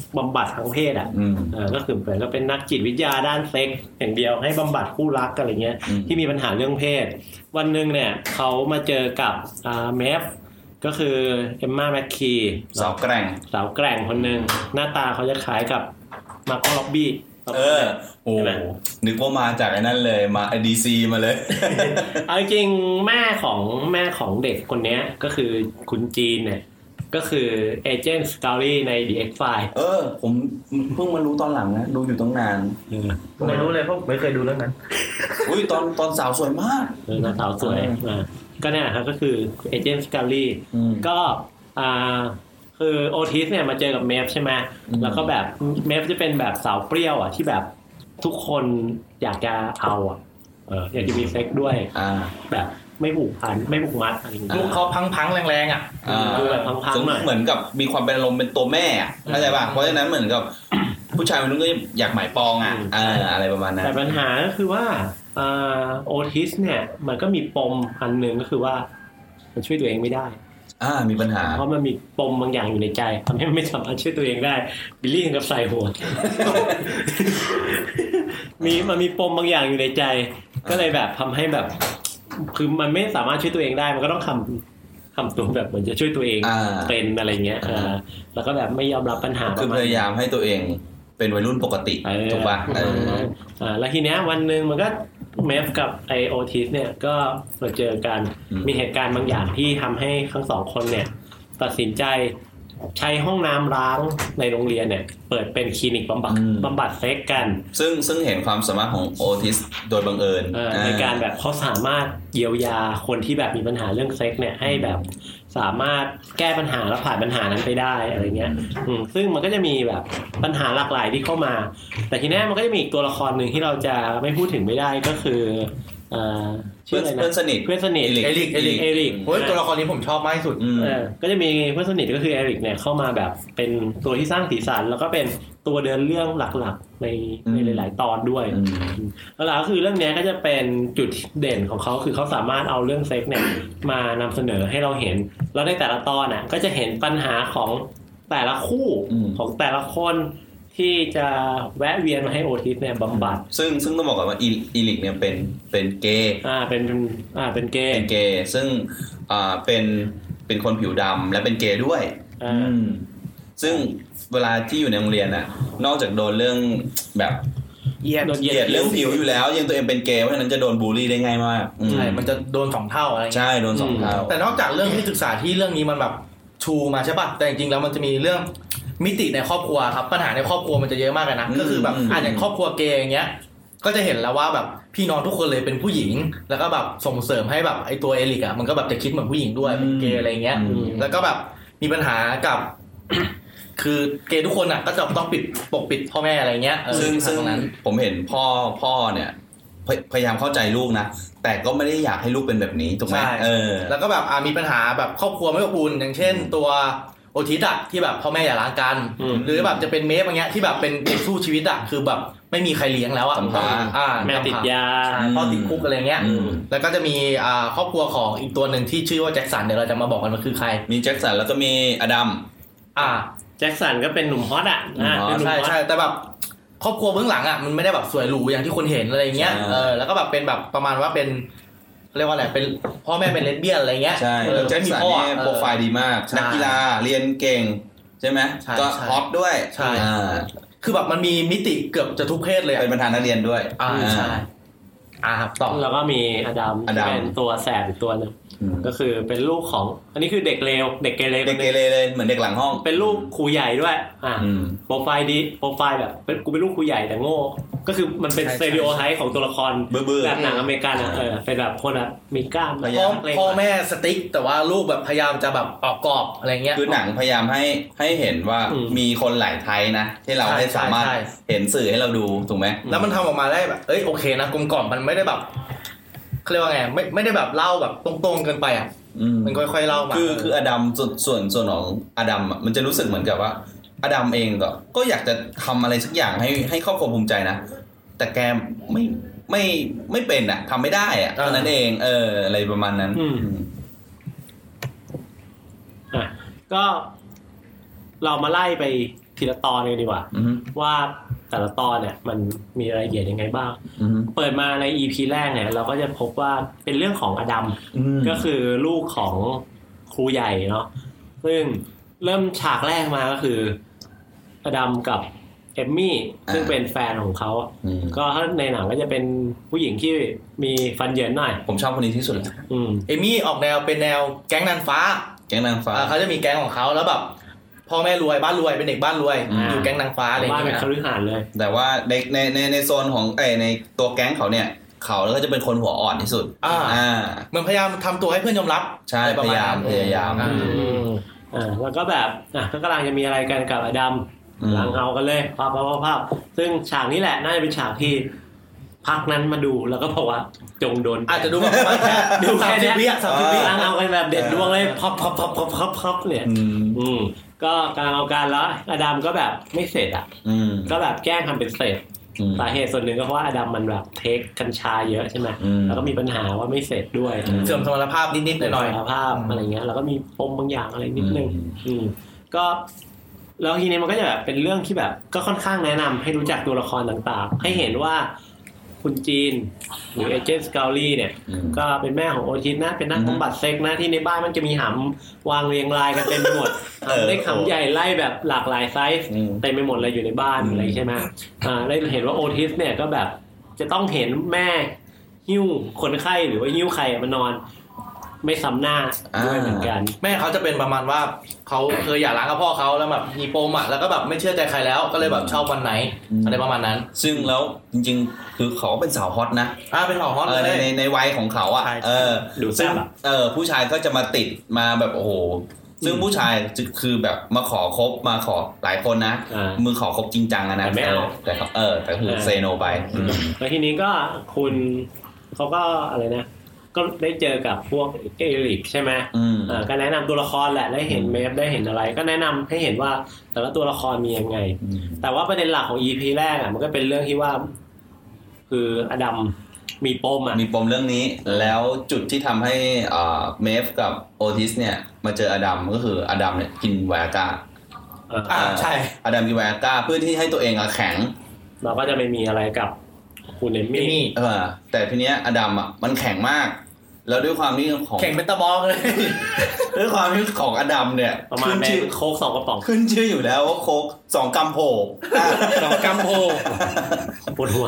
บำบัดทางเพศก็คือก็เป็นนักจิตวิทยาด้านเซ็กอย่างเดียวให้บำบัดคู่รักอะไรเงี้ยที่มีปัญหาเรื่องเพศวันนึงเนี่ยเขามาเจอกับเมฟก็คือเอมม่าแมคคีสาวแกร่งคนนึงหน้าตาเขาจะคล้ายกับมาร์โกล็อบบี้โอ้นึกว่ามาจากไอ้นั่นเลยมา DC มาเลยเอาจริงแม่ของเด็กคนนี้ก็คือคุณจีนเนี่ยก็คือเอเจนต์สกาลี่ใน The X-Files ผมเพิ่งมารู้ตอนหลังนะดูอยู่ตั้งนานไม่รู้เลยเพราะไม่เคยดูเรื่องนั้นอุ้ยตอนสาวสวยมากสาวสวยก็เนี่ยครับก็คือเอเจนต์สกาลี่ก็คือโอทิสเนี่ยมาเจอกับเมฟใช่ไหมแล้วก็แบบเมฟจะเป็นแบบสาวเปรี้ยวอ่ะที่แบบทุกคนอยากจะเอาอยากจะมีเซ็กด้วยแบบไม่ผูกพันไม่ผูกมัดอะไรอย่างเงี้ยลูกเขาพังๆแรงๆดูแบบพังๆหน่อยเหมือนกับมีความเป็นอารมณ์เป็นตัวแม่เข้าใจป่ะเพราะฉะนั้นเหมือนกับผู้ชายมันก็อยากหมายปองอะไรประมาณนั้นแต่ปัญหาก็คือว่าโอทิสเนี่ยมันก็มีปมอันนึงก็คือว่ามันช่วยตัวเองไม่ได้มีปัญหาเพราะมันมีปมบางอย่างอยู่ในใจทำให้มันไม่สามารถช่วยตัวเองได้บิลลี่ถึงกับใส่หัวมันมีปมบางอย่างอยู่ในใจก็เลยแบบทำให้แบบคือมันไม่สามารถช่วยตัวเองได้มันก็ต้องทำตัวแบบเหมือนจะช่วยตัวเองเป็นอะไรเงี้ยแล้วก็แบบไม่ยอมรับปัญหาคือพยายามให้ตัวเองเป็นวัยรุ่นปกติถูกป่ะแล้วทีเนี้ยวันนึงมันก็เมฟกับไอโอทิสเนี่ยก็มาเจอกันมีเหตุการณ์บางอย่างที่ทำให้ทั้งสองคนเนี่ยตัดสินใจใช้ห้องน้ำร้างในโรงเรียนเนี่ยเปิดเป็นคลินิกบำบัดเซ็กกันซึ่งเห็นความสามารถของโอทิสโดยบังเอิญในการแบบเขาสามารถเยียวยาคนที่แบบมีปัญหาเรื่องเซ็กเนี่ยให้แบบสามารถแก้ปัญหาและผ่านปัญหานั้นไปได้อะไรเงี้ยซึ่งมันก็จะมีแบบปัญหาหลากหลายที่เข้ามาแต่ทีนี้มันก็จะมีอีกตัวละครหนึ่งที่เราจะไม่พูดถึงไม่ได้ก็คือเพื่อนสนิทเอริกโอ้ยตัวละครนี้ผมชอบมากที่สุดก็จะมีเพื่อนสนิทก็คือเอริกเนี่ยเข้ามาแบบเป็นตัวที่สร้างสีสันแล้วก็เป็นตัวเดินเรื่องหลักๆในหลายๆตอนด้วยแล้วก็คือเรื่องนี้ก็จะเป็นจุดเด่นของเขาคือเขาสามารถเอาเรื่องเซ็กเนี่ยมานำเสนอให้เราเห็นแล้วในแต่ละตอนน่ะก็จะเห็นปัญหาของแต่ละคู่ของแต่ละคนที่จะแวะเวียนมาให้โอทิสเนี่ยบำบัดซึ่งต้องบอกก่อนว่าอีลิกเนี่ยเป็นเกย์เป็นเกย์ซึ่งเป็นคนผิวดำและเป็นเกย์ด้วยซึ่งเวลาที่อยู่ในโรงเรียนน่ะนอกจากโดนเรื่องแบบเหยียดเรื่องผิวอยู่แล้วยังตัวเองเป็นเกย์เพราะฉะนั้นจะโดนบูลลี่ได้ง่ายมากใช่มันจะโดน2เท่าอะไรใช่โดน2เท่าแต่นอกจากเรื่องที่ศึกษาที่เรื่องนี้มันแบบชูมาใช่ป่ะแต่จริงๆแล้วมันจะมีเรื่องมิติในครอบครัวครับปัญหาในครอบครัวมันจะเยอะมากเลยนะก็คือแบบอย่างครอบครัวเกย์อย่างเงี้ยก็จะเห็นแล้วว่าแบบพี่น้องทุกคนเลยเป็นผู้หญิงแล้วก็แบบส่งเสริมให้แบบไอตัวเอริกอ่ะมันก็แบบจะคิดเหมือนผู้หญิงด้วยเป็นเกย์อะไรเงี้ยแล้วก็แบบมีปัญหากับคือเกย์ทุกคนอ่ะก็จะต้องปกปิดพ่อแม่อะไรเงี้ยซึ่งผมเห็นพ่อเนี่ยพยายามเข้าใจลูกนะแต่ก็ไม่ได้อยากให้ลูกเป็นแบบนี้ถูกไหมแล้วก็แบบมีปัญหาแบบครอบครัวไม่อบอุ่นอย่างเช่นตัวโอทิสที่แบบพ่อแม่อย่าร้างกันหรือแบบจะเป็นเมฟอย่างเงี้ยที่แบบเป็นเด็กสู้ชีวิตคือแบบไม่มีใครเลี้ยงแล้วแม่ติดยาพ่อติดคุกอะไรเงี้ยแล้วก็จะมีครอบครัวของอีกตัวหนึ่งที่ชื่อว่าแจ็คสันเดี๋ยวเราจะมาบอกกันว่าคือใครมีแจ็คสันแล้วก็มีอดัมแจ็คสันก็เป็นหนุ่มฮอตใช่แต่แบบครอบครัวเบื้องหลังมันไม่ได้แบบสวยหรูอย่างที่คนเห็นอะไรเงี้ยแล้วก็แบบเป็นแบบประมาณว่าเป็นเรียกว่าอะไรเป็นพ่อแม่เป็นเลสเบี้ยนอะไรเงี้ยใช่แจ็คสันนี่โปรไฟล์ดีมากนักกีฬาเรียนเก่งใช่ไหมก็ฮอตด้วยใช่คือแบบมันมีมิติเกือบจะทุกเพศเลยเป็นประธานนักเรียนด้วยใช่ครับต่อแล้วก็มีอดัมเป็นตัวแสบอีกตัวนึงก็คือเป็นลูกของอันนี้คือเด็กเลวเด็กเกเรเลยเหมือนเด็กหลังห้องเป็นลูกครูใหญ่ด้วยโปรไฟล์ดีโปรไฟล์แบบกูเป็นลูกครูใหญ่แต่โง่ก็คือมันเป็นสเตอริโอไทป์ของตัวละครแบบหนังอเมริกันเป็นแบบคนแบบมีกล้ามพ่อแม่สติ๊กแต่ว่าลูกแบบพยายามจะแบบออกกรอบอะไรเงี้ยคือหนังพยายามให้เห็นว่ามีคนหลายไทป์นะที่เราให้สามารถเห็นสื่อให้เราดูถูกไหมแล้วมันทำออกมาได้แบบโอเคนะกลมกล่อมมันไม่ได้แบบเรียกว่าไงไม่ได้แบบเล่าแบบตรงๆเกินไปมันค่อยๆเล่ามาคืออดัมส่วนของอดัมมันจะรู้สึกเหมือนกับว่าอดัมเองก็อยากจะทำอะไรสักอย่างให้ครอบครัวภูมิใจนะแต่แกไม่เป็นทำไม่ได้เท่านั้นเองอะไรประมาณนั้นก็เรามาไล่ไปทีละตอนเลยดีกว่าว่าแต่ละตอนเนี่ยมันมีรายละเอียดยังไงบ้างเปิดมาใน EP แรกเนี่ยเราก็จะพบว่าเป็นเรื่องของอดัมก็คือลูกของครูใหญ่เนาะซึ่งเริ่มฉากแรกมาก็คืออดัมกับเอมมี่ซึ่งเป็นแฟนของเขาก็ในหนังก็จะเป็นผู้หญิงที่มีฟันเหยินหน่อยผมชอบคนนี้ที่สุดเอมมี่ออกแนวเป็นแนวแก๊งนางฟ้าเขาจะมีแก๊งของเขาแล้วแบบพ่อแม่รวยบ้านรวยเป็นเด็กบ้านรวยอยู่แก๊งนางฟ้าอะไรอย่างเงี้ยบ้านเป็นคฤหาสน์เลยแต่ว่าในโซนของในตัวแก๊งเขาเนี่ยเขาแล้วก็จะเป็นคนหัวอ่อนที่สุดเหมือนพยายามทำตัวให้เพื่อนยอมรับใช่พยายามแล้วก็แบบก็กำลังจะมีอะไรกันกับอดัมหลังเอากันเลยภาพซึ่งฉากนี้แหละน่าจะเป็นฉากที่พักนั้นมาดูแล้วก็บอกว่าจงโดนอาจจะดูแบบดูแค่นี้30 วิหลังเอากันแบบเด็ดดวงเลยพับเนี่ยก็กำลังเอาการแล้วอดัมก็แบบไม่เสร็จก็แบบแกล้งทำเป็นเสร็จสาเหตุส่วนหนึ่งก็เพราะว่าอดัมมันแบบเทคกัญชาเยอะใช่ไหมแล้วก็มีปัญหาว่าไม่เสร็จด้วยเสื่อมสมรรถภาพนิดๆหน่อยๆสมรรถภาพอะไรเงี้ยแล้วก็มีปมบางอย่างอะไรนิดนึงก็แล้วทีนี้มันก็จะแบบเป็นเรื่องที่แบบก็ค่อนข้างแนะนำให้รู้จักตัวละครต่างๆให้เห็นว่าคุณจีนหรือเอเจนต์สกาลี่เนี่ยก็เป็นแม่ของโอทิสนะเป็นนักบำบัดเซ็กนะที่ในบ้านมันจะมีหำวางเรียงรายกันเต็มไปหมดหำเล็กหำใหญ่ไล่แบบหลากหลายไซส์เต็มไปหมดเลยอยู่ในบ้านอะไรใช่ไหมได้เห็นว่าโอทิสเนี่ยก็แบบจะต้องเห็นแม่หิ้วคนไข้หรือว่าหิ้วใครมานอนไม่ซ้ำหน้าด้วยเหมือนกันแม่เขาจะเป็นประมาณว่าเขาเคยหย่าร้างกับพ่อเขาแล้วแบบมีปมแล้วก็แบบไม่เชื่อใจใครแล้วก็เลยแบบชอบวันไหนอะไรประมาณนั้นซึ่งแล้วจริงๆคือเขาเป็นสาวฮอตนะเป็นสาวฮอตในวัยของเขาดูแซ่บผู้ชายก็จะมาติดมาแบบโอ้โหซึ่งผู้ชายคือแบบมาขอคบมาขอหลายคนนะมือขอคบจริงจังนะแต่คือเซโนไปแล้วทีนี้ก็คุณเขาก็อะไรนะก็ได้เจอกับพวกเอลิกใช่ไหมก็แนะนำตัวละครแหละได้เห็นเมฟได้เห็นอะไรก็แนะนำให้เห็นว่าแต่ละตัวละครมียังไงแต่ว่าประเด็นหลักของ EP แรกมันก็เป็นเรื่องที่ว่าคืออดัมมีปมเรื่องนี้แล้วจุดที่ทำให้เมฟกับโอทิสเนี่ยมาเจออดัมก็คืออดัมเนี่ยกินไวอาก้าใช่อดัมกินไวอาก้าเพื่อที่ให้ตัวเองแข็งเราก็จะไม่มีอะไรกับคุณเอมมี่แต่ทีเนี้ยอดัมมันแข็งมากแล้วด้วยความที่ของแข็งเป็นตะบองเลยด้วยความที่ของอดัมเนี่ยประมาณชื่อโค้ก2 กระป๋องขึ้นชื่ออยู่แล้วว่าโค้ก2 กัมโพ 2 กัมโพปวดหัว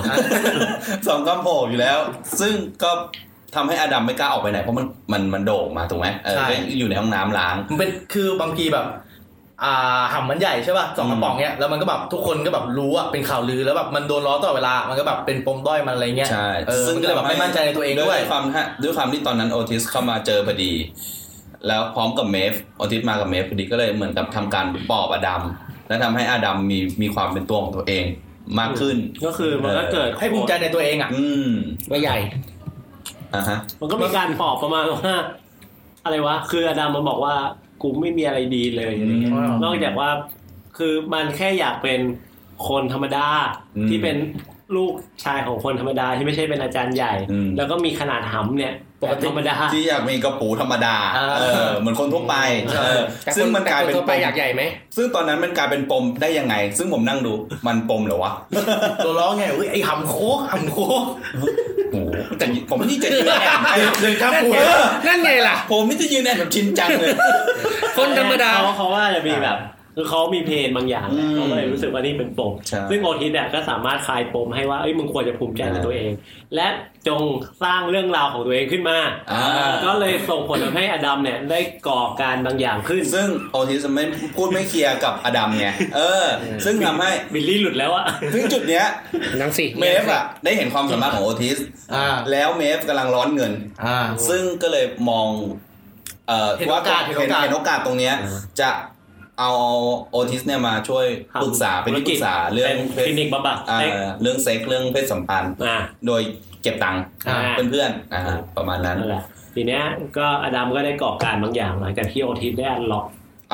2 กัมโพอยู่แล้วซึ่งก็ทำให้อดัมไม่กล้าออกไปไหนเพราะมันโด่งมาถูกไหมก็อยู่ในห้องน้ำล้างมันเป็นคือบางทีแบบหำมันใหญ่ใช่ป่ะ2 กระป๋องเนี้ยแล้วมันก็แบบทุกคนก็แบบรู้เป็นข่าวลือแล้วแบบมันโดนล้อตลอดเวลามันก็แบบเป็นปมด้อยมันอะไรเงี้ยใช่ซึ่งก็เลยแบบไม่มั่นใจในตัวเองด้วยความที่ตอนนั้นโอทิสเข้ามาเจอพอดีแล้วพร้อมกับเมฟโอทิสมากับเมฟพอดีก็เลยเหมือนกับทำการปลอบอดัมและทำให้อดัมมีความเป็นตัวของตัวเองมากขึ้นก็คือมันก็เกิดให้ภูมิใจในตัวเองว่าใหญ่มันก็มีการปลอบประมาณว่าอะไรวะคืออดัมมันบอกว่ากูไม่มีอะไรดีเลยนอกจากว่าคือมันแค่อยากเป็นคนธรรมดาที่เป็นลูกชายของคนธรรมดาที่ไม่ใช่เป็นอาจารย์ใหญ่แล้วก็มีขนาดหำเนี่ยธรรมดาที่อยากมีกระปูธรรมดาเหมือนคนทั่วไปซึ่งมันกลายเป็นปมอยากใหญ่ไหมซึ่งตอนนั้นมันกลายเป็นปมได้ยังไงซึ่งผมนั่งดูมันปมเหรอวะตัวร้องไงไอ้หำโค้กโอ้แต่ผมนี่จะยืนแอนเลยครับผมนั่นไงล่ะผมนี่จะยืนแอนแบบชินจังเลยคนธรรมดาเขาว่าจะมีแบบคือเขามีเพนบางอย่างเขาเลยรู้สึกว่านี่เป็นปมซึ่งโอทิสเนี่ยก็สามารถคลายปมให้ว่ามึงควรจะภูมิใจในตัวเองและจงสร้างเรื่องราวของตัวเองขึ้นมาก็เลยส่งผลทำให้อดัมเนี่ยได้ก่อการบางอย่างขึ้นซึ่งโอทิสไม่พูดไม่เคลียร์กับอดัมไงซึ่งทำให้บิลลี่หลุดแล้วอะซึ่งจุดเนี้ยนั่งสิเมฟได้เห็นความสามารถของโอทิสแล้วเมฟกำลังร้อนเงินซึ่งก็เลยมองว่าเห็นโอกาสตรงเนี้ยจะเอาโอทิสเนี่ยมาช่วยปรึกษาเป็นที่ปรึกษาเรื่องคลินิกบำบัดเรื่องเซ็กเรื่องเพศสัมพันธ์โดยเก็บตังค์เพื่อนประมาณนั้นทีเนี้ยก็อดัมก็ได้ก่อการบางอย่างหลังจากที่โอทิสได้อันล็อก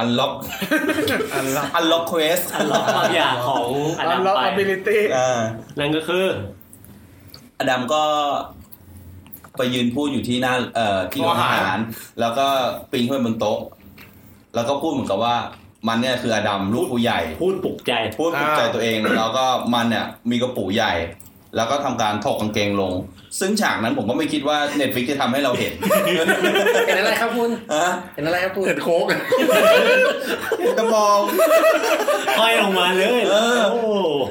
เควสบางอย่างของอดัมไป ability นั่นก็คืออดัมก็ไปยืนพูดอยู่ที่หน้าที่โรงอาหารแล้วก็ปีนขึ้นไปบนโต๊ะแล้วก็พูดเหมือนกับว่ามันเนี่ยคืออดัมลูกผู้ใหญ่พูดปลุกใจตัวเองแล้วก็มันเนี่ยมีกระปุกใหญ่แล้วก็ทำการถกกางเกงลงซึ่งฉากนั้นผมก็ไม่คิดว่า Netflix จะทำให้เราเห็นเห็นอะไรครับคุณเห็นอะไรครับคุณเห็นโค้กกระบองห้อยลงมาเลยโอ้โห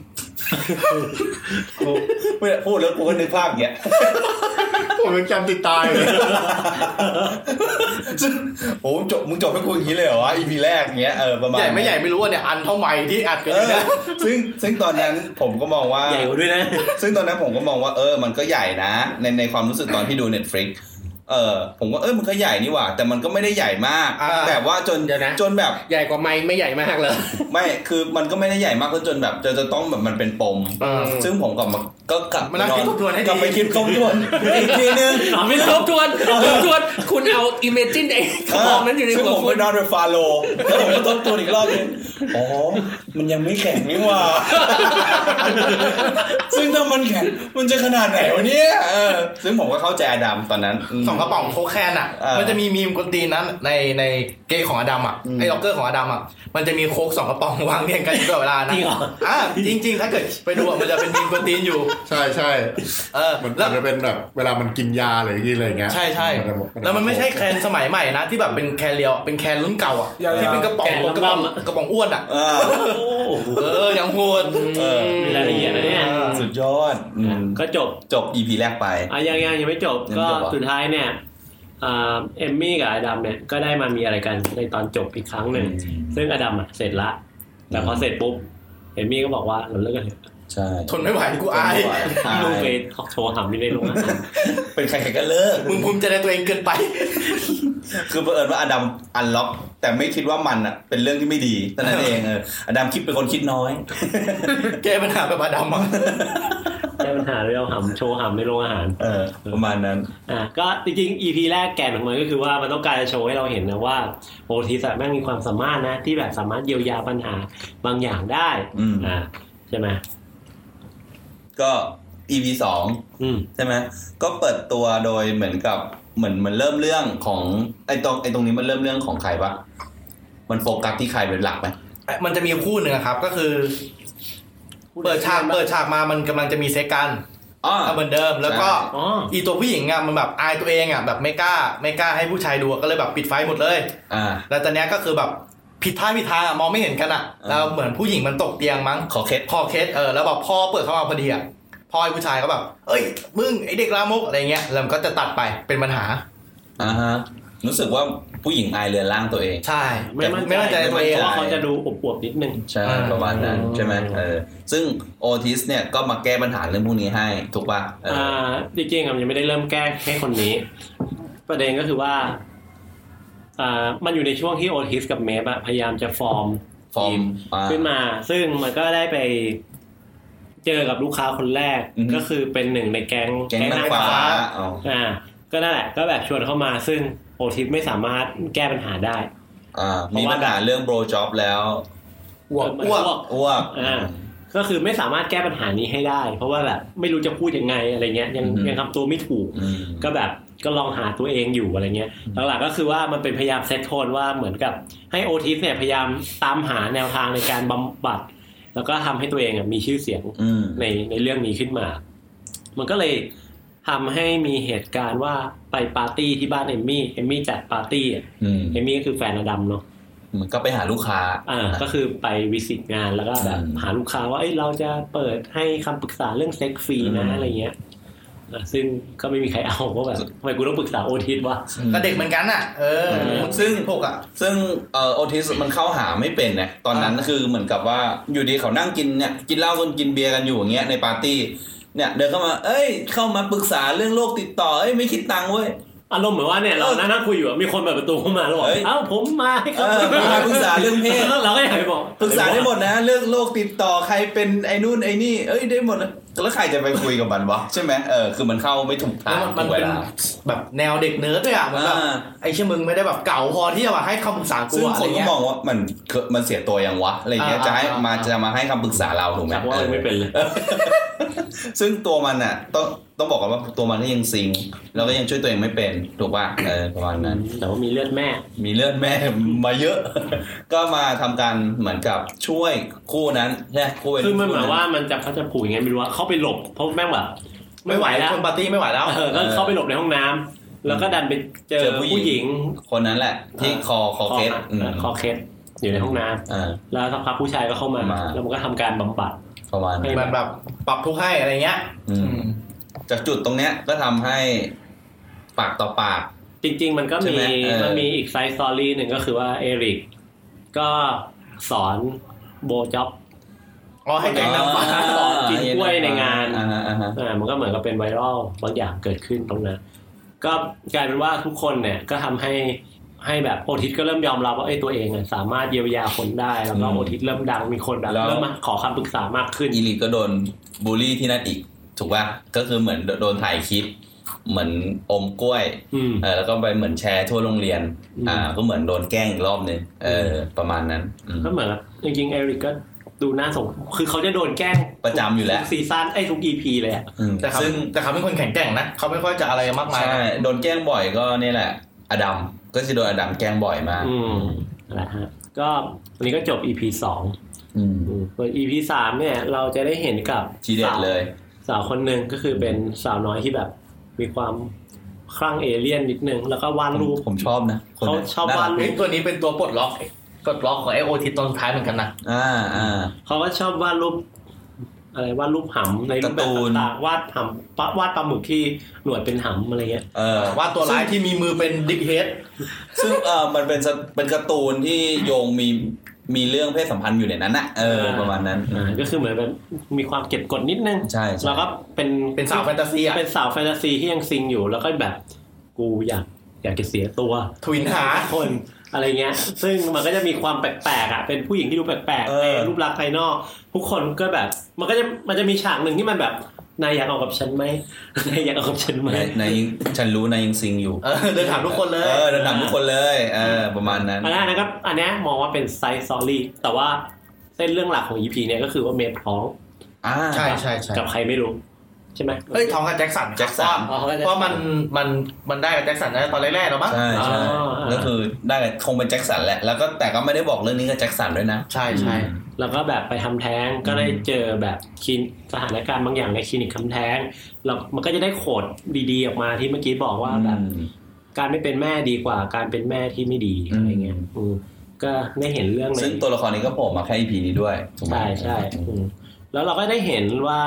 พูดแล้วกูก็นึกภาพอย่างเงี้ยผมยังจำติดตายเลยโอ้มึงจบให้กูอย่างนี้เลยเหรอวะ EP แรกเงี้ยประมาณใหญ่ไม่ใหญ่ไม่รู้ว่าเนี่ยอันเท่าไหร่ที่อัดกันอยู่นะซึ่งตอนนั้นผมก็มองว่าใหญ่กว่าด้วยนะซึ่งตอนนั้นผมก็มองว่ามันก็ใหญ่นะในความรู้สึกตอนที่ดู Netflix ผมว่ามันก็ใหญ่นี่หว่าแต่มันก็ไม่ได้ใหญ่มากแบบว่าจนแบบใหญ่กว่าไม่ใหญ่มากเลยไม่คือมันก็ไม่ได้ใหญ่มากจนแบบจะต้องแบบมันเป็นปมซึ่งผมกลับมาคิดทบทวนให้กลับไปคิดทบทวนอีกทีนึงไม่ทบทวนคุณเอา imagine ไอ้กระบอกนั้นอยู่ในหัวผมไปนอนเป็นฟาโลแล้วผมก็ทบทวนอีกรอบนึงมันยังไม่แข็งนี่หว่าซึ่งถ้ามันแข็งมันจะขนาดไหนวะเนี่ยซึ่งผมก็เข้าใจอดัมตอนนั้น 2กระป๋องโคแคนมันจะมีมีมกวนตีนนั้นในเกย์ของอดัมไอ้ล็อกเกอร์ของอดัมมันจะมีโค้ก2กระป๋องวางเรียงกันตลอดเวลานะจริงๆถ้าเกิดไปดูมันจะเป็นมีมกวนตีนอยู่ใช่มันจะเป็นแบบเวลามันกินยาอะไรอย่างเงี้ยใช่แล้วมันไม่ใช่แคนสมัยใหม่นะที่แบบเป็นแคนเรียวเป็นแคนรุ่นเก่าที่เป็นกระป๋องอ้วนยังโหดมีรายละเอียดนะเนี่ยสุดยอดก็จบ EP แรกไปยังไม่จบก็สุดท้ายเนี่ยเอมมี่กับอดัมเนี่ยก็ได้มามีอะไรกันในตอนจบอีกครั้งหนึ่งซึ่งอดัมเสร็จละแต่พอเสร็จปุ๊บเอมมี่ก็บอกว่าเราเลิกกันเถอะใช่ทนไม่ไหวกูอายลูกไปโชว์หำนี่ในโรงอาหารเป็นใครก็เลิกมึงภูมิใจในตัวเองเกินไปคือเผอิญว่าอดัมอันล็อกแต่ไม่คิดว่ามันเป็นเรื่องที่ไม่ดีแต่นั่นเองอดัมคิดเป็นคนคิดน้อยแก้ปัญหาแบบอดัมมั้งแก้ปัญหาเรื่องหำโชว์หำในโรงอาหารประมาณนั้นก็จริงๆ EP แรกแก่นของมันก็คือว่ามันต้องการจะโชว์ให้เราเห็นนะว่าโอทิสแม่งมีความสามารถนะที่แบบสามารถเยียวยาปัญหาบางอย่างได้ใช่ไหมก็ EP 2ใช่ไหมก็เปิดตัวโดยเหมือนกับเหมือนเริ่มเรื่องของไอ้ตรงนี้มันเริ่มเรื่องของใครปะมันโฟกัสที่ใครเป็นหลักไหมมันจะมีคู่หนึ่งครับก็คือเปิดฉากมามันกำลังจะมีเซ็กกันเหมือนเดิมแล้วก็อีตัวผู้หญิงมันแบบอายตัวเองแบบไม่กล้าให้ผู้ชายดูก็เลยแบบปิดไฟหมดเลยแล้วตอนนี้ก็คือแบบผิดทางมองไม่เห็นกันแล้วเหมือนผู้หญิงมันตกเตียงมั้งคอเคสแล้วแบบพ่อเปิดเข้ามาพอดีพ่อไอ้ผู้ชายก็แบบเอ้ยมึงไอ้เด็กลามกอะไรเงี้ยแล้วมันก็จะตัดไปเป็นปัญหารู้สึกว่าผู้หญิงอายเรือนร่างตัวเองใช่ไม่มั่นใจตัวเองว่าเขาจะดูอวบๆนิดนึงใช่ประมาณนั้นใช่ไหมซึ่งโอทิสเนี่ยก็มาแก้ปัญหาเรื่องพวกนี้ให้ถูกป่ะจริงๆยังไม่ได้เริ่มแก้แค่คนนี้ประเด็นก็คือว่ามันอยู่ในช่วงที่โอทิสกับเมฟพยายามจะฟอร์มขึ้นมาซึ่งมันก็ได้ไปเจอกับลูกค้าคนแรกก็คือเป็นหนึ่งในแก๊งนางฟ้าก็นั่นแหละก็แบบชวนเข้ามาซึ่งโอทิสไม่สามารถแก้ปัญหาได้มีปัญหาเรื่องโบรจ็อบแล้วอ้วกก็คือไม่สามารถแก้ปัญหานี้ให้ได้เพราะว่าแบบไม่รู้จะพูดยังไงอะไรเงี้ยยังทำตัวไม่ถูกก็แบบก็ลองหาตัวเองอยู่อะไรเงี้ยหลักๆก็คือว่ามันเป็นพยายามเซตโทนว่าเหมือนกับให้โอทิสเนี่ยพยายามตามหาแนวทางในการบำบัดแล้วก็ทำให้ตัวเองมีชื่อเสียงในเรื่องนี้ขึ้นมามันก็เลยทำให้มีเหตุการณ์ว่าไปปาร์ตี้ที่บ้านเอมมี่จัดปาร์ตี้เอมมี่ก็คือแฟนอดัมเนาะมันก็ไปหาลูกค้าก็คือไปวิสิตงานแล้วก็แบบหาลูกค้าว่าเราจะเปิดให้คำปรึกษาเรื่องเซ็กฟรีนะอะไรเงี้ยซึ่งก็ไม่มีใครเอาเพราะแบบทำไมกูต้องปรึกษาโอทิสวะก็เด็กเหมือนกันซึ่งโอทิสมันเข้าหาไม่เป็นนะตอนนั้นคือเหมือนกับว่าอยู่ดีเขานั่งกินเหล้ากินเบียร์กันอยู่อย่างเงี้ยในปาร์ตี้เนี่ยเดินเข้ามาเข้ามาปรึกษาเรื่องโรคติดต่อไม่คิดตังค์เว้ยอารมณ์เหมือนว่าเนี่ยเรานั่งคุยอยู่มีคนเปิดประตูเข้ามาแล้วบอกผมมาให้ครับมาปรึกษาเรื่องเพศเราก็อยากไปบอกปรึกษาได้หมดนะเรื่องโรคติดต่อใครเป็นไอ้นู่นไอ้นี่ได้หมดนะแล้วใครจะไปคุยกับมันวะใช่ไหมคือมันเข้าไม่ถูกทางมันเป็นแบบแนวเด็กเนิร์ดด้วยอ่ะมันแบบไอ้เชี่ยมึงไม่ได้แบบเก่าพอที่จะมาให้คำปรึกษากูอะไรเงี้ยซึ่งคนก็มองว่ามันเสียตัวยังวะอะไรเงี้ยจะมาให้คำปรึกษาเราถูกไหมว่าไม่เป็นเลยซึ่งตัวมันอ่ะต้องบอกกันว่าตัวมันก็ยังซิงแล้วก็ยังช่วยตัวเองไม่เป็นถูกป่ะประมาณนั้นแต่ว่ามีเลือดแม่มาเยอะก็มาทำการเหมือนกับช่วยคู่นั้นใช่คู่คือมันเหมือนว่ามันเขาจะผูกยังไงไม่รู้ว่าเขาไปหลบเพราะแม่งแบบไม่ไหวแล้วคนปาร์ตี้ไม่ไหวแล้วก็เข้าไปหลบในห้องน้ำแล้วก็ดันไปเจอผู้หญิงคนนั้นแหละที่คอเคสอยู่ในห้องน้ำแล้วสักพักผู้ชายก็เข้ามาแล้วมันก็ทำการบำบัดประมาณให้มันแบบปรับทุกข์ให้อะไรเงี้ยจากจุดตรงเนี้ยก็ทำให้ปากต่อปากจริงๆมันก็มีอีกไซส์สตอรี่หนึ่งก็คือว่าเอริกก็สอนโบจ็อบให้แกนำฟ้าสอนกินกล้วยในงานมันก็เหมือนกับเป็นไวรัลบางอย่างเกิดขึ้นตรงนั้นก็กลายเป็นว่าทุกคนเนี่ยก็ทำให้แบบโอทิสก็เริ่มยอมรับว่าตัวเองสามารถเยียวยาคนได้แล้วก็โอทิสเริ่มดังมีคนแบบเริ่มมาขอคำปรึกษามากขึ้นอีลิก็โดนบูลลี่ที่นั่นอีกถูกป่ะก็คือเหมือนโดนถ่ายคลิปเหมือนอมกล้วยแล้วก็ไปเหมือนแชร์ทั่วโรงเรียนก็เหมือนโดนแกล้งอีกรอบนึงประมาณนั้นก็เหมือนจริงๆเอริกก็ดูน่าสงคือเขาจะโดนแกล้งประจำอยู่แล้วซีซั่นทุก EP เลยอ่ะแต่เขาเป็นคนแข็งแกร่งนะเขาไม่ค่อยจะอะไรมากมายใช่โดนแกล้งบ่อยก็นี่แหละอดัมก็จะโดนอดัมแกล้งบ่อยมากนะฮะก็วันนี้ก็จบ EP 2ส่วน EP 3เนี่ยเราจะได้เห็นกับทีเด็ดเลยสาวคนหนึ่งก็คือเป็นสาวน้อยที่แบบมีความคลั่งเอเลี่ยนนิดนึงแล้วก็วาดรูปผมชอบนะเขาชอบวาดรูปตัวนี้เป็นตัวปลดล็อกของไอโอทีตอนท้ายเหมือนกันนะเขาก็ชอบวาดรูปอะไรวาดรูปหำในรูปแบบต่างๆวาดหำวาดปลาหมึกที่หนวดเป็นหำอะไรเงี้ยวาดตัวร้ายที่มีมือเป็นดิกเฮดซึ่งมันเป็นการ์ตูนที่โยงมีเรื่องเพศสัมพันธ์อยู่ในนั้นน่ะประมาณนั้นก็คือเหมือนแบบมีความเก็บกดนิดนึงใช่แล้วก็เป็นสาวแฟนตาซีอ่ะเป็นสาวแฟนตาซีที่ยังซิงอยู่แล้วก็แบบกูอยากจะเสียตัวทวินหาคนอะไรเงี้ยซึ่งมันก็จะมีความแปลกๆอ่ะเป็นผู้หญิงที่ดูแปลกๆในรูปลักษณ์ภายนอกทุกคนก็แบบมันจะมีฉากนึงที่มันแบบนายอยากเอากับฉันไหมนายอยากเอากับฉันไหมนายฉันรู้นายยังซิงอยู่เดินถามทุกคนเลยเดินถามทุกคนเลยประมาณนั้นอันนั้นครับอันนี้มองว่าเป็นไซส์สตอรี่แต่ว่าเส้นเรื่องหลักของ EP เนี่ยก็คือว่าเมดท้องใช่กับใครไม่รู้ใช่ไหมท้องกับแจ็คสันเพราะมันได้กับแจ็คสันตอนแรกๆหรอมั้งใช่ก็คือได้คงเป็นแจ็คสันแหละแล้วก็แต่ก็ไม่ได้บอกเรื่องนี้กับแจ็คสันด้วยนะใช่แล้วก็แบบไปทำแท้งก็ได้เจอแบบสถานการณ์บางอย่างในคลินิกทำแท้งแล้วมันก็จะได้โคดดีๆออกมาที่เมื่อกี้บอกว่าแบบการไม่เป็นแม่ดีกว่าการเป็นแม่ที่ไม่ดีอะไรเงี้ยก็ได้เห็นเรื่องซึ่งตัวละครนี้ก็โผล่มาแค่ EP นี้ด้วยใช่แล้วเราก็ได้เห็น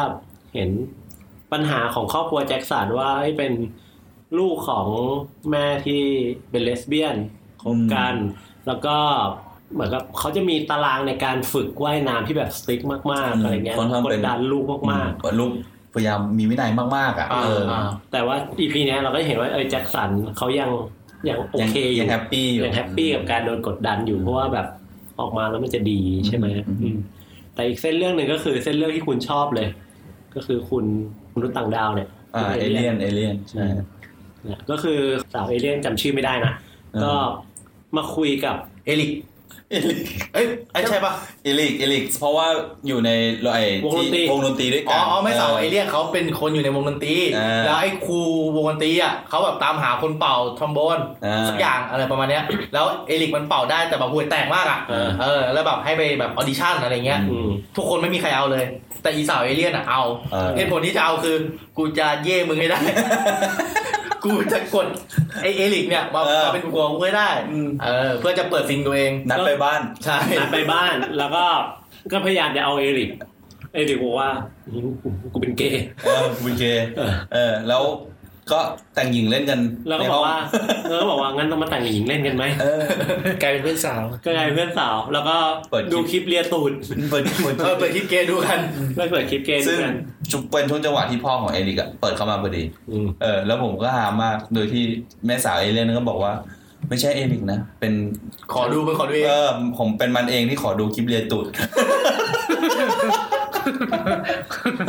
ปัญหาของครอบครัวแจ็คสันว่าเป็นลูกของแม่ที่เป็นเลสเบี้ยนคบกันแล้วก็เหมือนกับเขาจะมีตารางในการฝึกว่ายน้ำที่แบบสติ๊กมากๆอะไรเงี้ยกดดันลูกมากๆลูกพยายามมีวินัยมากๆอ่ะแต่ว่า EP นี้เราก็เห็นว่าแจ็คสันเขายังโอเคยังแฮปปี้กับการโดนกดดันอยู่เพราะว่าแบบออกมาแล้วมันจะดีใช่ไหมแต่อีกเส้นเรื่องหนึ่งก็คือเส้นเรื่องที่คุณชอบเลยก็คือคุณมนุษย์ต่างดาวเนี่ยเอเลี่ยนใช่ก็คือสาวเอเลี่ยนจำชื่อไม่ได้นะก็มาคุยกับเอลิกใช่ป่ะเอลิกเพราะว่าอยู่ในวงดนตรีด้วยกันไม่สาวเอเลี่ยนเขาเป็นคนอยู่ในวงดนตรีแล้วไอ้ครูวงดนตรีอ่ะเขาแบบตามหาคนเป่าทรอมโบนสักอย่างอะไรประมาณเนี้ยแล้วเอลิกมันเป่าได้แต่แบบห่วยแตกมากอ่ะแล้วแบบให้ไปแบบออดิชั่นอะไรเงี้ยทุกคนไม่มีใครเอาเลยแต่อีสาวเอเลี่ยนอ่ะเอาเหตุผลที่จะเอาคือกูจะเย่มึงให้ได้กูจะกดไอเอลิกเนี่ยมาเป็นหัวกูให้ได้เพื่อจะเปิดซิงตัวเองนัดไปบ้านใช่นัดไปบ้านแล้วก็พยายามจะเอาเอลิกบอกว่ากูเป็นเกย์กูเป็นเกย์แล้วก็แต่งหญิงเล่นกันแล้วก็บอกว่างั้นต้องมาแต่งหญิงเล่นกันไหมกลายเป็นเพื่อนสาวแล้วก็ดูคลิปเลียตูดเปิดคลิปเกย์ดูกันเปิดคลิปเกย์ดูกันเป็นช่วงจังหวะที่พ่อของเอลิกเปิดเข้ามาพอดีแล้วผมก็หามากโดยที่แม่สาวเอเลี่ยนก็บอกว่าไม่ใช่เอลิกนะเป็นขอดูเองผมเป็นมันเองที่ขอดูคลิปเลียตูด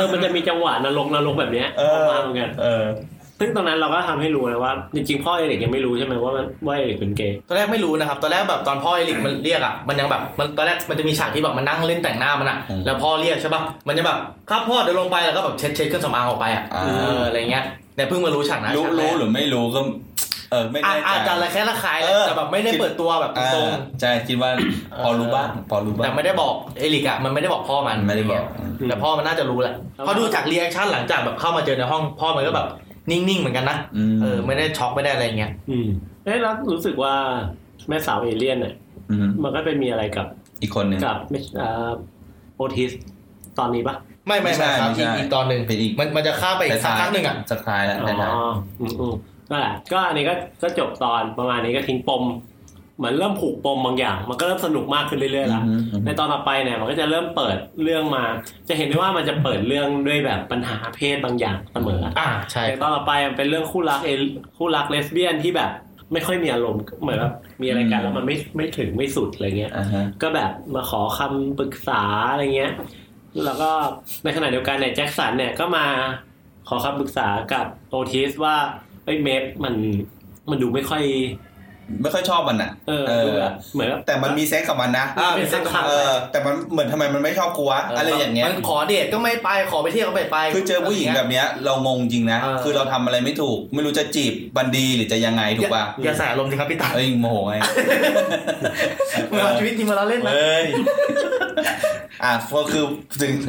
มันจะมีจังหวะนรกแบบนี้ออกมาเหมือนกันซึ่งตอนนั้นเราก็ทำให้รู้นะว่าจริงๆพ่อเอริกยังไม่รู้ใช่ไหมว่าเอริกเป็นเกย์ตอนแรกไม่รู้นะครับตอนแรกแบบตอนพ่อเอริกมันเรียกอ่ะมันยังแบบมันตอนแรกมันจะมีฉากที่แบบมันนั่งเล่นแต่งหน้ามันอ่ะแล้วพ่อเรียกใช่ป่ะมันจะแบบครับพ่อเดินลงไปแล้วก็แบบเช็ดเครื่องสำอางออกไปอ่ะอะไรเงี้ยแต่เพิ่งมารู้ฉากนั้นรู้หรือไม่รู้ก็ไม่ได้อาจจะละแค่ละคายแต่แบบไม่ได้เปิดตัวแบบตรงใช่คิดว่าพอรู้บ้างแต่ไม่ได้บอกเอริกอ่ะมันไม่ได้บอกพ่อมันไม่ได้บอกแต่พ่อมันน่าจะรู้แหละพอดูจากรีแอคชั่นหลังจากแบบเข้ามาเจอในห้องพ่อมันก็แบบนิ่งๆเหมือนกันนะไม่ได้ช็อกไม่ได้อะไรเงี้ยแล้วรู้สึกว่าแม่สาวเอเลี่ยนเนี่ยมันก็ไปมีอะไรกับอีกคนนึงกับโอทิสตอนนี้ปะไม่ครับอีกตอนนึงมันจะข้ามไปอีกสักครั้งนึงอ่ะสักท้ายแล้วนั่นแหละก็อันนี้ก็จบตอนประมาณนี้ก็ทิ้งปมเหมือนเริ่มผูกปมบางอย่างมันก็เริ่มสนุกมากขึ้นเรื่อยๆแล้วในตอนต่อไปเนี่ยมันก็จะเริ่มเปิดเรื่องมาจะเห็นได้ว่ามันจะเปิดเรื่องด้วยแบบปัญหาเพศบางอย่างเสมอใช่ในตอนต่อไปมันเป็นเรื่องคู่รักเลสเบี้ยนที่แบบไม่ค่อยมีอารมณ์เหมือนแบบมีอะไรกันแล้วมันไม่ถึงไม่สุดอะไรเงี้ยก็แบบมาขอคำปรึกษาอะไรเงี้ยแล้วก็ในขณะเดียวกันเนี่ยแจ็คสันเนี่ยก็มาขอคำปรึกษากับโอทิสว่าเมฟมันดูไม่ค่อยชอบมันอ่ะเหมือนแต่มันมีเซ็กกับมันนะแต่มันเหมือนทำไมมันไม่ชอบกูวะอะไรอย่างเงี้ยมันขอเดทก็ไม่ไปขอไปเที่ยวก็ไม่ไปคือเจอผู้หญิงแบบเนี้ยเรางงจริงนะคือเราทำอะไรไม่ถูกไม่รู้จะจีบบันดีหรือจะยังไงถูกป่ะอย่าใส่อารมณ์สิครับพี่ตาโมโหไงเมื่อชีวิตจริงมาเราเล่นนะก็คือถึง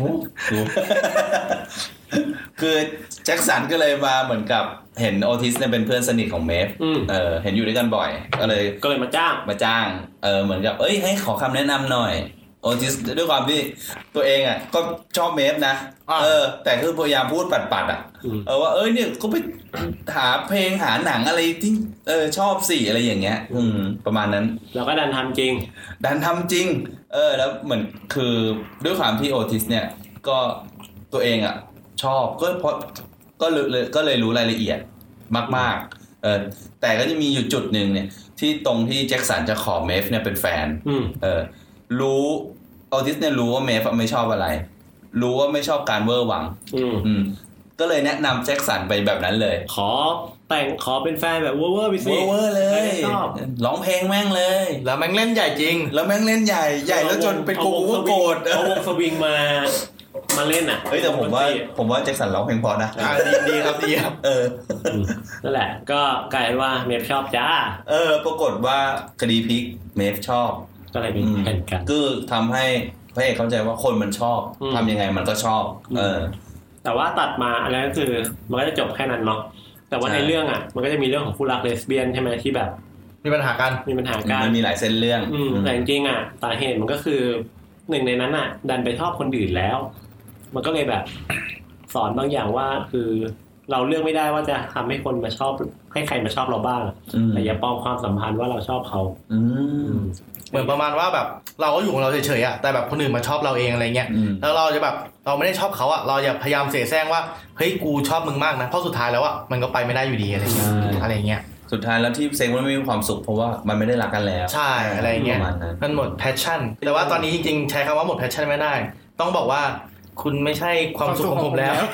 คือแจ็คสันก็เลยมาเหมือนกับเห็นโอทิสเนี่ยเป็นเพื่อนสนิทของเมฟเห็นอยู่ด้วยกันบ่อยก็เลยมาจ้างเหมือนกับให้ขอคำแนะนำหน่อยโอทิสด้วยความที่ตัวเองอ่ะก็ชอบเมฟนะแต่คือพยายามพูดปัดอ่ะว่าเนี่ยก็ไปหาเพลงหาหนังอะไรที่ชอบสิอะไรอย่างเงี้ยประมาณนั้นแล้วก็ดันทำจริงแล้วเหมือนคือด้วยความที่โอทิสเนี่ยก็ตัวเองอ่ะชอบก็เพราะก็เลยรู้รายละเอียดมากๆแต่ก็จะมีอยู่จุดหนึ่งเนี่ยที่ตรงที่แจ็คสันจะขอเมฟเนี่ยเป็นแฟนรู้ออทิสเนี่ยรู้ว่าเมฟไม่ชอบอะไรรู้ว่าไม่ชอบการเวอร์หวังก็เลยแนะนำแจ็คสันไปแบบนั้นเลยขอเป็นแฟนแบบเวอร์ไปสิเวอร์เลยร้องเพลงแม่งเลยแล้วแม่งเล่นใหญ่จริงแล้วแม่งเล่นใหญ่แล้วจนเป็นกูโกรธเอาวงสวิงมาเล่นอ่ะแต่ผมว่าแจ็คสันร้องเพลงพอนะดีครับนั่นแหละก็กลายว่าเมฟชอบจ้าปรากฏว่าคดีพลิกเมฟชอบก็เลยเป็นแฟนกันคือทำให้พระเอกเข้าใจว่าคนมันชอบทำยังไงมันก็ชอบแต่ว่าตัดมาอันนั้นก็คือมันก็จะจบแค่นั้นเนาะแต่ว่าในเรื่องอ่ะมันก็จะมีเรื่องของคู่รักเลสเบี้ยนใช่ไหมที่แบบมีปัญหากันมันมีหลายเส้นเรื่องแต่จริงๆอ่ะสาเหตุมันก็คือหนึ่งในนั้นอ่ะดันไปชอบคนอื่นแล้วมันก็เลยแบบสอนบางอย่างว่าคือเราเลือกไม่ได้ว่าจะทำให้คนมาชอบให้ใครมาชอบเราบ้างแต่อย่าปลอมความสัมพันธ์ว่าเราชอบเขาเหมือนประมาณว่าแบบเราก็อยู่ของเราเฉยๆอ่ะแต่แบบคนอื่นมาชอบเราเองอะไรเงี้ยแล้วเราจะแบบเราไม่ได้ชอบเขาอ่ะเราอย่าพยายามเสแสร้งว่าเฮ้ยกูชอบมึงมากนะเพราะสุดท้ายแล้วอ่ะมันก็ไปไม่ได้อยู่ดีอะไรเงี้ยสุดท้ายแล้วที่เซ็งมันไม่มีความสุขเพราะว่ามันไม่ได้รักกันแล้วใช่อะไรเงี้ยมันหมดแพชชั่นแต่ว่าตอนนี้จริงๆใช้คำว่าหมดแพชชั่นไม่ได้ต้องบอกว่าคุณไม่ใช่ความสุขของผมแล้ว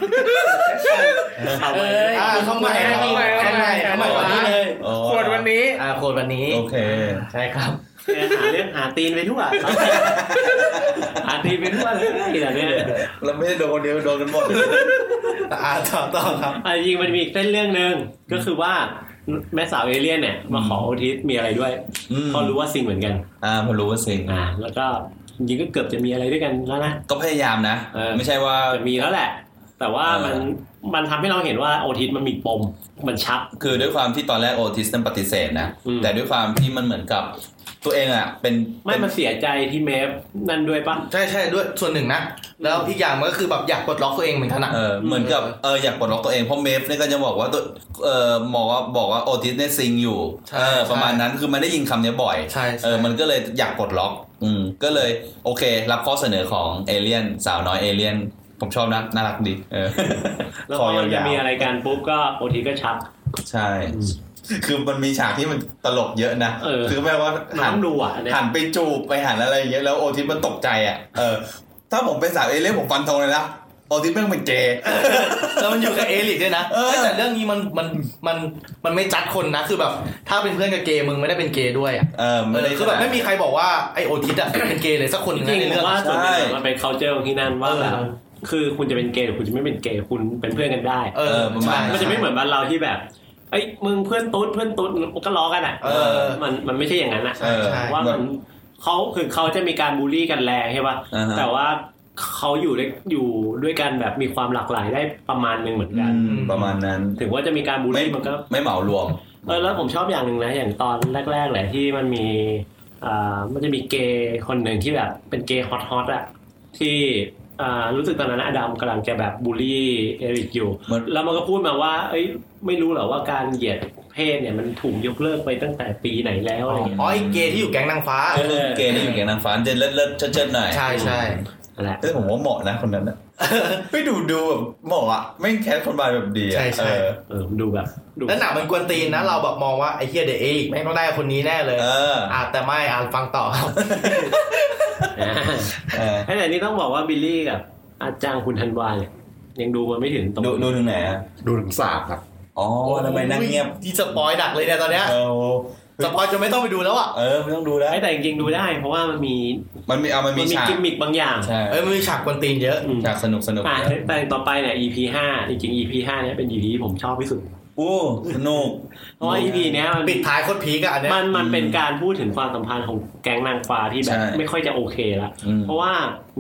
เข้ามาวันนี้เลยขวดวันนี้ขวดวันนี้โอเคใช่ครับหาตีนไปทั่วหาตีนไปทั่วเลยเนี่ยเราไม่ได้โดนคนเดียวโดนกันหมดต่อครับจริงมันมีเส้นเรื่องนึงก็คือว่าแม่สาวเอเลี่ยนเนี่ยมาขอโอทิสมีอะไรด้วยพอรู้ว่าซิงเหมือนกันพอรู้ว่าซิงแล้วก็จริงๆก็เกือบจะมีอะไรด้วยกันแล้วนะก็พยายามนะไม่ใช่ว่าจะมีแล้วแหละแต่ว่ามันทำให้เราเห็นว่าโอทิสมันมีปมมันชักคือด้วยความที่ตอนแรกโอทิสนั้นปฏิเสธนะแต่ด้วยความที่มันเหมือนกับตัวเองอ่ะเป็นไม่มาเสียใจที่เมฟนั่นด้วยปะใช่ด้วยส่วนหนึ่งนะแล้วอีกอย่างมันก็คือแบบอยากปลดล็อกตัวเองเหมือนกันนะเหมือนกับอยากปลดล็อกตัวเองเพราะเมฟเนี่ยก็จะบอกว่าตัวหมอบอกว่าโอทิสเนี่ยซิงอยู่ประมาณนั้นคือมันได้ยินคำนี้บ่อยมันก็เลยอยากปลดล็อกก็เลยโอเครับข้อเสนอของเอเลี่ยนสาวน้อยเอเลี่ยนผมชอบนะน่ารักดีแล้วพอจะมีอะไรกันปุ๊บก็โอทิสก็ชักใช่คือมันมีฉากที่มันตลกเยอะนะคือแม้ว่าหันไปจูบไปหันอะไรอย่างเงี้ยแล้วโอทิสมันตกใจอ่ะถ้าผมเป็นสาวเอเลี่ยนผมฟันธงเลยนะโอทิสแม่งเป็นเกย์แล้วมันอยู่กับเอลิกด้วยนะแต่เรื่องนี้มันไม่จัดคนนะคือแบบถ้าเป็นเพื่อนกับเกย์มึงไม่ได้เป็นเกย์ด้วยอ่ะคือแบบไม่มีใครบอกว่าไอโอทิสอ่ะเป็นเกย์เลยสักคนนึงในเรื่องว่าส่วนนึงมันเป็น culture ของที่นั่นว่าแบบคือคุณจะเป็นเกย์หรือคุณจะไม่เป็นเกย์คุณเป็นเพื่อนกันได้มันจะไม่เหมือนบ้านเราที่แบบไอ้มึงเพื่อนตุ๊ดก็ล้อกันอ่ะมันไม่ใช่อย่างนั้นอ่ะว่ามันเขาจะมีการบูลลี่กันแรงใช่ป่ะแต่ว่าเขาอยู่ด้วยกันแบบมีความหลากหลายได้ประมาณนึงเหมือนกันประมาณนั้นถึงว่าจะมีการบูลลี่มันก็ไม่เหมารวมแล้วผมชอบอย่างนึงนะอย่างตอนแรกๆแหละที่มันมีมันจะมีเกย์คนหนึ่งที่แบบเป็นเกย์ฮอตอ่ะที่รู้สึกตอนนั้นอดัมกำลังจะแบบบูลลี่เอริกอยู่แล้วมันก็พูดมาว่าเอ้ยไม่รู้เหรอว่าการเหยียดเพศเนี่ยมันถูกยกเลิกไปตั้งแต่ปีไหนแล้วอะไรเงี้ยอ๋อไอ้เกย์ที่อยู่แก๊งนางฟ้าเกย์ที่อยู่แก๊งนางฟ้าจะเลิศๆเชิดๆหน่อยใช่แหละแต่ผมว่าเหมาะนะคนนั้นนะไม่ดูแบบเหมาะอ่ะไม่แคสคนบายแบบดีอ่ะใช่ดูแบบแล้วหนังมันกวนตีนนะเราแบบมองว่าไอ้เหี้ยเดย์แม่งต้องได้คนนี้แน่เลยแต่ไม่ฟังต่อครับแต่นี่ต้องบอกว่าบิลลี่กับอาจารย์คุณธันวาเนี่ยยังดูมันไม่ถึงตรงดูถึงไหนดูถึง3ครับอ๋อทำไมนั่งเงียบที่สปอยหนักเลยเนี่ยตอนเนี้ยสปอยจะไม่ต้องไปดูแล้วอ่ะไม่ต้องดูแล้วแต่จริงๆดูได้เพราะว่ามันมีกิมมิคบางอย่างมันมีฉากกวนตีนเยอะฉากสนุกแต่ต่อไปเนี่ย EP 5จริงๆ EP 5เนี่ยเป็น EP ที่ผมชอบที่สุดโอ้สนุกเพราะว่า EP เนี้ยมันปิดท้ายโคตรพีคอ่ะอันเนี้ยมันเป็นการพูดถึงความสัมพันธ์ของแก๊งนางฟ้าที่แบบไม่ค่อยจะโอเคละเพราะว่า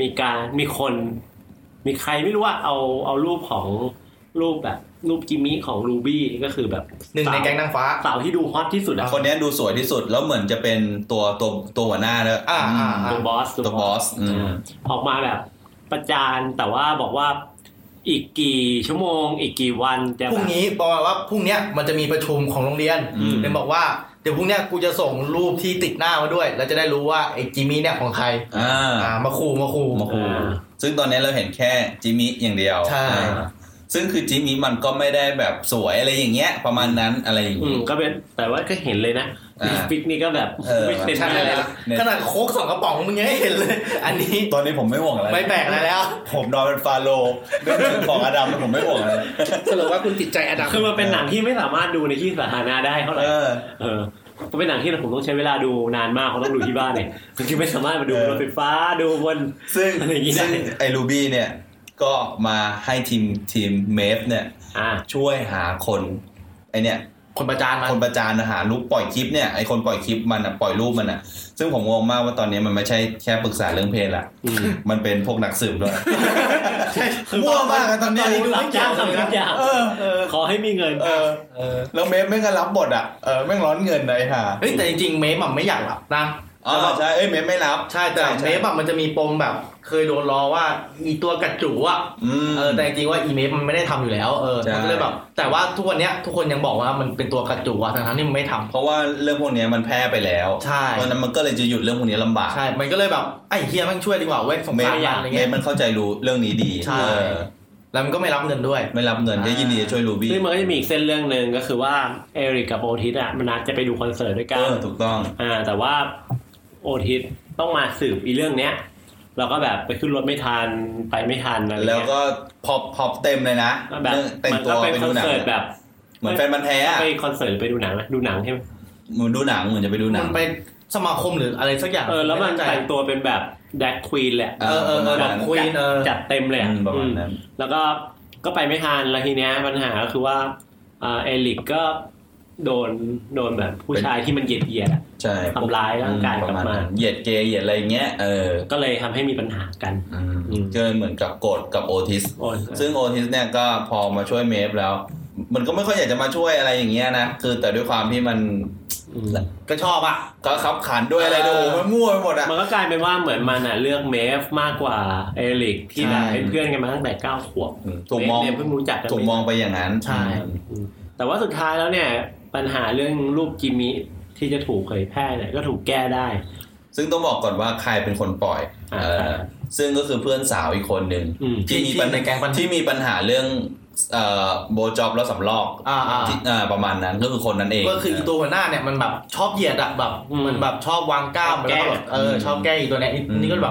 มีใครไม่รู้ว่าเอารูปของรูปแบบรูปจิมมี่ของรูบี้ก็คือแบบหนึ่งในแก๊งนางฟ้าสาวที่ดูฮอตที่สุดอ่ะคนนี้ดูสวยที่สุดแล้วเหมือนจะเป็นตัวหัวหน้าด้วยตัวบอสออกมาแบบประจานแต่ว่าบอกว่าอีกกี่ชั่วโมงอีกกี่วันจะพรุ่งนี้บอกว่าพรุ่งนี้มันจะมีประชุมของโรงเรียนเป็นบอกว่าเดี๋ยวพรุ่งนี้กูจะส่งรูปที่ติดหน้ามาด้วยแล้วจะได้รู้ว่าไอ้จิมมี่เนี่ยของใครมาขู่ซึ่งตอนนี้เราเห็นแค่จิมมี่อย่างเดียวใช่ซึ่งคือจิมมี่มันก็ไม่ได้แบบสวยอะไรอย่างเงี้ยประมาณนั้นอะไรอย่างงี้ก็เป็นแต่ว่าก็เห็นเลยนะฟิกนี่ก็แบบไม่เต็มเลยขนาดโค้ก2กระป๋องมึงยังให้เห็นเลยอันนี้ตอนนี้ผมไม่ห่วงอะไรไม่แปลกอะไรแล้วผมนอนเป็นฟาโรห์เรื่องของอดัมผมไม่ห่วงอะไรสรุปว่าคุณติดใจอดัมคือมันเป็นหนังที่ไม่สามารถดูในที่สาธารณะได้เท่าไหร่ก็เป็นหนังที่ผมต้องใช้เวลาดูนานมากเขาต้องดูที่บ้านเนี่ยคือไม่สามารถมาดูรถไฟฟ้าดูบนซึ่งไอ้รูบี้เนี่ยก็มาให้ทีมเมฟเนี่ยช่วยหาคนไอเนี่ยคนประจานหารูปปล่อยคลิปเนี่ยไอคนปล่อยคลิปมันปล่อยรูปมันซึ่งผมงงมากว่าตอนนี้มันไม่ใช่แค่ปรึกษาเรื่องเพศละมันเป็นพวกนักสืบด้วยมั่วมากตอนนี้รับจ้างทำทุกอย่างขอให้มีเงินแล้วเมฟไม่ก็รับบทแม่งร้อนเงินเลยค่ะแต่จริงๆเมฟมันไม่อยากรับนะใช่เมฟไม่รับใช่แต่เมฟมันจะมีปมแบบเคยโดนล้อว่าอีตัวกัดจู๋แต่จริงๆว่าอีเมฟมันไม่ได้ทำอยู่แล้วมันก็เลยแบบแต่ว่าทุกวันนี้ทุกคนยังบอกว่ามันเป็นตัวกัดจู๋ทั้งที่มันไม่ทำเพราะว่าเรื่องพวกนี้มันแพร่ไปแล้วเพราะนั้นมันก็เลยจะหยุดเรื่องพวกนี้ลำบากใช่มันก็เลยแบบไอ้เฮียมันช่วยดีกว่าเว้ยสงสารอะไรเงี้ยมันเข้าใจรู้เรื่องนี้ดีใช่แล้วมันก็ไม่รับเงินด้วยไม่รับเงินจะยินดีจะช่วยรูบี้ซึ่งมันก็จะมีอีกเส้นเรื่องนึงก็คือว่าเอริกกับโอทิสมันนัดจะไปดูคอนเสิร์ตด้วยกันถูกต้องแต่ว่าโอทิสต้องมาสืบอีเรื่องเนี้ยเราก็แบบไปขึ้นรถไม่ทันไปไม่ทันอะไรแล้วก็พอเต็มเลยนะแต่งตัวไปดูหนังแบบเหมือนแฟนบันแท้ไปคอนเสิร์ตไปดูหนังดูหนังใช่ไหมเหมือนดูหนังเหมือนจะไปดูหนังมันไปสมาคมหรืออะไรสักอย่างแล้วมันแต่งตัวเป็นแบบแดร็กควีนแหละแบบควีนจัดเต็มเลยแล้วก็ไปไม่ทันแล้วทีเนี้ยปัญหาก็คือว่าเอลิกก็โดนแบบผู้ชายที่มันเหยียดทำร้ายร่างกายกลับมาเหยียดเกย์เหยียดอะไรเงี้ยก็เลยทำให้มีปัญหากันก็เหมือนกับโกรธกับโอทิสซึ่งโอทิสเนี่ยก็พอมาช่วยเมฟแล้วมันก็ไม่ค่อยอยากจะมาช่วยอะไรอย่างเงี้ยนะคือแต่ด้วยความที่มันก็ชอบก็ขับขันด้วยอะไรดูมันมั่วไปหมดมันก็กลายเป็นว่าเหมือนมันเลือกเมฟมากกว่าเอริกที่แบบเป็นเพื่อนกันมาตั้งแต่9 ขวบถูกมองเพิ่งรู้จักกันถูกมองไปอย่างนั้นใช่แต่ว่าสุดท้ายแล้วเนี่ยปัญหาเรื่องรูปจิมมี่ที่จะถูกเผยแพร่เนี่ยก็ถูกแก้ได้ซึ่งต้องบอกก่อนว่าใครเป็นคนปล่อยซึ่งก็คือเพื่อนสาวอีกคนนึงที่มีปัญหาเรื่องโบจ็อบแล้วสำลอกประมาณนั้นก็คือคนนั้นเองก็คืออีตัวหัวหน้าเนี่ยมันแบบชอบเหยียดแบบมันแบบชอบวางก้ามแล้วก็แบบชอบแก้อีตัวนี้นี่ก็แบบ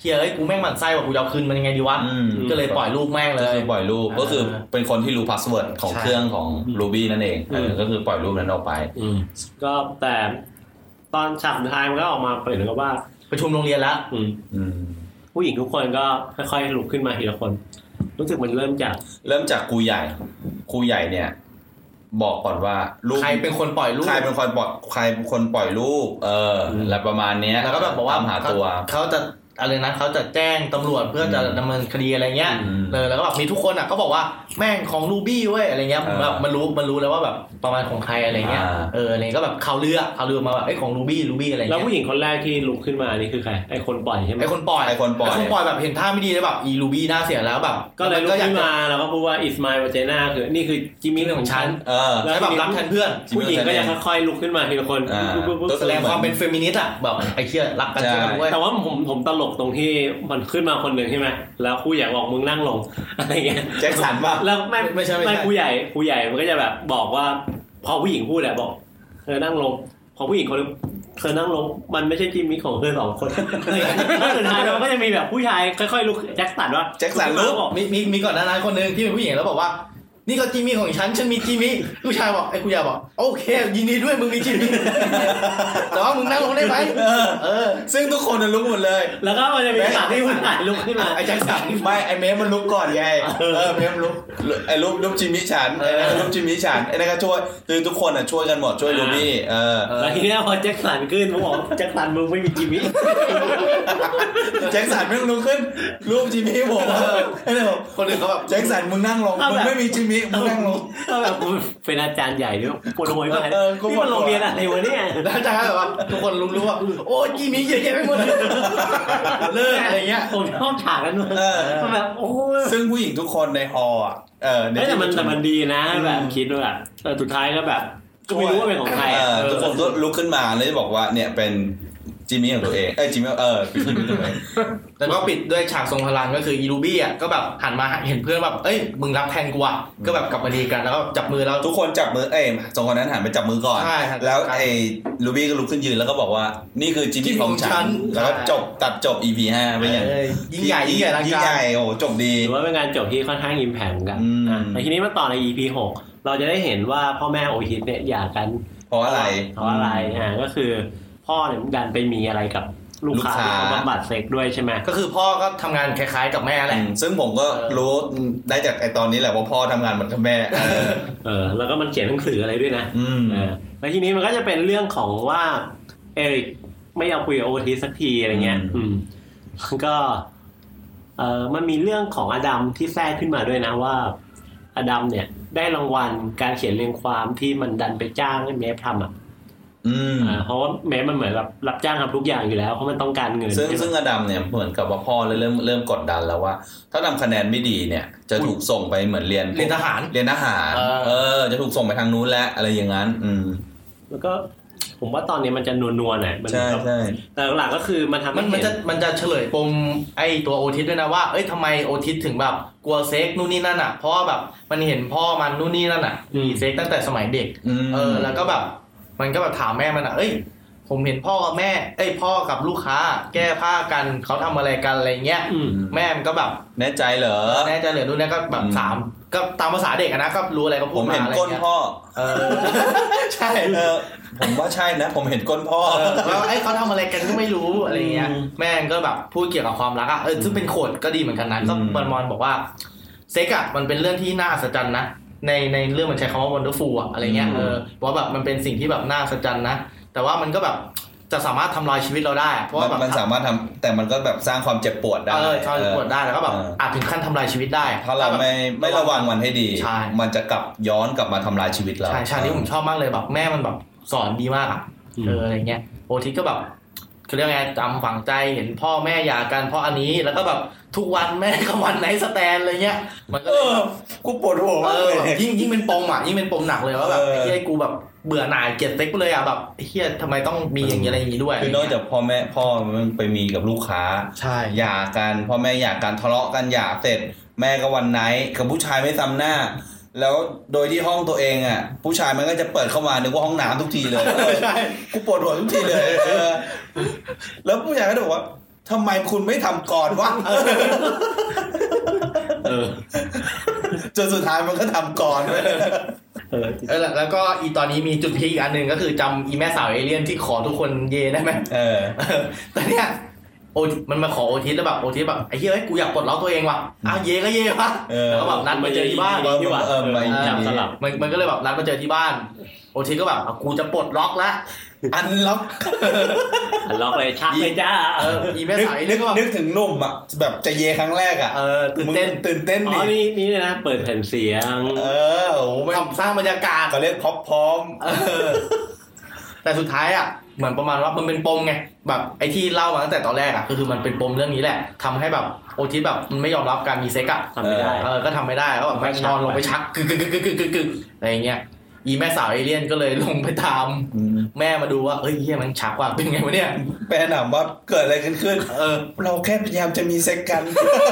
เฮ้ยกูแม่งหมั่นไส้ว่ากูจะเอาคืนมันยังไงดีวะก็เลยปล่อยลูกแม่งเลยปล่อยลูกก็คือเป็นคนที่รู้พาสเวิร์ดของเครื่องของ Ruby นั่นเองก็คือปล่อยลูกนั้นออกไปก็แต่ตอนฉากสุดท้ายมันก็ออกมาเปิดกับว่าประชุมโรงเรียนแล้วผู้หญิงทุกคนก็ค่อยๆลุกขึ้นมาทีละคนรู้สึกมันเริ่มจากครูใหญ่เนี่ยบอกก่อนว่าลูกใครเป็นคนปล่อยลูกใครเป็นคนปล่อยลูกและประมาณนี้แล้วก็แบบบอกว่าหาตัวเขาจะอะไรนะเขาจะแจ้งตำรวจเพื่อจะดำเนินคดีอะไรเงี้ยแล้วก็แบบมีทุกคนอ่ะก็บอกว่าแม่งของรูบี้เว้ยอะไรเงี้ยแบบมันรู้แล้วว่าแบบประมาณของใครอะไรเงี้ยอะไรก็แบบเขาเลือกมาแบบไอ้ของรูบี้อะไรเงี้ยแล้วผู้หญิงคนแรกที่ลุกขึ้นมานี่คือใครไอ้คนปล่อยใช่ไหมไอ้คนปล่อยแบบเห็นท่าไม่ดีแล้วแบบอีรูบี้น่าเสียแล้วแบบก็เลยลุกขึ้นมาแล้วก็พูดว่า it's my vagina คือนี่คือจิมมี่ของฉันแล้วแบบรับแทนเพื่อนผู้หญิงก็จะค่อยๆลุกขึ้นมาทีละคนแสดงความเป็นเฟมินิสต์อ่ะแบบไอ้เหี้ยรักกันด้วยแต่ว่าผมตลกตรงที่มันขึ้นมาคนหนึ่งใช่ไหมแล้วครูใหญ่บอกมึงนั่งลงอะไรเงี้ยแจ็คสันป่ะแล้วไม่ครูใหญ่มันก็จะแบบบอกว่าพอผู้หญิงพูดแหละบอกเธอนั่งลงพอผู้หญิงคนนึงเธอนั่งลงมันไม่ใช่จิมมี่ของเธอ2คนแล้วสุดท้ายมันก็จะมีแบบผู้ชายค่อยๆลุกแจ็คสันว่าแจ็คสันลุกมีก่อนหน้านั้นคนนึงที่เป็นผู้หญิงแล้วบอกว่านี่ก็จิมมี่ของฉันมีจิมมี่ผู้ชายบอกไอ้ครูใหญ่บอกโอเคยินดีด้วยมึงมีจิมมี่แต่ว่ามึงนั่งลงได้ไหมซึ่งทุกคนลุกหมดเลยแล้วก็มันจะมีฉากที่ผู้ชายลุกขึ้นมาไอ้แจ็คสันไม่ไอ้เมฟมันลุกก่อนไงเมฟลุกไอ้ลุกจิมมี่ฉันไอ้นั่นลุกจิมมี่ฉันไอ้นั่นก็ช่วยคือทุกคนช่วยกันหมดช่วยรูบี้แล้วทีนี้พอแจ็คสันขึ้นผมบอกแจ็คสันมึงไม่มีจิมมี่แจ็คสันไม่ลุกขึ้นรูปจิมมี่ผมไอ้นั่นบอกคนอื่นเขาแบบแจ็คสันมึงนั่งลงมึงไม่มีจิมมี่มึงนั่งลงก็แบบเป็นอาจารย์ใหญ่ด้วยปวดหัวมากนี่มันโรงเรียนอะไรวะเนี่ยแล้วอาจารย์แบบว่าทุกคนรู้ว่าโอ้จิมมี่เยอะแยะไปหมดเลิกอะไรเงี้ยผมชอบฉากนั้นด้วยแบบโอ้ซึ่งผู้หญิงทุกคนในฮอลล์แต่มันดีนะแบบคิดว่าแบบสุดท้ายก็แบบก็ไม่รู้ว่าเป็นของใครทุกคนก็ลุกขึ้นมาแล้วจะบอกว่าเนี่ยเป็นจิมมี่ของตัวเองจิมมี่เป็นจิมมี่ตัวเองแล้วก็ปิดด้วยฉากทรงพลังก็คืออีรูบี้ก็แบบหันมาเห็นเพื่อนแบบมึงรับแทนกูอ่ะก็แบบกลับมาดีกันแล้วก็จับมือแล้วทุกคนจับมือสองคนนั้นหันไปจับมือก่อนแล้วไอ้รูบี้ก็ลุกขึ้นยืนแล้วก็บอกว่านี่คือจิมมี่ของฉันแล้วก็ตัดจบ EP 5ไปอย่างยิ่งใหญ่โอ้จบดีถือว่าเป็นการจบที่ค่อนข้างอิมแพคกันแต่ทีนี้มาต่อใน EP 6เราจะได้เห็นว่าพ่อแม่โอฮิตเนี่ยหย่ากันเพราะอะไรก็คือพ่อเนี่ยดันไปมีอะไรกับลูกค้าที่เขาบำบัดเซ็กด้วยใช่ไหมก็คือพ่อก็ทำงานคล้ายๆกับแม่แหละซึ่งผมก็รู้ได้จากไอตอนนี้แหละว่าพ่อทำงานเหมือนกับแม่แล้วก็มันเขียนหนังสืออะไรด้วยนะแล้วทีนี้มันก็จะเป็นเรื่องของว่าเอริกไม่ยอมคุยกับโอทีสักทีอะไรเงี้ยก็มันมีเรื่องของอดัมที่แทรกขึ้นมาด้วยนะว่าอดัมเนี่ยได้รางวัลการเขียนเรียงความที่มันดันไปจ้างให้เมฟทำเพราะว่าแม้มันเหมือนกับรับจ้างทำทุกอย่างอยู่แล้วเพราะมันต้องการเงินซึ่งอดัมเนี่ยเหมือนกับว่าพ่อเริ่มกดดันแล้วว่าถ้าทำคะแนนไม่ดีเนี่ยจะถูกส่งไปเหมือนเรียนทหารจะถูกส่งไปทางนู้นแล้วอะไรอย่างนั้นแล้วก็ผมว่าตอนนี้มันจะนัวๆหน่อยใช่แต่หลักก็คือมันจะเฉลยปมไอ้ตัวโอทิสด้วยนะว่าทำไมโอทิสถึงแบบกลัวเซ็กนู่นนี่นั่นอ่ะเพราะว่าแบบมันเห็นพ่อมันนู่นนี่นั่นอ่ะมีเซ็กตั้งแต่สมัยเด็กแล้วก็แบบมันก็แบบถามแม่มันผมเห็นพ่อกับแม่พ่อกับลูกค้าแก้ผ้ากันเขาทำอะไรกันอะไรเงี้ยแม่มันก็แบบแน่ใจเหรอนู่นนี่ก็แบบถามก็ตามภาษาเด็กนะก็รู้อะไรก็พูดมาอะไรเงี้ยผมเห็นก้นพ่อใช่ผมว่าใช่นะผมเห็นก้นพ่อแล้วเขาทำอะไรกันก็ไม่รู้อะไรเงี้ยแม่ก็แบบพูดเกี่ยวกับความรักซึ่งเป็นโคตรก็ดีเหมือนกันนะก็มอนบอกว่าเซ็กมันเป็นเรื่องที่น่าอัศจรรย์นะในเรื่องมันใช้คำว่า wonderful อะไรเงี้ยว่าแบบมันเป็นสิ่งที่แบบน่าอัศจรรย์นะแต่ว่ามันก็แบบจะสามารถทำลายชีวิตเราได้เพราะว่ามันสามารถทำแต่มันก็แบบสร้างความเจ็บปวดได้ความเจ็บปวดได้แล้วก็แบบอาจถึงขั้นทำลายชีวิตได้ถ้าเราไม่ระวังมันให้ดีมันจะกลับย้อนกลับมาทำลายชีวิตเราใช่ที่ผมชอบมากเลยแบบแม่มันแบบสอนดีมากอะไรเงี้ยโอทิสก็แบบคือเรียกไงจำฝังใจเห็นพ่อแม่หย่ากันเพราะอันนี้แล้วก็แบบทุกวันแม่ก็วันไหนสแตนอะไรเงี้ยมันก็กูปวดหัวมากเลยยิ่งเป็นปมยิ่งเป็นปมหนักเลยว่าแบบไอ้เหี้ยกูแบบเบื่อหน่ายเกลียดเซ็กไปเลยแบบไอ้เหี้ยทำไมต้องมีอย่างนี้อะไรอย่างนี้ด้วยคือนอกจากพ่อมันไปมีกับลูกค้าใช่หย่ากันพ่อแม่หย่ากันทะเลาะกันหย่าเสร็จแม่ก็วันไหนกับผู้ชายไม่ซ้ำหน้าแล้วโดยที่ห้องตัวเองผู้ชายมันก็จะเปิดเข้ามานึกว่าห้องน้ำทุกทีเลยใช่กูปวดหัวทุกทีเลยแล้วผู้ชายก็บอกว่าทำไมคุณไม่ทำก่อนวะจนสุดท้ายมันก็ทำก่อนแล้วก็อีตอนนี้มีจุดพีคอีกอันหนึ่งก็คือจำอีแม่สาวเอเลี่ยนที่ขอทุกคนเยได้ไหมแต่เนี้ยมันมาขอโอทิสแล้วแบบโอทิสแบบไอ้เหี้ยกูอยากปลดล็อกตัวเองว่ะเยก็เยวะแล้วก็แบบนัดมาเจอที่บ้านสลับมันก็เลยแบบนัดมาเจอที่บ้านโอทิสก็แบบกูจะปลดล็อกแล้วอันล็อกเลยชักเลยจ้าอีแม่สาวนึกถึงหนุ่มอ่ะแบบจะเยครั้งแรกอ่ะตื่นเต้นอ๋อนี่นะเปิดแผ่นเสียงโอ้ทำสร้างบรรยากาศก็เรียกพร้อมแต่สุดท้ายอ่ะเหมือนประมาณว่ามันเป็นปมไงแบบไอ้ที่เล่ามาตั้งแต่ตอนแรกอ่ะก็คือมันเป็นปมเรื่องนี้แหละทำให้แบบโอทิสแบบมันไม่ยอมรับการมีเซ็กอ่ะทำไม่ได้ก็ทำไม่ได้แล้วแบบนอนลงไปชักกึกอะไรอย่างเงี้ยอีแม่สาวเอเลี่ยนก็เลยลงไปตามแม่มาดูว่าเฮ้ยเหี้ยมันชักว่ะเป็นไงวะเนี่ยแม่ถามว่าเกิดอะไรขึ้นเราแค่พยายามจะมีเซ็กกัน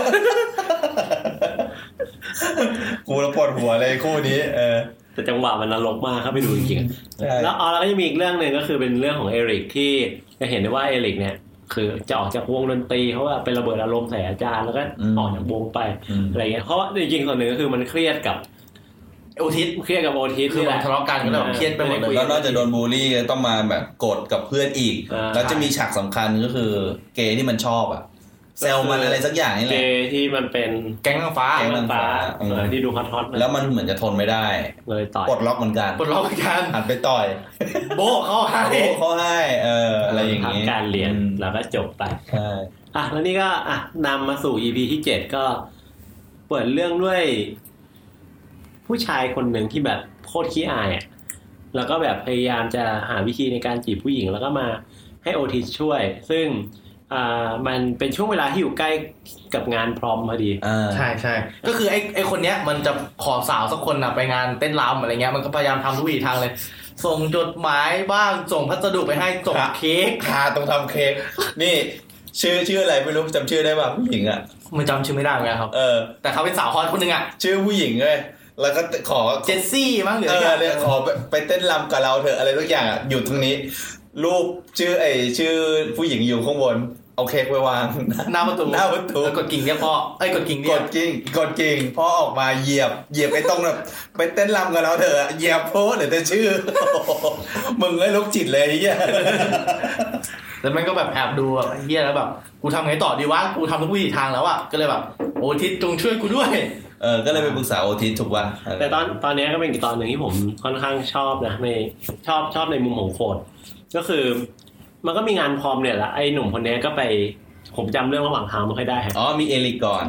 กูระปวดหัวเลยคู่นี้แต่จังหวะมันนรกมากครับไปดูจริงๆแล้วก็จะมีอีกเรื่องนึงก็คือเป็นเรื่องของเอริกที่จะเห็นได้ว่าเอริกเนี่ยคือจะออกจากวงดนตรีเพราะว่าไประเบิดอารมณ์ใส่อาจารย์แล้วก็ออกจากวงไปอะไรเงี้ยเพราะว่าจริงๆส่วนหนึ่งก็คือมันเครียดกับโอทิสเครียดกับโอทิสคือทะเลาะกันก็เลยเครียดไปหมดเลยแล้วนอกจากโดนบูลลี่ต้องมาแบบโกรธกับเพื่อนอีกแล้วจะมีฉากสำคัญก็คือเกย์ที่มันชอบอ่ะเซลมันอะไรสักอย่างนี่แหละเกย์ที่มันเป็นแก๊งนางฟ้าที่ดูฮอตแล้วมันเหมือนจะทนไม่ได้เลยต่อยปลดล็อกเหมือนกันหันไปต่อยโบ๊ะเขาให้อะไรอย่างงี้การเรียนแล้วก็จบไปใช่แล้วนี่ก็นำมาสู่ EP ที่7ก็เปิดเรื่องด้วยผู้ชายคนหนึ่งที่แบบโคตรขี้อายอ่ะแล้วก็แบบพยายามจะหาวิธีในการจีบผู้หญิงแล้วก็มาให้โอทิสช่วยซึ่งมันเป็นช่วงเวลาที่อยู่ใกล้กับงานพรอมพอดีใช่ก็คือไอ้คนเนี้ยมันจะขอสาวสักคนไปงานเต้นรำอะไรเงี้ยมันก็พยายามทำทุกวิถีทางเลยส่งจดหมายบ้างส่งพัสดุไปให้ส่งเค้กต้องทำเค้กนี่ชื่ออะไรไม่รู้จำชื่อได้ป่ะผู้หญิงอ่ะมันจำชื่อไม่ได้เหมือนกันครับแต่เขาเป็นสาวฮอตคนนึงอ่ะชื่อผู้หญิงเลยแล้วก็ขอเจสซี่มั้งหรืออะไรขอไปเต้นรำกับเราเถอะอะไรทุกอย่างอ่ะอยู่ตรงนี้รูปชื่อผู้หญิงอยู่ข้างบนเอาเค้กไว้วางหน้าประตูแล้วกดกิ่งเรียกพ่อกดกิ่งพ่อออกมาเหยียบไปตรงแบบไปเต้นรำกับเราเถอะเหยียบโพสหรือแต่ชื่อมึงไอ้ลูกจิตเลยไอ้เหี้ยแล้วมันก็แบบแอบดูแบบเหี้ยแล้วแบบกูทำไงต่อดีวะกูทำทุกวิถีทางแล้วอ่ะก็เลยแบบโอทิสจงช่วยกูด้วยก็เลยไปปรึกษาโอทิสถูกป่ะแต่ตอนนี้ก็เป็นอีกตอนหนึ่งที่ผมค่อนข้างชอบนะในชอบในมุมของโคดก็คือมันก็มีงานพร้อมเนี่ยแหละไอ้หนุ่มคนนี้ก็ไปผมจำเรื่องระหว่างทางไม่ค่อยได้ครับมีเอลิกก่อน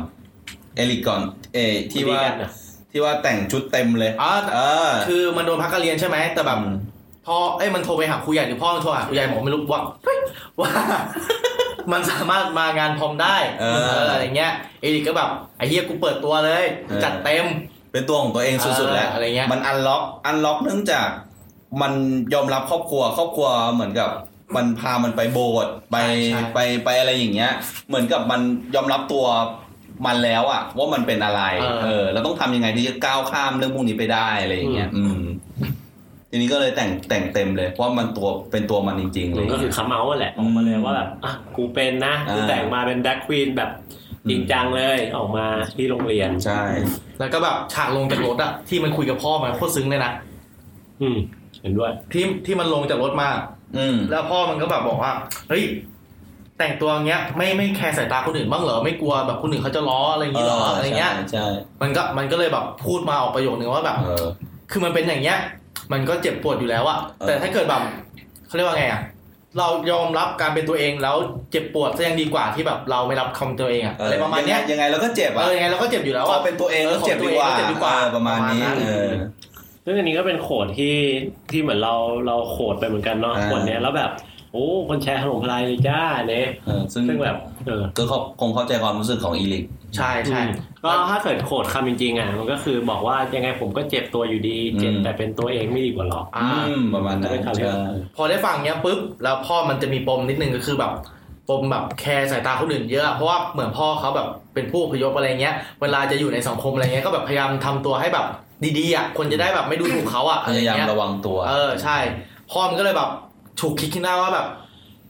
ที่ว่าแต่งชุดเต็มเลยคือมันโดนพักการเรียนใช่ไหมแต่แบบพ่อมันโทรไปหาครูใหญ่หรือพ่อมันโทรหาครูใหญ่บอกไม่รู้ว่ามันสามารถมางานพร้อมได้อะไรอย่างเงี้ยเอลิกก็แบบไอ้เหี้ยกูเปิดตัวเลยจัดเต็มเป็นตัวของตัวเองสุดๆแล้วอะไรเงี้ยมันอันล็อกเนื่องจากมันยอมรับครอบครัวเหมือนกับมันพามันไปโบสถ์ไปอะไรอย่างเงี้ยเหมือนกับมันยอมรับตัวมันแล้วอะว่ามันเป็นอะไรแล้วต้องทำยังไงที่จะก้าวข้ามเรื่องพวกนี้ไปได้อะไรอย่างเงี้ยทีนี้ก็เลยแต่งเต็มเลยเพราะมันเป็นตัวมันจริงๆเลยก็คือคัมเอาท์แหละออกมาเลยว่าแบบกูเป็นนะกูแต่งมาเป็นแดร็กควีนแบบจริงจังเลยออกมาที่โรงเรียนใช่แล้วก็แบบฉากลงจากรถอะที่มันคุยกับพ่อมันโคตรซึ้งเลยนะเห็นด้วยที่มันลงจากรถมาแล้วพ่อมันก็แบบบอกว่าเฮ้ยแต่งตัวอย่างเงี้ยไม่แคร์สายตาคนอื่นบ้างเหรอไม่กลัวแบบคนอื่นเขาจะล้ออะไรอย่างงี้หรออะไรเงี้ยใช่มันก็เลยแบบพูดมาออกประโยคนึงว่าแบบคือมันเป็นอย่างเงี้ยมันก็เจ็บปวดอยู่แล้วอะแต่ถ้าเกิดแบบเขาเรียกว่าไงอะเรายอมรับการเป็นตัวเองแล้วเจ็บปวดซะยังดีกว่าที่แบบเราไม่รับคำตัวเองอะอะไรประมาณเนี้ยยังไงเราก็เจ็บอะยังไงเราก็เจ็บอยู่แล้วอะเป็นตัวเองเจ็บดีกว่าประมาณนี้ซึ่งอันนี้ก็เป็นโขดที่เหมือนเราโขดไปเหมือนกันเนาะโขดเนี้ยแล้วแบบโอ้คนแชร์ถล่มทลายเลยจ้าเนี่ยซึ่งแบบก็คงเข้าใจความรู้สึกของอีลิกใช่ก็ถ้าเกิดโขดคำจริงๆอ่ะมันก็คือบอกว่ายังไงผมก็เจ็บตัวอยู่ดีเจ็บแต่เป็นตัวเองไม่ดีกว่าหรอกประมาณนั้นพอได้ฟังเนี้ยปุ๊บแล้วพ่อมันจะมีปมนิดนึงก็คือแบบปมแบบแคร์สายตาคนอื่นเยอะเพราะว่าเหมือนพ่อเขาแบบเป็นผู้อพยพอะไรเงี้ยเวลาจะอยู่ในสังคมอะไรเงี้ยก็แบบพยายามทำตัวให้แบบดีๆอ่ะคนจะได้แบบไม่ดูถูกเขาอ่ะพยายามระวังตัวใช่พ่อมันก็เลยแบบถูกคิดขึ้นได้ว่าแบบ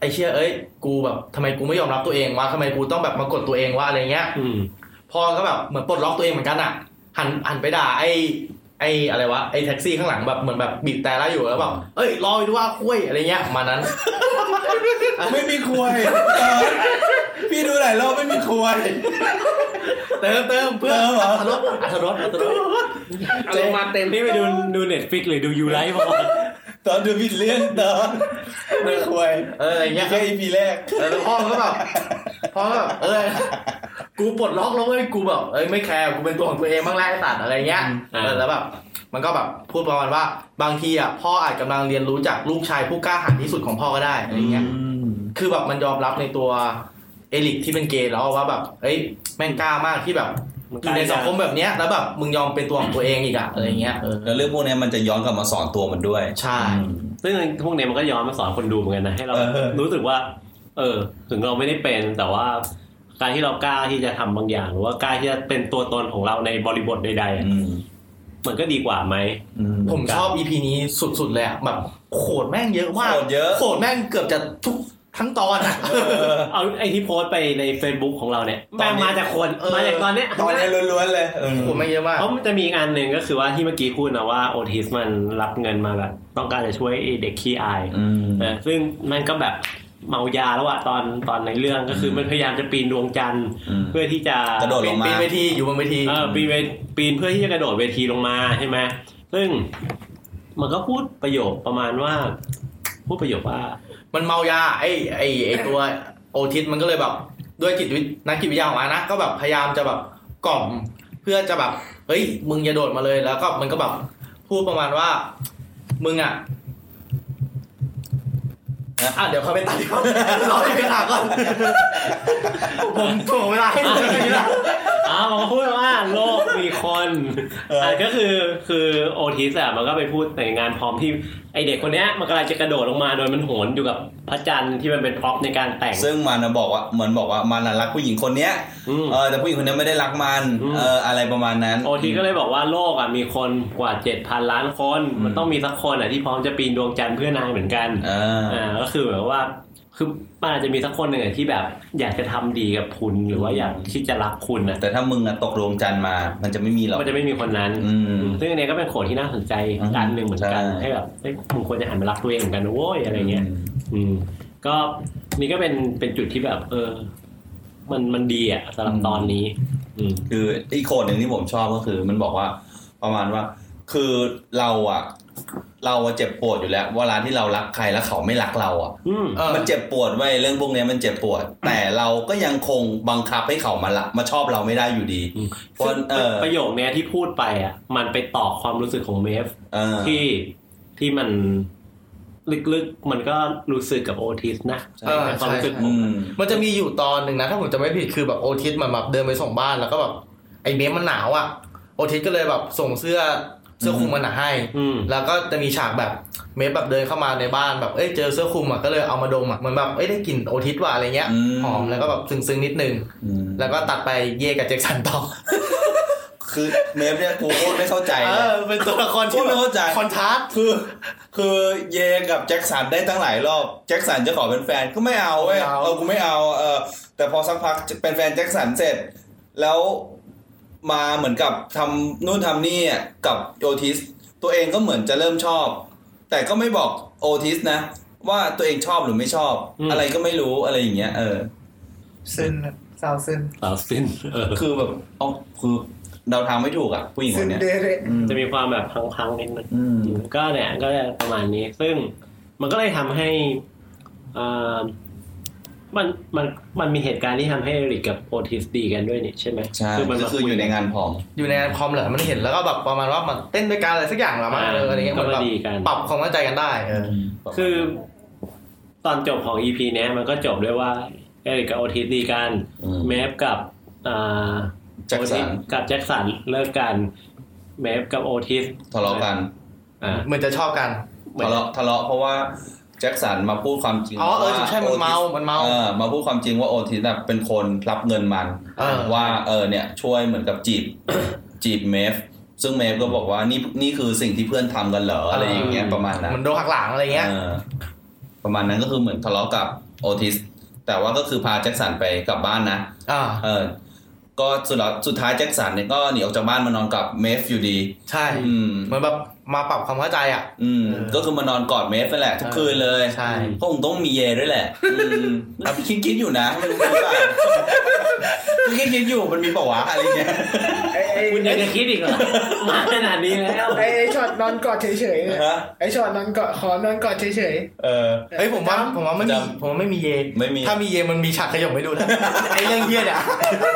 ไอ้เชี่ยเอ้ยกูแบบทำไมกูไม่ยอมรับตัวเองวะทำไมกูต้องแบบมากดตัวเองวะอะไรเงี้ยพ่อก็แบบเหมือนปลดล็อกตัวเองเหมือนกันอ่ะหันไปด่าไอ้อะไรวะไอ้แท็กซี่ข้างหลังแบบเหมือนแบบบีบแต่ไล่อยู่แล้วแบบเอ้ยรอไปดูว่าคุยอะไรเงี้ยมานั้นไม่มีคุยพี่ดูหลายรอบไม่มีคุยเติมเพื่ออัธรสลงมาเต็มนี่ไปดู Netflix หรือดู YouLive ป่ะตอนดูผิดเรื่องตอนไม่คุยอย่างเงี้ยแค่ EP แรกแล้วพ่อก็แบบกูปลดล็อกแล้วเว้ยกูแบบไม่แคร์กูเป็นตัวของตัวเองบ้างแล้วไอ้ตัดอะไรเงี้ยแล้วแบบมันก็แบบพูดประมาณว่าบางทีอ่ะพ่ออาจกำลังเรียนรู้จากลูกชายผู้กล้าหาญที่สุดของพ่อก็ได้อะไรเงี้ยคือแบบมันยอมรับในตัวเอลิกที่เป็นเกย์แล้วว่าแบบแม่งกล้ามากที่แบบอยู่ในสังคมแบบเนี้ยแล้วแบบมึงยอมเป็นตัวของตัวเองอีกอะอะไรเงี้ยแล้วเรื่องพวกนี้มันจะย้อนกลับมาสอนตัวมันด้วยใช่ซึ่งพวกนี้มันก็ย้อนมาสอนคนดูเหมือนกันนะให้เรารู้สึกว่าถึงเราไม่ได้เป็นแต่ว่าการที่เรากล้าที่จะทำบางอย่างหรือว่ากล้าที่จะเป็นตัวตนของเราในบริบทใดๆมันก็ดีกว่าไหมผมชอบ EP นี้สุดๆเลยอะแบบโขดแม่งเยอะมากโขดแม่งเกือบจะทุกทั้งตอนอ่ะเอาไอ้ที่โพสไปใน Facebook ของเราเนี่ยแม่งมาจากคนมาจากตอนนี้ล้วนๆเลยผมไม่เยอะมากเพราะมันจะมีงานหนึ่งก็คือว่าที่เมื่อกี้พูดนะว่าโอทิสมันรับเงินมาแบบต้องการจะช่วยเด็กขี้อายซึ่งมันก็แบบเมายาแล้วอะตอนในเรื่องก็คือมันพยายามจะปีนดวงจันทร์เพื่อที่จะกระโดดลงมาปีนเวทีอยู่บนเวทีปีนเพื่อที่จะกระโดดเวทีลงมาใช่ไหมซึ่งมันก็พูดประโยคประมาณว่ามันเมายาไอ้ตัวโอทิสมันก็เลยแบบด้วยนักจิตวิทยาของมันนะก็แบบพยายามจะแบบกล่อมเพื่อจะแบบเฮ้ยมึงอย่าโดดมาเลยแล้วก็มันก็แบบพูดประมาณว่ามึงอ่ะเดี๋ยวเขาไปตัดก่อนรอให้ไปตัดก่อนผมถ่วงเวลาให้เลยนะมันพูดว่าโลกมีคนก็คือโอทิสอะมันก็ไปพูดในงานพร้อมที่ไอเด็กคนเนี้ยมันกำลังจะกระโดดลงมาโดยมันโหนอยู่กับพระจันทร์ที่มันเป็นพร็อพในการแต่งซึ่งมันบอกว่าเหมือนบอกว่ามันรักผู้หญิงคนเนี้ยแต่ผู้หญิงคนนี้ไม่ได้รักมันอะไรประมาณนั้นโอทิสก็เลยบอกว่าโลกอะมีคนกว่า 7,000 ล้านคนมันต้องมีสักคนอะที่พร้อมจะปีนดวงจันทร์เพื่อนายเหมือนกันก็คือแบบว่าคือมันอาจจะมีสักคนหนึ่งที่แบบอยากจะทำดีกับคุณหรือว่าอยากที่จะรักคุณนะแต่ถ้ามึงตกดวงจันทร์มามันจะไม่มีหรอกมันจะไม่มีคนนั้นซึ่งอันนี้ก็เป็นโขดที่น่าสนใจอันหนึ่งเหมือนกันให้แบบมึงควรจะหันมารักตัวเองเหมือนกันนะโว้ยอะไรเงี้ยก็นี่ก็เป็นจุดที่แบบมันดีอ่ะสำหรับตอนนี้คืออีกโขดหนึ่งที่ผมชอบก็คือมันบอกว่าประมาณว่าคือเราเจ็บปวดอยู่แล้วเวลาที่เรารักใครแล้วเขาไม่รักเราอ่ะมันเจ็บปวดไว้เรื่องพวกนี้มันเจ็บปวดแต่เราก็ยังคงบังคับให้เขามาชอบเราไม่ได้อยู่ดีเพราะประโยคนี้ที่พูดไปอ่ะมันไปตอกความรู้สึกของเมฟที่มันลึกๆมันก็รู้สึกกับโอทิสนะความรู้สึกมันจะมีอยู่ตอนหนึ่งนะถ้าผมจำไม่ผิดคือแบบโอทิสมันแบบเดินไปส่งบ้านแล้วก็แบบไอ้เมฟมันหนาวอ่ะโอทิสก็เลยแบบส่งเสื้อคลุมมันให้แล้วก็จะมีฉากแบบเมฟแบบเดินเข้ามาในบ้านแบบเจอเสื้อคลุมอ่ะก็เลยเอามาดมอ่ะเหมือนแบบได้กลิ่นโอทิสว่ะอะไรเงี้ยหอมแล้วก็แบบซึ้งๆนิดนึงแล้วก็ตัดไปเย่กับแจ็คสันต่อคือเมฟเนี่ยกูโคตรไม่เข้าใจเป็นตัวละครที่ไม่เข้าใจคอนทราสต์คือเย่กับแจ็คสันได้ตั้งหลายรอบแจ็คสันจะขอเป็นแฟนก็ไม่เอาเว้ยกูไม่เอาแต่พอสักพักเป็นแฟนแจ็คสันเสร็จแล้วมาเหมือนกับทำนู่นทำนี่กับโอทิสตัวเองก็เหมือนจะเริ่มชอบแต่ก็ไม่บอกโอทิสนะว่าตัวเองชอบหรือไม่ชอบอะไรก็ไม่รู้อะไรอย่างเงี้ยซึนสาวซึนคือแบบคือเดาทางไม่ถูกอ่ะผู้หญิงคนเนี้ยจะมีความแบบพังๆนิดนึงก็เนี่ยก็ประมาณนี้ซึ่งมันก็เลยทำให้มันมีเหตุการณ์ที่ทำให้ริกกับโอทิสดีกันด้วยนี่ใช่ไหมใช่คืออยู่ในงานพร้อมเหรอมันเห็นแล้วก็แบบประมาณว่ามันเต้นด้วยกันอะไรสักอย่างหรอมาอะไรเงี้ยมันแบบปรับความเข้าใจกันได้คือตอนจบของ EP เนี้ยมันก็จบด้วยว่าเอริกกับโอทิสดีกันเมฟกับแจ็คสันเลิกกันเมฟกับโอทิสทะเลาะกันเหมือนจะชอบกันทะเลาะเพราะว่าแจ็คสันมาพูดความจริงว่าใช่มันเมามาพูดความจริงว่าโอทิสเป็นคนรับเงินมันว่าเนี่ยช่วยเหมือนกับจีบเมฟซึ่งเมฟก็บอกว่านี่คือสิ่งที่เพื่อนทำกันเหรออะไรอย่างเงี้ยประมาณนั้นมันโดนหักหลังอะไรเงี้ยประมาณนั้นก็คือเหมือนทะเลาะกับโอทิสแต่ว่าก็คือพาแจ็คสันไปกลับบ้านนะก็สุดท้ายแจ็คสันเนี่ยก็หนีออกจากบ้านมานอนกับเมฟอยู่ดีใช่เหมือนแบบมาปรับความเข้าใจอ่ะก็คือมานอนกอดเมฟนั่นแหละทุกคืนเลยใช่ก็คงต้องมีเยด้วยแหละคิดอยู่นะไม่รู้ว่าคิดอยู่มันมีเปล่าวะอะไรเงี้ยคุณยังจะคิดอีกเหรอมาขนาดนี้แล้วไอ้ช็อตนอนกอดเฉยๆเนี่ยไอ้ช็อตนอนกอดขอนอนกอดเฉยๆผมว่าไม่มีเยถ้ามีเยมันมีฉากขยมให้ดูนะไอ้เรื่องเหี้ยเนี่ย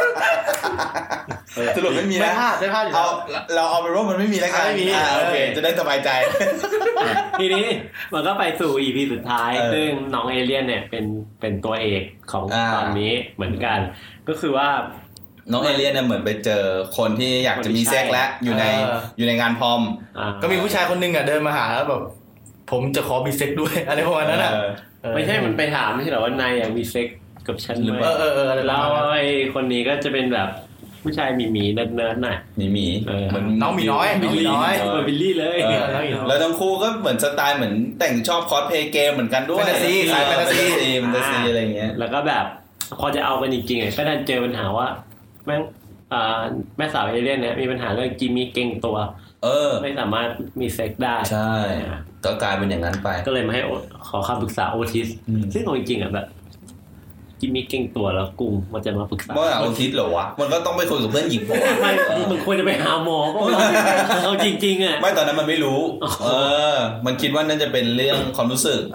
สรุปไม่มีนะได้ภาพอยู่เราเอาไปว่ามันไม่มีแล้วกันไม่มีโอเคจะได้สบายใจทีนี้มันก็ไปสู่ EP สุดท้ายซึ่งน้องเอเลี่ยนเนี่ยเป็นตัวเอกของตอนนี้เหมือนกันก็คือว่าน้องเอเลี่ยนเนี่ยเหมือนไปเจอคนที่อยากจะมีเซ็กและอยู่ในงานพรอมก็มีผู้ชายคนนึงอ่ะเดินมาหาแล้วแบบผมจะขอมีเซ็กด้วยอะไรประมาณนั้นอ่ะไม่ใช่มันไปถามไม่ใช่เหรอว่านายอยากมีเซ็กกับฉันหรือเปล่าแล้วไอ้คนนี้ก็จะเป็นแบบผู้ชายหมีเนิร์ดๆหน่อยหมีเหมือนน้องหมีน้อยบิลลี่เลยแล้วทั้งคู่ก็เหมือนสไตล์เหมือนแต่งชอบคอสเพลย์เกมเหมือนกันด้วยแฟนตาซีสายแฟนตาซีอะไรเงี้ยแล้วก็แบบพอจะเอากันจริงๆก็ดันเจอปัญหาว่าแม่สาวเอเลี่ยนเนี่ยมีปัญหาเรื่องจิมมี่เก่งตัวไม่สามารถมีเซ็กได้ใช่ก็กลายเป็นอย่างนั้นไปก็เลยมาให้ขอคำปรึกษาโอทิสซึ่งจริงๆอ่ะแบบจิมมี่เก่งตัวแล้วกุ้งมันจะมาปรึกษาว่าโอทิสเหรอวะมันก็ต้องไปคุยกับเพื่อนหญิงผมไม่มึงควรจะไปหาหมอเอาจริงๆอ่ะไม่ตอนนั้นมันไม่รู้มันคิดว่าน่าจะเป็นเรื่องความรู้สึก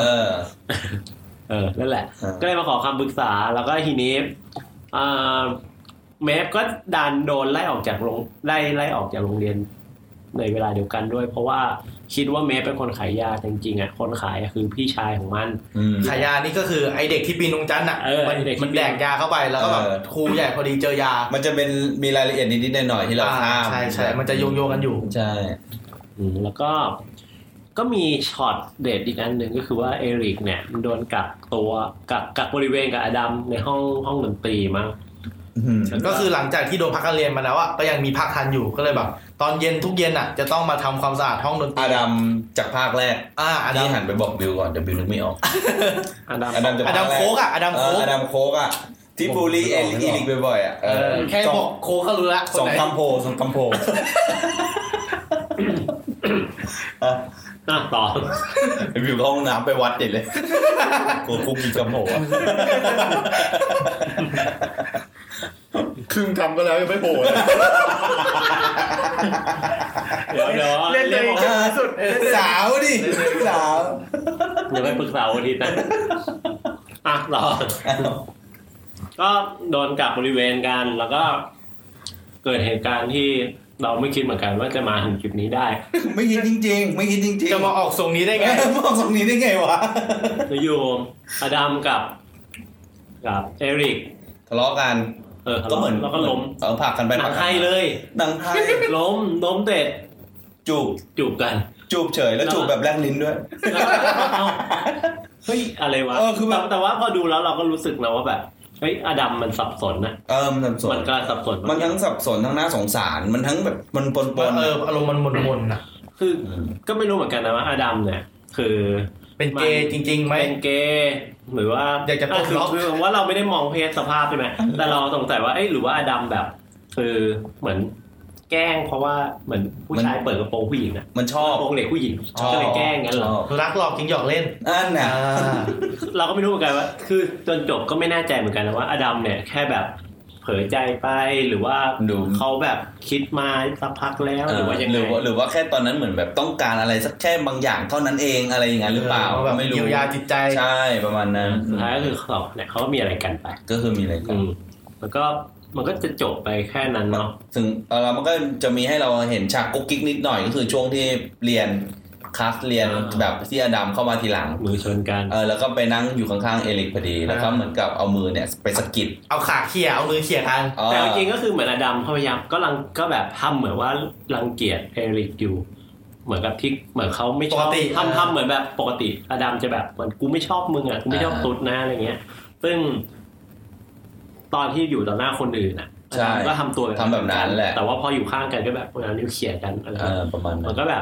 นั่นแหละก็เลยมาขอคำปรึกษาแล้วก็ทีนี้เมฟก็ดันโดนไล่ออกจากไล่ออกจากโรงเรียนในเวลาเดียวกันด้วยเพราะว่าคิดว่าเมฟเป็นคนขายยาจริงๆอ่ะคนขายคือพี่ชายของมันขายยานี่ก็คือไอเด็กที่ปีนลงจันทร์อ่ะมันแดกยาเข้าไปแล้วก็แบบครูใหญ่พอดีเจอยามันจะเป็นมีรายละเอียดนิดๆหน่อยๆที่เราข้ามใช่มันจะโยงกันอยู่ใช่แล้วก็มีช็อตเด็ดอีกอันหนึ่งก็คือว่าเอริกเนี่ยมันโดนกักบริเวณกับอดัมในห้องดนตรีมั้งก็คือหลังจากที่โดนพักการเรียนมาแล้วอ่ะก็ยังมีภาคทันอยู่ก็เลยแบบตอนเย็นทุกเย็นอ่ะจะต้องมาทำความสะอาดห้องดนตรีอดัมจากภาคแรกนี่หันไปบอกบิวก่อนแต่บิวนึกไม่ออกอดัมโคกอ่ะอดัมโคกอ่ะที่บูลลี่เอลิกบ่อยๆอ่ะแค่บอกโคกก็รู้ละสองคำโพต่อไอ้บิวเข้าห้องน้ำไปวัดติดเลยกูกินกำโหครึ่งทำก็แล้วยังไม่โผล่เลยเดี๋ยวเล่นเลยสุดสาวดิสาวอย่าไปปรึกษาวันทีนะรอก็โดนกักบริเวณกันแล้วก็เกิดเหตุการณ์ที่เราไม่คิดเหมือนกันว่าจะมาถึงจุดนี้ได้ไม่คิดจริงๆจะมาออกทรงนี้ได้ไงวะอยู่อดัมกับเอริกทะเลาะกันก็เหมือนแล้วก็ล้มผลักกันไปหนังไทยเลยหนังไทยล้มเด็ดจูบกันจูบเฉยแล้วจูบแบบแลบลิ้นด้วยเฮ้ยอะไรวะแต่ว่าพอดูแล้วเราก็รู้สึกนะว่าแบบเฮ้ยอดัมมันสับสนนะมันสับสนมันก็สับสนมันทั้งสับสนทั้งน่าสงสารมันทั้งแบบมันปนอารมณ์มันมนๆนะคือก็ไม่รู้เหมือนกันนะว่าอดัมเนี่ยคือเป็นเกย์จริงๆไหมเป็นเกย์หรือว่าอยากจะปลดล็อกคือว่าเราไม่ได้มองเพศสภาพใช่ไหมแต่เราสงสัยว่าเอ้ยหรือว่าอดัมแบบคือเหมือนแกล้งเพราะว่าเหมือนผู้ชายเปิดกระโปรงผู้หญิงนะมันชอบกระโปรงเด็กผู้หญิงก็เลยแกล้งงั้นเหรอรักหลอกจริงหยอกเล่นน่ะเราก็ไม่รู้เหมือนกันว่าคือจนจบก็ไม่แน่ใจเหมือนกันนะว่าอดัมเนี่ยแค่แบบเผยใจไปหรือว่าเขาแบบคิดมาสักพักแล้วหรือว่ายังไงหรือว่าแค่ตอนนั้นเหมือนแบบต้องการอะไรสักแค่บางอย่างเท่านั้นเองอะไรอย่างนั้นหรือเปล่าไม่รู้เยียวยาจิตใจใช่ประมาณนั้นสุดท้ายก็คือเขาเนี่ยเขาก็มีอะไรกันไปก็คือมีอะไรกันแล้วก็มันก็จะจบไปแค่นั้นเนาะถึงมันก็จะมีให้เราเห็นฉากกุ๊กกิ๊กนิดหน่อยก็คือช่วงที่เรียนคลาสเรียนแบบที่อดัมเข้ามาทีหลังมือชนกันแล้วก็ไปนั่งอยู่ข้างๆเอริกพอดีแล้วก็เหมือนกับเอามือเนี่ยไปสะกิดเอาขาเขี่ยเอามือเขี่ยกันแต่จริงๆก็คือเหมือนอดัมพยายามก็แบบทำเหมือนว่ารังเกียจเอริกอยู่เหมือนกับที่เหมือนเขาไม่ชอบทำเหมือนแบบปกติอดัมจะแบบเหมือนกูไม่ชอบมึงอ่ะกูไม่ชอบตุ๊ดนะอะไรเงี้ยซึ่งตอนที่อยู่ต่อหน้าคนอื่นอ่ะก็ทำตัวทำแบบนั้นแหละแต่ว่าพออยู่ข้างกันก็แบบนิ้วเขี่ยกันอะไรประมาณนั้นมันก็แบบ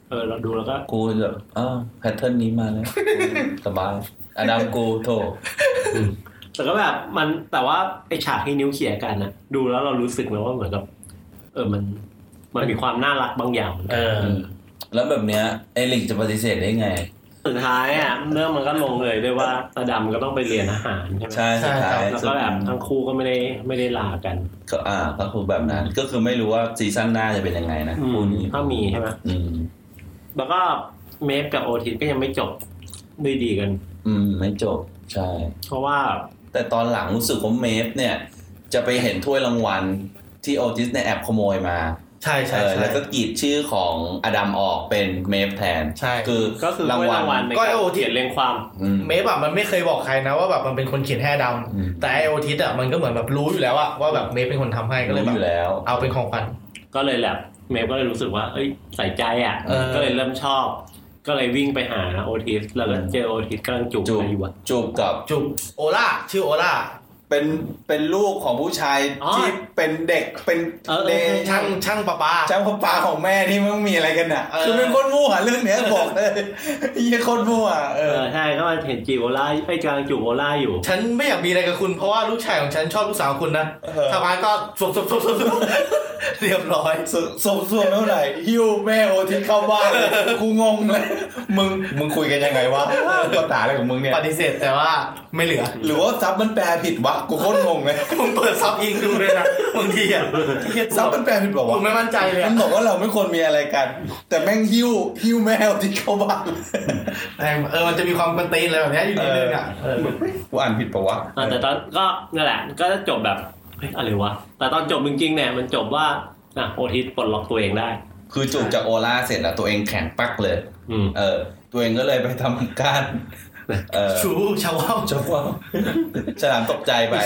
เราดูแล้วก็กูแบบแพทเทิร์นนี้มาแล้วสบายอดัมกูโถแต่ก็แบบมันแต่ว่าไอฉากที่นิ้วเขี่ยกันนะดูแล้วเรารู้สึกเลยว่าเหมือนกับมันมีความน่ารักบางอย่างแล้วแบบเนี้ยไอลิงจะปฏิเสธได้ไงสุดท้ายอ่ะเรื่องมันก็ลงเลยด้วยว่าตาดำก็ต้องไปเรียนอาหารใช่ไหมใช่สุดท้ายแล้วก็แบบทั้งคู่ก็ไม่ได้ลากันก็คือแบบนั้นก็คือไม่รู้ว่าซีซั่นหน้าจะเป็นยังไงนะคู่นี้ถ้ามีใช่ไหมแล้วก็เมฟกับโอทิสก็ยังไม่จบด้วยดีกันไม่จบใช่เพราะว่าแต่ตอนหลังรู้สึกว่าเมฟเนี่ยจะไปเห็นถ้วยรางวัลที่โอทิสเนี่ยแอบขโมยมาใช่แล้วก็กรีดชื่อของอดัมออกเป็นเมฟแทนใช่ก็คือรางวัลก็โอทิสเรียงความเมฟมันไม่เคยบอกใครนะว่าแบบมันเป็นคนเขียนให้อดัมแต่ไอโอทิสมันก็เหมือนแบบรู้อยู่แล้วว่าแบบเมฟเป็นคนทำให้ก็เลยแบบเอาเป็นของขวัญก็เลยแบบเมฟก็เลยรู้สึกว่าใส่ใจอ่ะก็เลยเริ่มชอบก็เลยวิ่งไปหาโอทิสแล้วก็เจอโอทิสกำลังจูบอยู่อ่ะจูบโอล่าชื่อโอล่าเป็นลูกของผู้ชายที่เป็นเด็กเป็นช่างปลาของแม่ที่มันมีอะไรกันน่ะคือเป็นคนมั่วเรื่องเนี้ยบอกเลยยี่คนมั่วใช่ก็เห็นจีโอล่าไอ้กลางจูโอล่าอยู่ฉันไม่อยากมีอะไรกับคุณเพราะว่าลูกชายของฉันชอบลูกสาวคุณนะทำไมก็สวเรียบร้อยสวเท่าไหร่หิ้วแม่โอทิศเข้าบ้านเลยกูงงเลยมึงคุยกันยังไงวะภาษาอะไรของมึงเนี่ยปฏิเสธแต่ว่าไม่เหลือหรือว่าซับมันแปลผิดวะกูโคตรงงเลยมึงเปิดซับอิงดูเลยนะบางทีอ่ะซับมันแปลผิดบอกว่าผมไม่มั่นใจเลยมันบอกว่าเราไม่ควรมีอะไรกันแต่แม่งหิ้วแมวที่เข้าบ้านมันจะมีความเป็นตีนอะไรแบบนี้อยู่นิดนึงอ่ะกูอ่านผิดปะวะแต่ตอนก็นั่นแหละก็จะจบแบบอะไรวะแต่ตอนจบจริงๆเนี่ยมันจบว่าโอทิสปลดล็อกตัวเองได้คือจบจากโอล่าเสร็จแล้วตัวเองแข็งปักเลยตัวเองก็เลยไปทำการชูชาวว่าวฉลามตกใจไป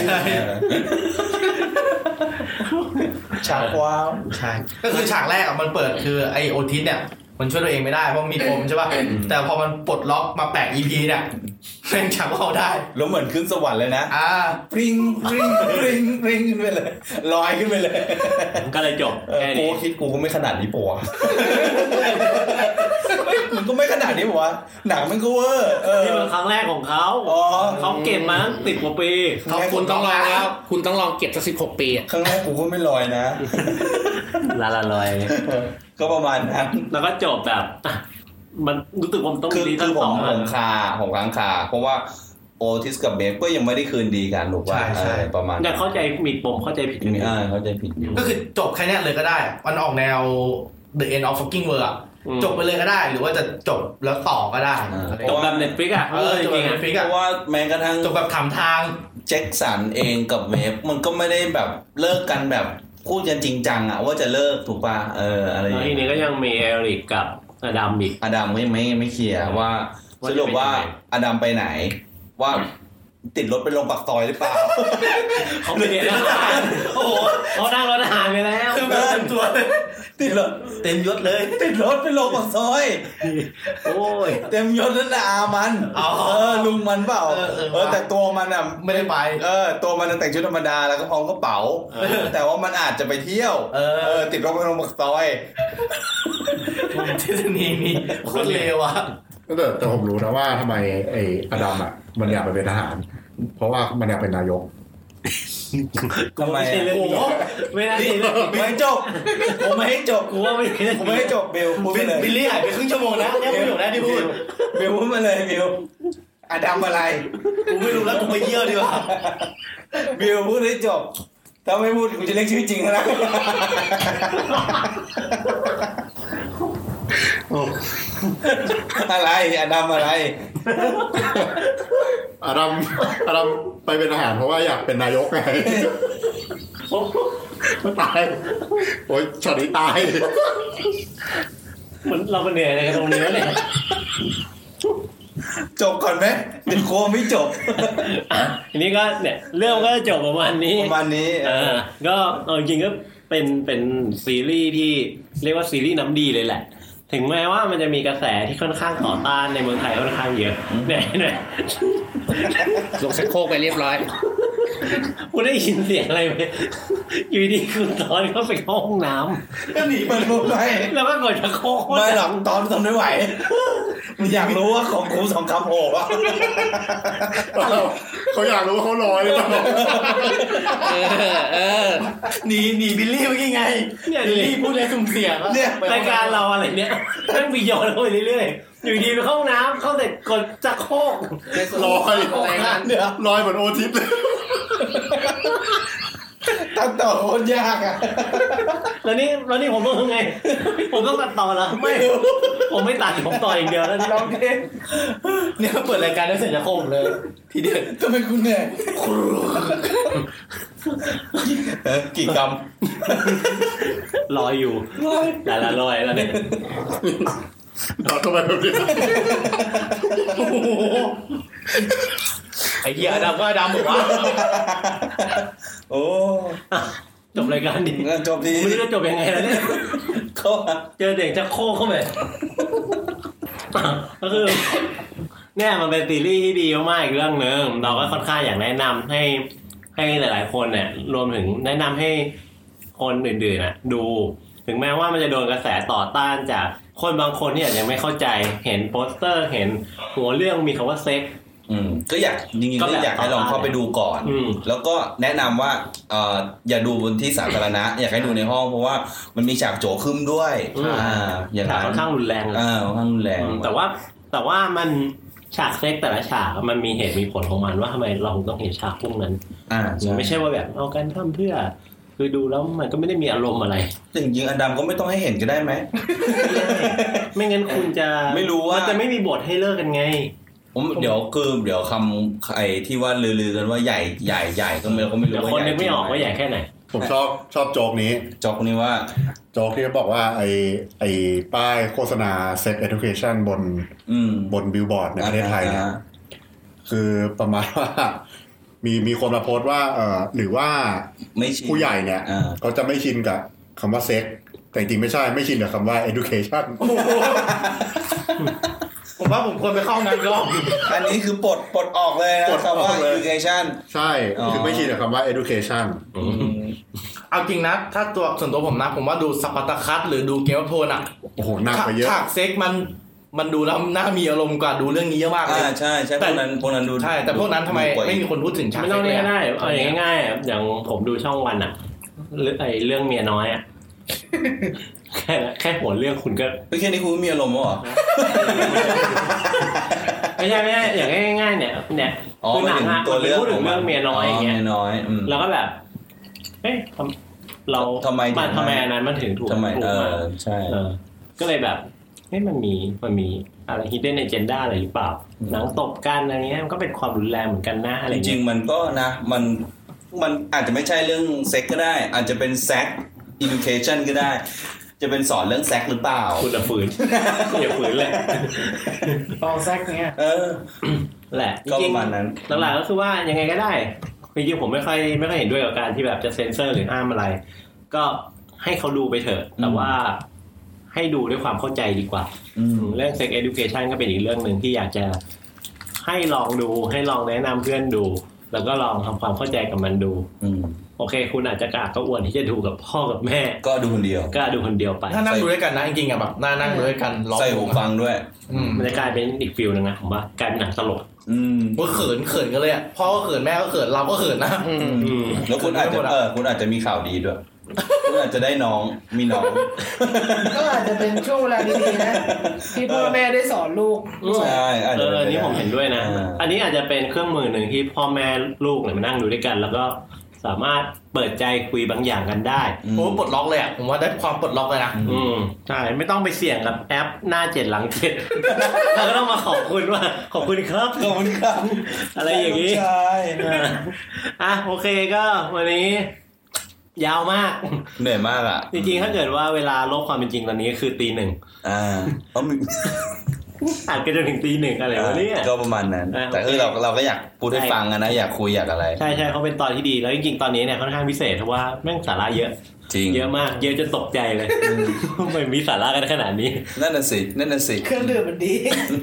ฉากว้าวใช่ก็คือฉากแรกมันเปิดคือไอโอทิสเนี่ยมันช่วยตัวเองไม่ได้เพราะมีปมใช่ป่ะแต่พอมันปลดล็อกมา8 EP เนี่ยแม่งฉากว่าวได้แล้วเหมือนขึ้นสวรรค์เลยนะปริงขึ้นไปเลยลอยขึ้นไปเลยก็เลยจบโอ้คิดกูก็ไม่ขนาดนี้ปะวะมันก็ไม่ขนาดนี้ปะวะหนังมันก็เวอร์นี่เป็นครั้งแรกของเขาเขาเก็บมา10 กว่าปีคุณต้องลองแล้วคุณต้องลองเก็บสัก16 ปีครั้งแรกกูก็ไม่ลอยนะละลอยก็ประมาณนั้นแล้วก็จบแบบมันรู้สึกว่ามันต้องมีทั้งสองของค้างคาเพราะว่าโอทิสกับเบฟก็ยังไม่ได้คืนดีกันหรอกว่าประมาณแต่เข้าใจมีปมเข้าใจผิดเข้าใจผิดก็คือจบแค่นี้เลยก็ได้มันออกแนว The End of Fucking World จบไปเลยก็ได้หรือว่าจะจบแล้วต่อก็ได้จบแบบ Netflix อ่ะจบแบบ Netflix เพราะว่าแม้กระทั่งจบแบบถามทางแจ็คสันเองกับเวฟมันก็ไม่ได้แบบเลิกกันแบบพูดกันจริงจังอ่ะว่าจะเลิกถูกป่ะอะไรอย่างนี้ทีนี้ก็ยังมีเอริกกับอดัมอีกอดัมไม่เคลียร์ว่าสรุปว่าอดัมไปไหนว่าติดรถไปลงปากซอยหรือเปล่าเขาไปเรียนอาหารโอ้โหเขานั่งรถอาหารไปแล้วเต็มตัวติดรถเต็มยศเลยติดรถไปลงปากซอยโอ้ยเต็มยศนั่นอามันลุงมันเปล่าแต่ตัวมันอ่ะไม่ได้ไปตัวมันแต่งชุดธรรมดาแล้วก็พร้อมกระเป๋าแต่ว่ามันอาจจะไปเที่ยวติดรถไปลงปากซอยทฤษฎีนี้โคตรเลวอ่ะแต่ผมรู้นะว่าทำไมไอ้อดัมอ่ะมันอยากไปเป็นทหารเพราะว่ามันอยากเป็นนายกทำไมไม่ได้ไม่จบผมไม่ให้จบกูว่าผมไม่ให้จบเบลพูดไปเลยบิลลี่หายไปครึ่งชั่วโมงนะเนี่ยประโยคแรกที่พูดเบลพูดมาเลยเบลอดัมอะไรกูไม่รู้แล้วกูไปเยี่ยวดีกว่าเบลพูดให้จบถ้าไม่พูดกูจะเรียกชื่อจริงนะอะไรอดัมอะไรอดัมไปเป็นทหารเพราะว่าอยากเป็นนายกไงตายโอ๊ยช็อตนี้ตายเหมือนเราเป็นเหนื่อยอะไรกันตรงนี้เนี่ยจบก่อนไหมเดี๋ยวโคไม่จบทีนี้ก็เนี่ยเรื่องก็จบประมาณนี้ก็จริงๆก็เป็นซีรีส์ที่เรียกว่าซีรีส์น้ำดีเลยแหละถึงแม้ว่ามันจะมีกระแสที่ค่อนข้างต่อต้านในเมืองไทยค่อนข้างเยอะเนี่ยลงเซ็ตโคกไปเรียบร้อยคุณได้ยินเสียงอะไรไหมอยู่ดีคุณตอนเข้าไปเข้าห้องน้ำก็หนีมันรู้ไหมแล้วก็กดจะโค้งไม่หรอกตอนทนไม่ไหวมึงอยากรู้ว่าของกู2 คำโผล่ป่ะเขาอยากรู้ว่าเขาลอยหรือเปล่าหนีบิลลี่เมื่อกี้ไงเนี่ยบิลลี่พูดอะไรสุ่มเสี่ยงเนี่ยรายการเราอะไรเนี่ยต้องมีโยนเข้าไปเรื่อยๆอยู่ดีไปเข้าห้องน้ำเข้าเสร็จกดจะโค้งลอยลอยเหมือนโอทิสเลยตัดต่อโคตรยากอ่ะแล้วนี่ผมต้องทำไงผมต้องตัดต่อแล้วไม่ผมไม่ตัดผมต่ออย่างเดียวแล้วนี่ร้องเพลงเนี่ยเปิดรายการได้เสร็จจะโค้งเลยทีเดียวทำไมคุณเนี่ยกี่คำลอยอยู่แต่ละลอยแล้วเนี่ยเราทำไมแบบนี้ไอ้เหี้ยดำก็ดำหมดวะโอ้จบรายการดีจบดีไม่รู้จะจบยังไงแล้วเนี่ยเขาเจอเด็กจะโค้งเข้าไปก็คือเนี่ยมันเป็นซีรีส์ที่ดีมากๆอีกเรื่องนึงเราก็ค่อนข้างอยากแนะนำให้หลายๆคนเนี่ยรวมถึงแนะนำให้คนอื่นๆน่ะดูถึงแม้ว่ามันจะโดนกระแสต่อต้านจากคนบางคนที่ยังไม่เข้าใจเห็นโปสเตอร์เห็นหัวเรื่องมีคำว่าเซ็กก็อยากจริงๆก็อยากให้ลองเข้าไปดูก่อนแล้วก็แนะนำว่าอย่าดูบนที่สาธารณะอยากให้ดูในห้องเพราะว่ามันมีฉากโจคึมด้วยอย่างนั้นค่อนข้างรุนแรงค่อนข้างรุนแรงแต่ว่ามันฉากเซ็กแต่ละฉากมันมีเหตุมีผลของมันว่าทำไมเราต้องเห็นฉากพวกนั้นไม่ใช่ว่าแบบเอากันทำเพื่อคือดูแล้วมันก็ไม่ได้มีอารมณ์อะไรจริงๆอดัมก็ไม่ต้องให้เห็นก็ได้ไหมไม่งั้นคุณจะไม่รู้ว่าจะไม่มีบทให้เลิกกันไงเดี๋ยวคำไอ้ที่ว่าลือๆกันว่าใหญ่ก็ไม่รู้ว่าคนนึกไม่ออกว่าใหญ่แค่ไหนผมชอบโจ๊กนี้ว่าโจ๊กที่บอกว่าไอ้ป้ายโฆษณา Sex Education บนบิลบอร์ดในประเทศไทยเนี่ยคือประมาณว่ามีคนมาโพสต์ว่าหรือว่าผู้ใหญ่เนี่ยเขาจะไม่ชินกับคำว่าเซ็กแต่จริงไม่ใช่ไม่ชินกับคำว่า education ผมว่าผมควรไปเข้าห้องน้ำก่อนอันนี้คือปลดออกเลยนะคำว่า education ใช่คือไม่ชินกับคำว่า education เอาจริงนะถ้าส่วนตัวผมนะผมว่าดูสปาร์ตาคัสหรือดูเกมออฟโธรนอ่ะโอ้โหหนักไปเยอะฉากเซ็กมันดูแล้วน่ามีอารมณ์กว่าดูเรื่องนี้เยอะมากเลยใช่พวกนั้นดูใช่แต่พวกนั้นทำไมไม่มีคนพูดถึงฉากไม่ต้องง่ายๆเอาง่ายๆอย่างผมดูช่องวันอ่ะไอ้เรื่องเมียน้อยอ่ะแค่หัวเรื่องคุณก็แค่นี้คุณมีอารมณ์มั้งไม่ใช่อย่างง่ายๆเนี่ยคือหนังอ่ะพูดถึงเรื่องเมียน้อยอย่างเงี้ยแล้วก็แบบเฮ้ยเราทำไมอันนั้นมันถึงถูกทำไมใช่ก็เลยแบบมันมีอะไร hidden agenda อะไรหรือเปล่าหนังตบกันอะไรเงี้ยมันก็เป็นความรุนแรงเหมือนกันนะอะไรจริงๆมันก็นะมันอาจจะไม่ใช่เรื่องเซ็กก็ได้อาจจะเป็น sex education ก็ได้จะเป็นสอนเรื่องเซ็กหรือเปล่าคุณจะฝืนอย่าฝืนเลยตอนเซ็กเงี้ยแหละจริงๆหลักๆก็คือว่ายังไงก็ได้จริงๆผมไม่ค่อยเห็นด้วยกับการที่แบบจะเซ็นเซอร์หรือห้ามอะไรก็ให้เขาดูไปเถอะแต่ว่าให้ดูด้วยความเข้าใจดีกว่าเรื่อง sex education ก็เป็นอีกเรื่องนึงที่อยากจะให้ลองดูให้ลองแนะนำเพื่อนดูแล้วก็ลองทำความเข้าใจกับมันดูโอเคคุณอาจจะกล้าก็อ้วนที่จะดูกับพ่อกับแม่ก็ดูคนเดียวไปถ้านั่งดูด้วยกันนะจริงๆอ่ะแบบนั่งดูด้วยกันใส่หูฟังด้วยมันจะกลายเป็นอีกฟีลนึงนะผมว่ากลายเป็นหนังตลกว่าเขินกันเลยอ่ะพ่อก็เขินแม่ก็เขินเราก็เขินนะแล้วคุณอาจจะมีข่าวดีด้วยคุณอาจจะได้มีน้องก็อาจจะเป็นช่วงเวลาดีๆนะที่พ่อแม่ได้สอนลูกใช่อันนี้ผมเห็นด้วยนะอันนี้อาจจะเป็นเครื่องมือหนึ่งที่พ่อแม่ลูกเนี่ยมานั่งดูด้วยกันแล้วก็สามารถเปิดใจคุยบางอย่างกันได้โอ้ปลดล็อกเลยอ่ะผมว่าได้ความปลดล็อกเลยนะใช่ไม่ต้องไปเสี่ยงกับแอปหน้า7หลัง7เราก็ต้องมาขอบคุณว่าขอบคุณครับอะไรอย่างนี้ใช่โอเคก็วันนี้ยาวมากเหนื่อยมากอ่ะจริงๆถ้าเกิดว่าเวลาโลกความเป็นจริงตอนนี้คือ 1:00 นอ่านกันจนถึง 1:00 นอะไรวะเนี่ยก็ประมาณนั้นแต่คือเราก็อยากพูดให้ฟังนะอยากคุยอยากอะไรใช่เขาเป็นตอนที่ดีแล้วจริงๆตอนนี้เนี่ยค่อนข้างพิเศษเพราะว่าแม่งสาระเยอะเยอะมากเยอะจนตกใจเลยไม่มีสาระกันขนาดนี้นั่นน่ะสิเครื่องดื่มมันดี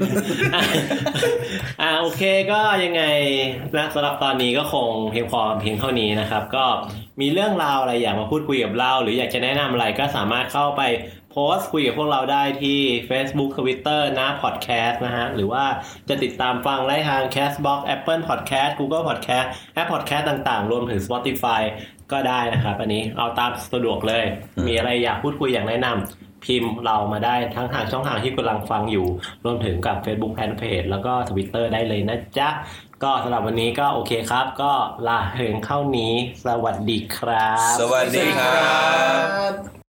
โอเคก็ยังไงนะสำหรับตอนนี้ก็คงเพียงเท่านี้นะครับก็มีเรื่องราวอะไรอยากมาพูดคุยกับเราหรืออยากจะแนะนำอะไรก็สามารถเข้าไปโพสต์คุยกับพวกเราได้ที่ Facebook Twitter นะ Podcast นะฮะหรือว่าจะติดตามฟังได้ทาง Castbox Apple Podcast Google Podcast App Podcast ต่างๆรวมถึง Spotify ก็ได้นะครับอันนี้เอาตามสะดวกเลยมีอะไรอยากพูดคุยอยากแนะนำพิมพ์เรามาได้ทั้งทางช่องทางที่กำลังฟังอยู่รวมถึงกับ Facebook Fanpage แล้วก็ Twitter ได้เลยนะจ๊ะก็สำหรับวันนี้ก็โอเคครับก็ลาเพียงเท่านี้สวัสดีครับสวัสดีครับ